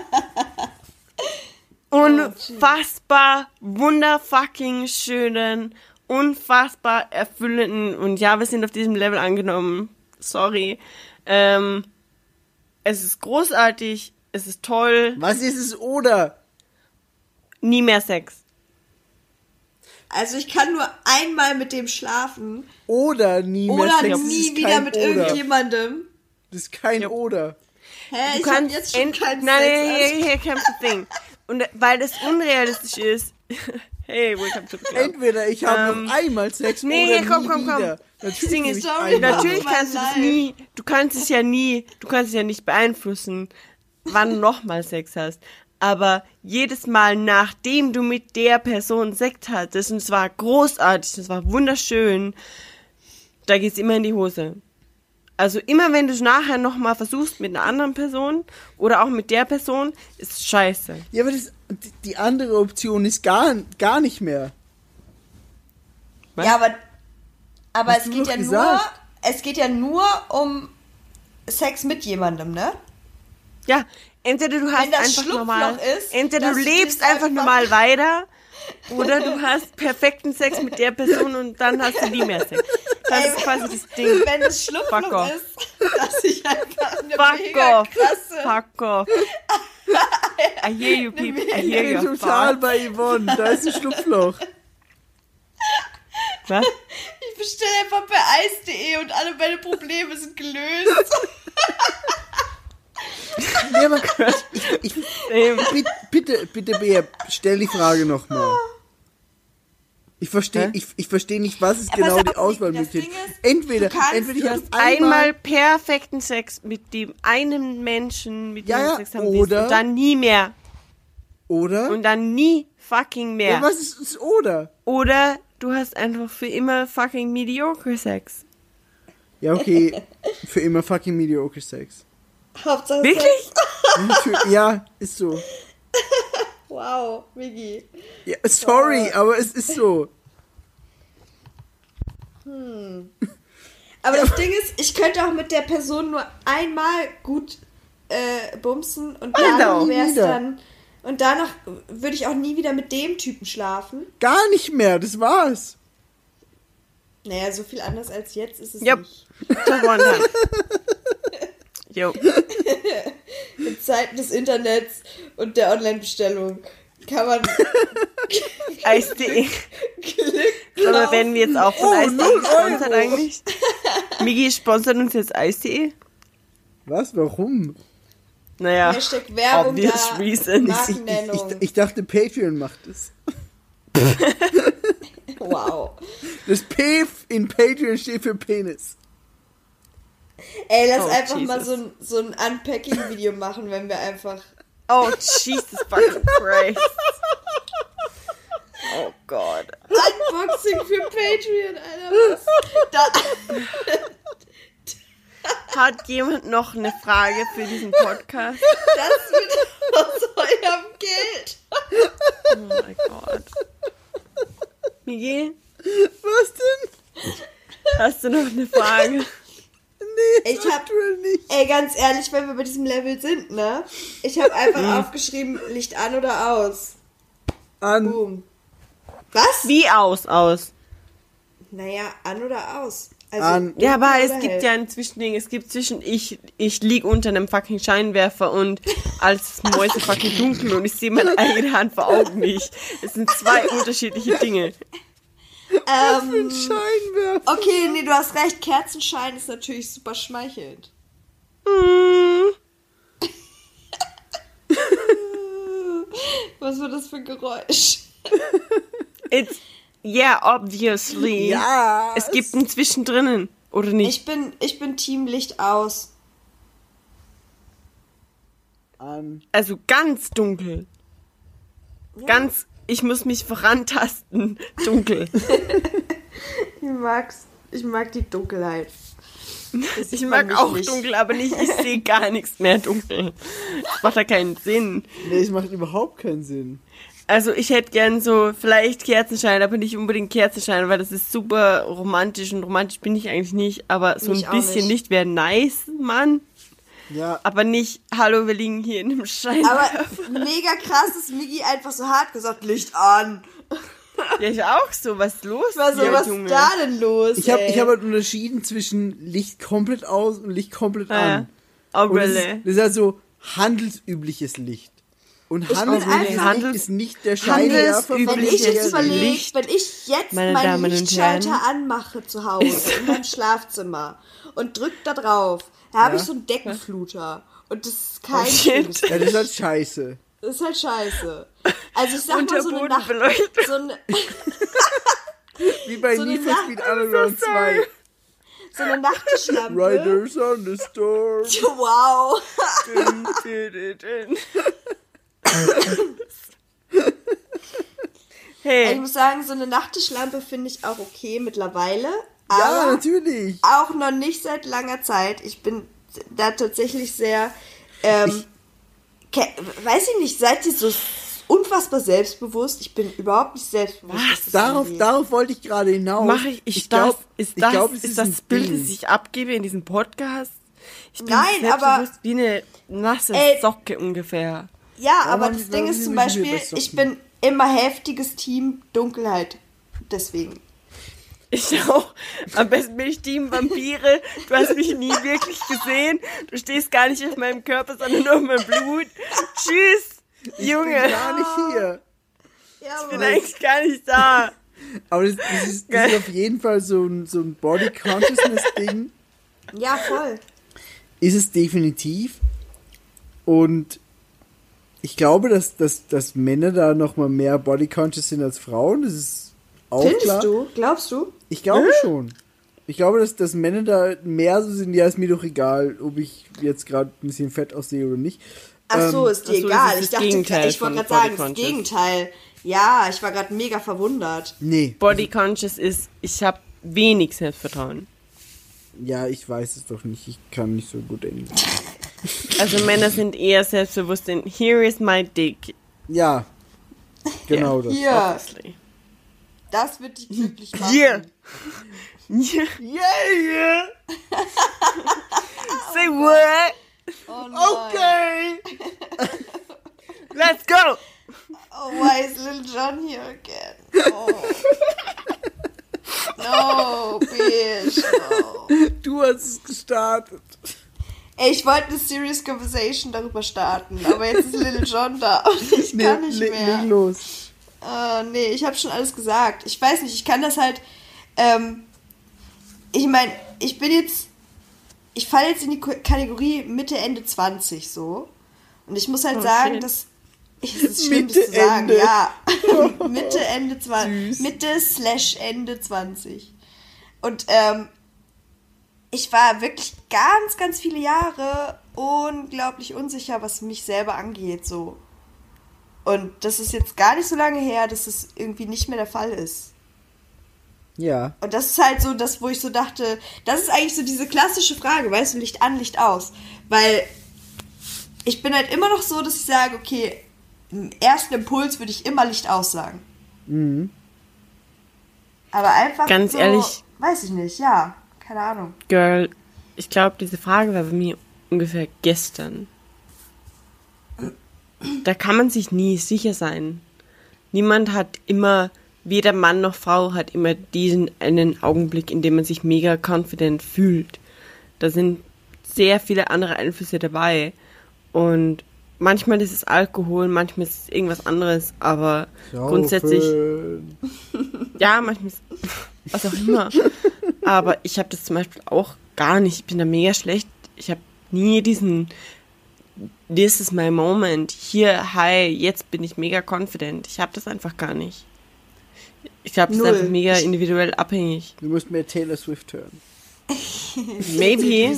Unfassbar wunderfucking schönen, unfassbar erfüllenden, und ja, wir sind auf diesem Level angenommen. Sorry. Ähm, es ist großartig, es ist toll, Was ist es oder? nie mehr Sex. Also ich kann nur einmal mit dem schlafen Oder nie mehr oder Sex. Das nie ist wieder kein mit oder. irgendjemandem. Das ist kein Ja. oder. Hä, Du ich hab kannst jetzt schon ent- keinen Nein, Sex. nein, also- hier, hier kommt das Ding. Und äh, weil das unrealistisch ist. Hey, welcome to the club. Entweder ich habe Ähm, noch einmal Sex nee, oder komm, nie komm, komm. wieder. Das Natürlich Ding nehme ist, ich sorry, einmal. natürlich Mein kannst du das Life. nie, du kannst es ja nie, du kannst es ja nicht beeinflussen, wann du nochmal Sex hast. Aber jedes Mal, nachdem du mit der Person Sex hattest, und es war großartig, es war wunderschön, da geht's immer in die Hose. Also immer, wenn du es nachher nochmal versuchst mit einer anderen Person oder auch mit der Person, ist scheiße. Ja, aber das, die andere Option ist gar, gar nicht mehr. Was? Ja, aber, aber Hast es du geht doch ja nur, gesagt. es geht ja nur um Sex mit jemandem, ne? Ja, entweder du hast das einfach Schlupfloch normal, ist, entweder dass du du lebst das einfach einfach- normal weiter oder du hast perfekten Sex mit der Person und dann hast du nie mehr Sex. Das Ey, ist quasi das Ding. Wenn das Fuck Schlupfloch off. ist, dass ich einfach eine Fuck mega off. krasse... Fuck off. I hear you people. I Ich hear bin you. total Fuck. bei Yvonne. Da ist ein Schlupfloch. Was? Ich bestelle einfach bei eis punkt de und alle meine Probleme sind gelöst. Nee, aber ich, ich, Ähm, bitte, bitte, bitte, Bea, stell die Frage nochmal. Ich verstehe Hä? ich, ich versteh nicht, was ist Aber genau sag die mal, Auswahlmöglichkeit. das Ding ist, Entweder, du kannst- entweder ich Du habe hast einmal perfekten Sex mit dem einen Menschen, mit dem Ja, du ja, Sex haben willst oder- und dann nie mehr. oder? Und dann nie fucking mehr. Ja, was ist das oder? Oder du hast einfach für immer fucking mediocre Sex. Ja, okay, für immer fucking mediocre Sex. Hauptsache Wirklich? Für, ja, ist so. Wow, Migi. Ja, sorry, aber es ist so. Aber das Ding ist, ich könnte auch mit der Person nur einmal gut äh, bumsen und Alter, danach wäre es wieder. dann... Und danach würde ich auch nie wieder mit dem Typen schlafen. Gar nicht mehr, das war's. Naja, so viel anders als jetzt ist es Yep. nicht. Just one time. Jo. In Zeiten des Internets und der Online-Bestellung kann man Eis punkt de. Glück Aber werden wir jetzt auch von Oh, Eis punkt de null gesponsert Euro. eigentlich? Migi sponsert uns jetzt Eis punkt de? Was, warum? Naja, Hashtag Werbung obvious da. reasons. Ich, ich, Markennennung. ich, ich dachte, Patreon macht es. Wow. Das P in Patreon steht für Penis. Ey, lass Oh, einfach Jesus. mal so ein, so ein Unpacking-Video machen, wenn wir einfach... Oh, Jesus fucking Christ. Oh Gott. Unboxing für Patreon, Alter. Was? Da, Hat jemand noch eine Frage für diesen Podcast? das wird aus eurem Geld. Oh mein Gott. Migi, Was denn? hast du noch eine Frage? Nee, Ich hab- aktuell nicht. Ey, ganz ehrlich, wenn wir bei diesem Level sind, ne? Ich habe einfach aufgeschrieben, Licht an oder aus. An. Boom. Was? Wie aus, aus? Naja, an oder aus. Also, An. Ja, aber es oder gibt hell. ja ein Zwischending. Es gibt zwischen ich, ich lieg unter einem fucking Scheinwerfer und als Mäuse fucking dunkel und ich sehe meine eigene Hand vor Augen nicht. Es sind zwei unterschiedliche Dinge. Ähm, Scheinwerfer. okay, nee, du hast recht. Kerzenschein ist natürlich super schmeichelnd. Hm. Was war das für ein Geräusch? It's, yeah, obviously. Ja. Es gibt ein Zwischendrinnen, oder nicht? Ich bin, ich bin Team Licht aus. An. Also ganz dunkel. Ganz, ich muss mich vorantasten. Dunkel. Ich mag's. Ich mag die Dunkelheit. Das Ich sieht man mag mich auch nicht. dunkel, aber nicht, ich sehe gar nichts mehr dunkel. Das macht ja keinen Sinn. Nee, es macht überhaupt keinen Sinn. Also ich hätte gern so vielleicht Kerzenschein, aber nicht unbedingt Kerzenschein, weil das ist super romantisch und romantisch bin ich eigentlich nicht, aber so Ich ein auch bisschen nicht. Licht wäre nice, Mann. Ja, Aber nicht, hallo, wir liegen hier in einem Schein. Aber mega krass, dass Migi einfach so hart gesagt, Licht an. Ja, ich auch so, was ist los? Ich war so, hier, was Junge? ist da denn los? ich habe ey? ich hab halt unterschieden zwischen Licht komplett aus und Licht komplett Ah, ja. an. Oh, Und das ist, really? das ist halt so handelsübliches Licht. Und handelsübliches Licht Handels- ist nicht der Scheinwerfer von Wenn Handelsübliches ich jetzt der überlege, Licht, wenn ich jetzt meine meinen Damen und Lichtschalter Herren. anmache zu Hause in meinem Schlafzimmer und drück da drauf, da habe Ja. ich so einen Deckenfluter. Und das ist kein Oh, shit. schönes Ja, das ist halt scheiße. Das ist halt scheiße. Also ich sag mal so eine Nacht... Unterbodenbeleuchtung. So eine, Wie bei So eine Need for Nacht- Speed Underground zwei. so eine Nachttischlampe. Riders on the Storm. Wow. Dün, dün, dün, dün. Ich Hey, muss sagen, so eine Nachttischlampe finde ich auch okay mittlerweile. Ja, Aber natürlich. auch noch nicht seit langer Zeit. Ich bin da tatsächlich sehr, ähm, ke- weiß ich nicht, seid ihr so unfassbar selbstbewusst? Ich bin überhaupt nicht selbstbewusst. Was? was das Darauf, angeht. darauf wollte ich gerade hinaus. Mache ich, ich, ich das, glaub, ist ich das, glaub, es ist ein das Bild, Ding. das ich abgebe in diesem Podcast? Ich bin Nein, aber- selbstbewusst wie eine nasse Ey. Socke ungefähr. Ja, Warum aber haben das die- Ding warum ist zum sind wir hier Beispiel, bei Socken? ich bin immer heftiges Team Dunkelheit. Deswegen. Ich auch. Am besten bin ich Team Vampire. Du hast mich nie wirklich gesehen. Du stehst gar nicht auf meinem Körper, sondern nur auf meinem Blut. Tschüss, Ich Junge. bin gar nicht hier. Ja, Ich bin eigentlich gar nicht da. Aber das, das, ist, das ist auf jeden Fall so ein, so ein Body-Consciousness-Ding. ja, voll. Ist es definitiv. Und ich glaube, dass, dass, dass Männer da nochmal mehr Body-Conscious sind als Frauen. Das ist auch Findest klar. du? Glaubst du? Ich glaube schon. Ich glaube, dass, dass Männer da mehr so sind, ja, ist mir doch egal, ob ich jetzt gerade ein bisschen fett aussehe oder nicht. Ach so, Ähm, ist dir ach so, egal. das ist Ich das dachte, Gegenteil ich wollte von gerade sagen, das Body-Conscious. Gegenteil. Ja, ich war gerade mega verwundert. Nee. Body Conscious ist, ich habe wenig Selbstvertrauen. Ja, ich weiß es doch nicht. Ich kann nicht so gut Englisch. Also Männer sind eher selbstbewusst in Here is my dick. Ja. Genau das. Hier, Obviously. das wird dich glücklich machen. Hier. Yeah, yeah. Say what? Oh nein. Okay. Let's go. Oh, why is Little John here again? Oh. No, bitch, no. Du hast es gestartet. Ey, ich wollte eine serious conversation darüber starten, aber jetzt ist Little John da und ich kann nicht leg, mehr. leg los. Äh, nee, ich habe schon alles gesagt. Ich weiß nicht, ich kann das halt, ähm, ich meine, ich bin jetzt, ich falle jetzt in die K- Kategorie Mitte, Ende zwanzig so. Und ich muss halt Oh, sagen, shit. dass, es ist schlimm, das Mitte, zu sagen, Ende. ja. Mitte, Ende zwanzig. Süß. Mitte slash Ende zwanzig. Und, ähm, ich war wirklich ganz, ganz viele Jahre unglaublich unsicher, was mich selber angeht, so. Und das ist jetzt gar nicht so lange her, dass es irgendwie nicht mehr der Fall ist. Ja. Und das ist halt so das, wo ich so dachte, das ist eigentlich so diese klassische Frage, weißt du, Licht an, Licht aus. Weil ich bin halt immer noch so, dass ich sage, okay, im ersten Impuls würde ich immer Licht aus sagen. Mhm. Aber einfach Ganz so, ehrlich. weiß ich nicht, ja, keine Ahnung. Girl, ich glaube, diese Frage war bei mir ungefähr gestern. Da kann man sich nie sicher sein. Niemand hat immer, weder Mann noch Frau hat immer diesen einen Augenblick, in dem man sich mega confident fühlt. Da sind sehr viele andere Einflüsse dabei. Und manchmal ist es Alkohol, manchmal ist es irgendwas anderes, aber grundsätzlich, Saufen. ja, manchmal ist was auch immer. Aber ich habe das zum Beispiel auch gar nicht. Ich bin da mega schlecht. Ich habe nie diesen This is my moment. Hier, hi, jetzt bin ich mega confident. Ich habe das einfach gar nicht. Ich glaube, das ist Null. einfach mega individuell abhängig. Du musst mehr Taylor Swift hören. Maybe.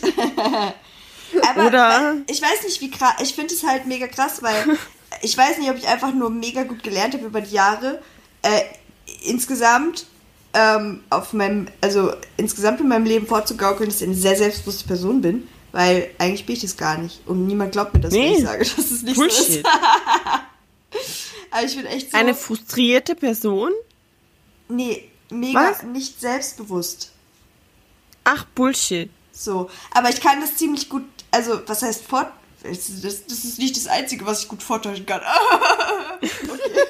Aber Oder- ich weiß nicht, wie krass, ich finde es halt mega krass, weil ich weiß nicht, ob ich einfach nur mega gut gelernt habe über die Jahre. Äh, insgesamt ähm, auf meinem, also insgesamt in meinem Leben vorzugaukeln, dass ich eine sehr selbstbewusste Person bin, weil eigentlich bin ich das gar nicht. Und niemand glaubt mir das, wenn Nee. ich sage, dass es nicht so Bullshit. ist. Aber ich bin echt so, Eine frustrierte Person? nee, mega Was? nicht selbstbewusst. Ach, Bullshit. So, aber ich kann das ziemlich gut, also was heißt fort... Das, das, das ist nicht das Einzige, was ich gut vortäuschen kann. Okay.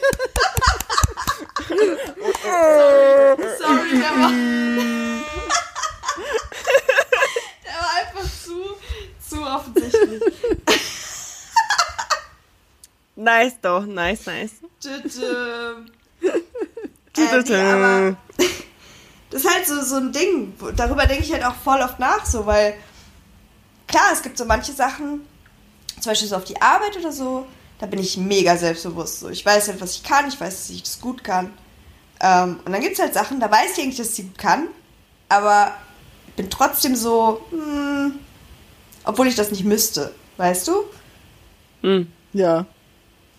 Sorry, der war... der war einfach zu, zu offensichtlich. Nice doch, nice, nice. Tütüm. Äh, nee, aber das ist halt so, so ein Ding. wo- Darüber denke ich halt auch voll oft nach, so, weil klar, es gibt so manche Sachen, zum Beispiel so auf die Arbeit oder so, da bin ich mega selbstbewusst. So. Ich weiß halt, was ich kann, ich weiß, dass ich das gut kann. Ähm, und dann gibt es halt Sachen, da weiß ich eigentlich, dass ich sie gut kann, aber bin trotzdem so, hm, obwohl ich das nicht müsste, weißt du? Hm. Ja.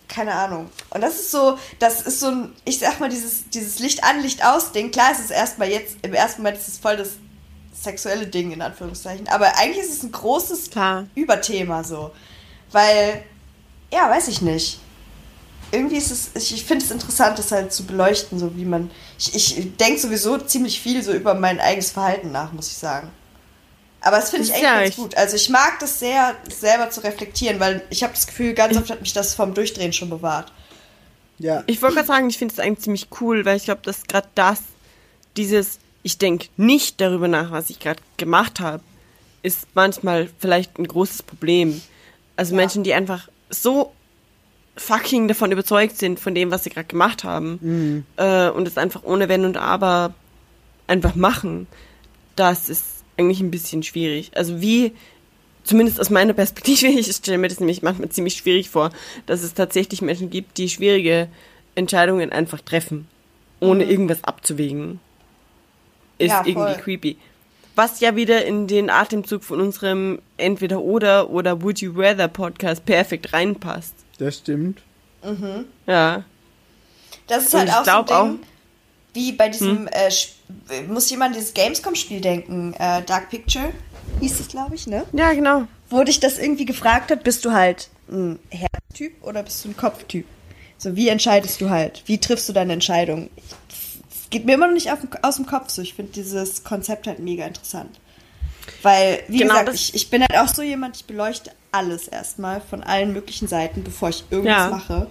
keine Ahnung. Und das ist so, das ist so ein, ich sag mal, dieses, dieses Licht an, Licht aus Ding. Klar, es ist erstmal jetzt, im ersten Moment ist es voll das sexuelle Ding, in Anführungszeichen. Aber eigentlich ist es ein großes Klar. Überthema so. Weil, ja, weiß ich nicht. Irgendwie ist es, ich, ich finde es interessant, das halt zu beleuchten, so wie man, ich, ich denke sowieso ziemlich viel so über mein eigenes Verhalten nach, muss ich sagen. Aber das finde ich echt ja ganz ich. gut. Also ich mag das sehr, selber zu reflektieren, weil ich habe das Gefühl, ganz oft hat mich das vom Durchdrehen schon bewahrt. Ja. Ich wollte gerade sagen, ich finde es eigentlich ziemlich cool, weil ich glaube, dass gerade das, dieses, ich denke nicht darüber nach, was ich gerade gemacht habe, ist manchmal vielleicht ein großes Problem. Also Ja. Menschen, die einfach so fucking davon überzeugt sind, von dem, was sie gerade gemacht haben, Mhm. äh, und es einfach ohne Wenn und Aber einfach machen, das ist eigentlich ein bisschen schwierig. Also wie, zumindest aus meiner Perspektive, ich stelle mir das nämlich manchmal ziemlich schwierig vor, dass es tatsächlich Menschen gibt, die schwierige Entscheidungen einfach treffen, ohne Mhm. irgendwas abzuwägen. Ist Ja, voll. irgendwie creepy. Was ja wieder in den Atemzug von unserem Entweder-Oder oder Would You Rather Podcast perfekt reinpasst. Das stimmt. Ja. Das ist Und halt ich auch so ein glaub Ding, wie bei diesem, äh, Sp- muss jemand dieses Gamescom-Spiel denken, äh, Dark Picture, hieß es, glaube ich, ne? Ja, genau. Wo dich das irgendwie gefragt hat, bist du halt ein Herztyp oder bist du ein Kopftyp? So, wie entscheidest du halt? Wie triffst du deine Entscheidung? Es geht mir immer noch nicht auf, aus dem Kopf so. Ich finde dieses Konzept halt mega interessant. Weil, wie Genau, gesagt, das- ich, ich bin halt auch so jemand, ich beleuchte alles erstmal von allen möglichen Seiten, bevor ich irgendwas Ja. mache.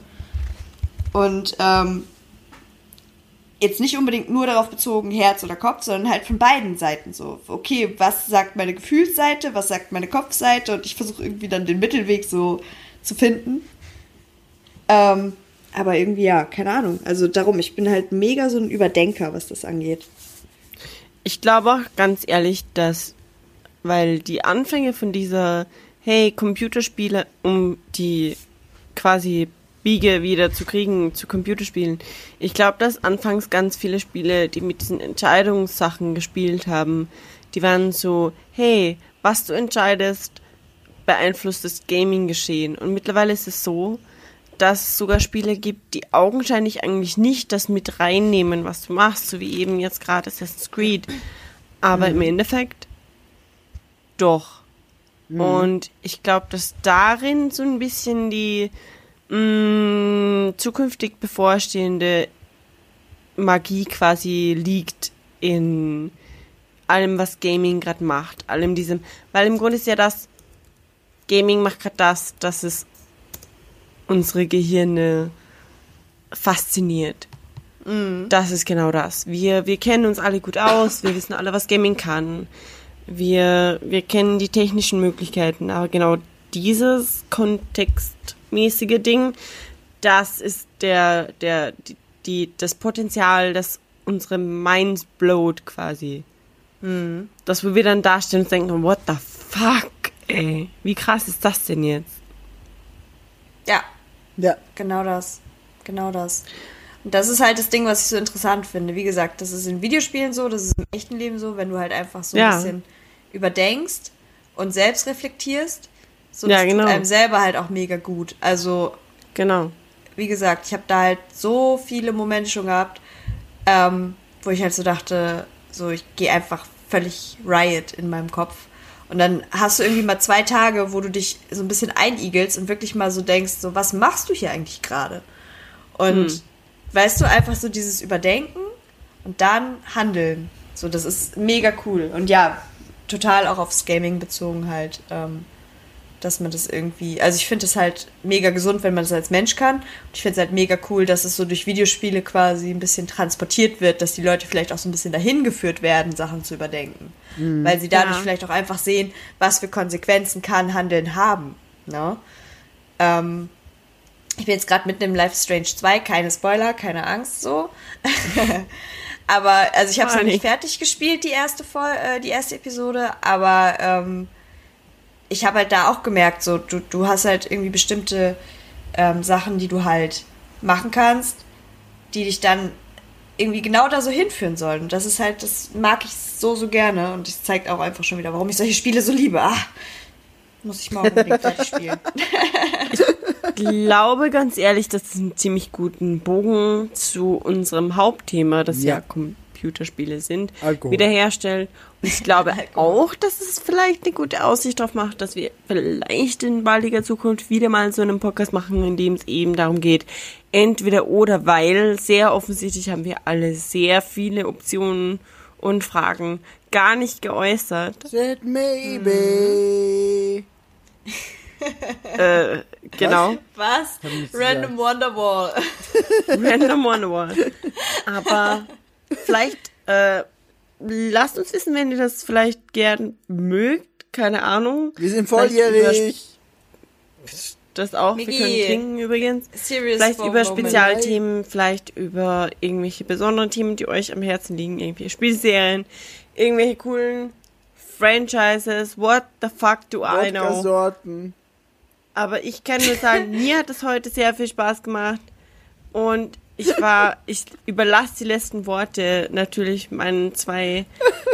Und ähm, jetzt nicht unbedingt nur darauf bezogen, Herz oder Kopf, sondern halt von beiden Seiten so. Okay, was sagt meine Gefühlsseite, was sagt meine Kopfseite, und ich versuche irgendwie dann den Mittelweg so zu finden. Ähm, aber irgendwie, ja, keine Ahnung. Also darum, ich bin halt mega so ein Überdenker, was das angeht. Ich glaube auch ganz ehrlich, dass, weil die Anfänge von dieser, hey, Computerspiele, um die quasi Biege wieder zu kriegen zu Computerspielen, ich glaube, dass anfangs ganz viele Spiele, die mit diesen Entscheidungssachen gespielt haben, die waren so, hey, was du entscheidest, beeinflusst das Gaming-Geschehen. Und mittlerweile ist es so, dass es sogar Spiele gibt, die augenscheinlich eigentlich nicht das mit reinnehmen, was du machst, so wie eben jetzt gerade Assassin's Creed. Aber im Endeffekt doch. Und ich glaube, dass darin so ein bisschen die mh, zukünftig bevorstehende Magie quasi liegt in allem, was Gaming gerade macht. Allem diesem, weil im Grunde ist ja das, Gaming macht gerade das, dass es unsere Gehirne fasziniert. Das ist genau das. Wir, wir kennen uns alle gut aus, wir wissen alle, was Gaming kann. Wir, wir kennen die technischen Möglichkeiten, aber genau dieses kontextmäßige Ding, das ist der, der, die, die, das Potenzial, das unsere Minds blowt quasi. Das, wo wir dann dastehen und denken, what the fuck, ey, wie krass ist das denn jetzt? Ja, Ja. genau das. Genau das. Und das ist halt das Ding, was ich so interessant finde. Wie gesagt, das ist in Videospielen so, das ist im echten Leben so, wenn du halt einfach so ein Ja. bisschen überdenkst und selbst reflektierst, so Ja, das genau. tut einem selber halt auch mega gut. Also, Genau. wie gesagt, ich habe da halt so viele Momente schon gehabt, ähm, wo ich halt so dachte, so ich gehe einfach völlig riot in meinem Kopf. Und dann hast du irgendwie mal zwei Tage, wo du dich so ein bisschen einigelst und wirklich mal so denkst, so was machst du hier eigentlich gerade? Und Hm. weißt du, einfach so dieses Überdenken und dann handeln. So, das ist mega cool. Und ja, total auch aufs Gaming bezogen halt, ähm, dass man das irgendwie, also ich finde es halt mega gesund, wenn man das als Mensch kann. Und ich finde es halt mega cool, dass es so durch Videospiele quasi ein bisschen transportiert wird, dass die Leute vielleicht auch so ein bisschen dahin geführt werden, Sachen zu überdenken. Weil sie dadurch Ja. vielleicht auch einfach sehen, was für Konsequenzen kann Handeln haben. Ne? Ähm, ich bin jetzt gerade mitten im Life is Strange zwei, keine Spoiler, keine Angst, so. Aber, also ich habe es noch Gar nicht nicht. fertig gespielt, die erste, Vol äh, die erste Episode, aber ähm, ich habe halt da auch gemerkt, so, du, du hast halt irgendwie bestimmte ähm, Sachen, die du halt machen kannst, die dich dann irgendwie genau da so hinführen sollen. Und das ist halt, das mag ich so, so gerne. Und das zeigt auch einfach schon wieder, warum ich solche Spiele so liebe. Ah, muss ich morgen unbedingt fertig spielen. glaube ganz ehrlich, dass es einen ziemlich guten Bogen zu unserem Hauptthema, das ja, ja Computerspiele sind, Alkohol. wiederherstellt. Und ich glaube auch, dass es vielleicht eine gute Aussicht darauf macht, dass wir vielleicht in baldiger Zukunft wieder mal so einen Podcast machen, in dem es eben darum geht, entweder oder, weil sehr offensichtlich haben wir alle sehr viele Optionen und Fragen gar nicht geäußert. Said maybe. äh, genau. Was? Random Wonderwall. Random Wonderwall. Aber vielleicht, äh, lasst uns wissen, wenn ihr das vielleicht gern mögt. Keine Ahnung. Wir sind volljährig. Das auch. Migi. Wir können trinken übrigens. Serious vielleicht for über moment. Spezialthemen, vielleicht über irgendwelche besonderen Themen, die euch am Herzen liegen. Irgendwelche Spielserien, irgendwelche coolen Franchises. What the fuck do I know? Wodka-Sorten. Aber ich kann nur sagen, mir hat es heute sehr viel Spaß gemacht. Und ich war, ich überlasse die letzten Worte natürlich meinen zwei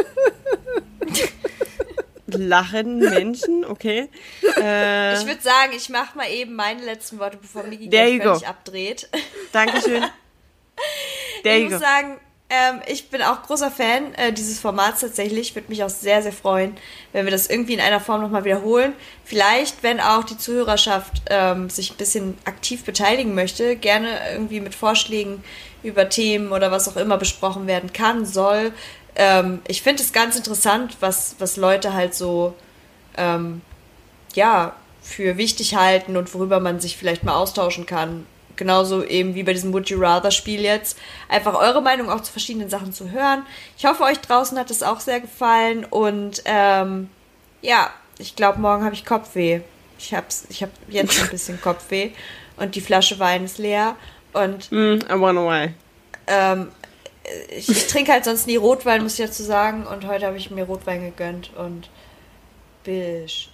lachenden Menschen, okay. Äh, Ich würde sagen, ich mache mal eben meine letzten Worte, bevor Migi There gleich you go. völlig abdreht. Dankeschön. There Ich you muss go. sagen, ähm, ich bin auch großer Fan äh, dieses Formats tatsächlich. Würde mich auch sehr, sehr freuen, wenn wir das irgendwie in einer Form nochmal wiederholen. Vielleicht, wenn auch die Zuhörerschaft ähm, sich ein bisschen aktiv beteiligen möchte, gerne irgendwie mit Vorschlägen über Themen oder was auch immer besprochen werden kann, soll. Ähm, ich finde es ganz interessant, was, was Leute halt so ähm, ja, für wichtig halten und worüber man sich vielleicht mal austauschen kann. Genauso eben wie bei diesem Would You Rather Spiel jetzt. Einfach eure Meinung auch zu verschiedenen Sachen zu hören. Ich hoffe, euch draußen hat es auch sehr gefallen. Und ähm, ja, ich glaube, morgen habe ich Kopfweh. Ich habe ich hab jetzt ein bisschen Kopfweh. Und die Flasche Wein ist leer. Und Mm, I wanna why. ähm, ich, ich trinke halt sonst nie Rotwein, muss ich dazu sagen. Und heute habe ich mir Rotwein gegönnt. Und bisch.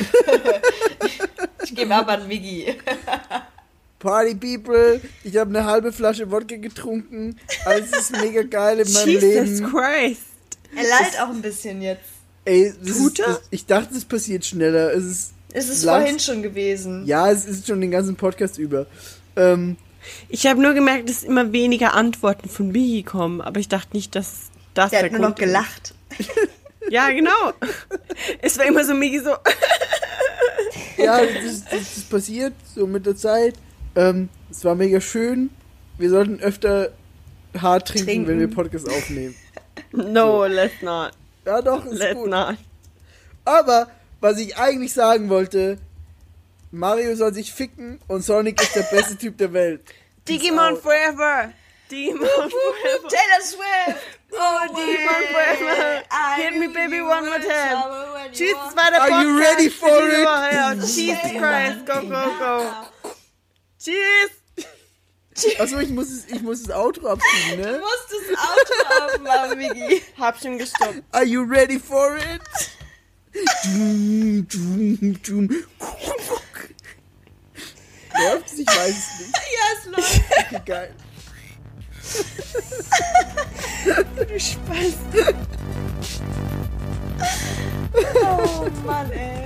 Ich gebe ab an Migi. Party People, ich habe eine halbe Flasche Wodka getrunken. Alles ist mega geil in meinem Jesus Leben. Christ. Er leidet auch ein bisschen jetzt. Ey, das Tut ist, er? das, ich dachte, es passiert schneller. Es ist, Es ist Langs- vorhin schon gewesen. ja, es ist schon den ganzen Podcast über. Ähm, Ich habe nur gemerkt, dass immer weniger Antworten von Biggie kommen, aber ich dachte nicht, dass das Der der hat nur noch Grund ist. gelacht. Ja, genau. Es war immer so Migi so. ja, das, das, das ist passiert, so mit der Zeit. Ähm, es war mega schön. Wir sollten öfter hart trinken, Trinken. wenn wir Podcast aufnehmen. No, let's not. Ja, doch, ist Let's gut. not. Aber, was ich eigentlich sagen wollte, Mario soll sich ficken und Sonic ist der beste Typ der Welt. Digimon out. forever. Digimon forever. Taylor Swift! Oh, Digimon forever. Hit me, baby, one more time. Tschüss, das war der Are Podcast. you ready for für diese it? Woche. Ja, Jesus Christ. Go, go, go. Tschüss. Achso, ich muss es, ich muss das Outro abziehen, Du ne? musst das Auto aufmachen, Migi. Hab schon gestoppt. Are you ready for it? Dum, dum, dum. Läuft es? Ich weiß es nicht. Ja, es läuft. Okay, geil. Du Spaß. Oh Mann, ey.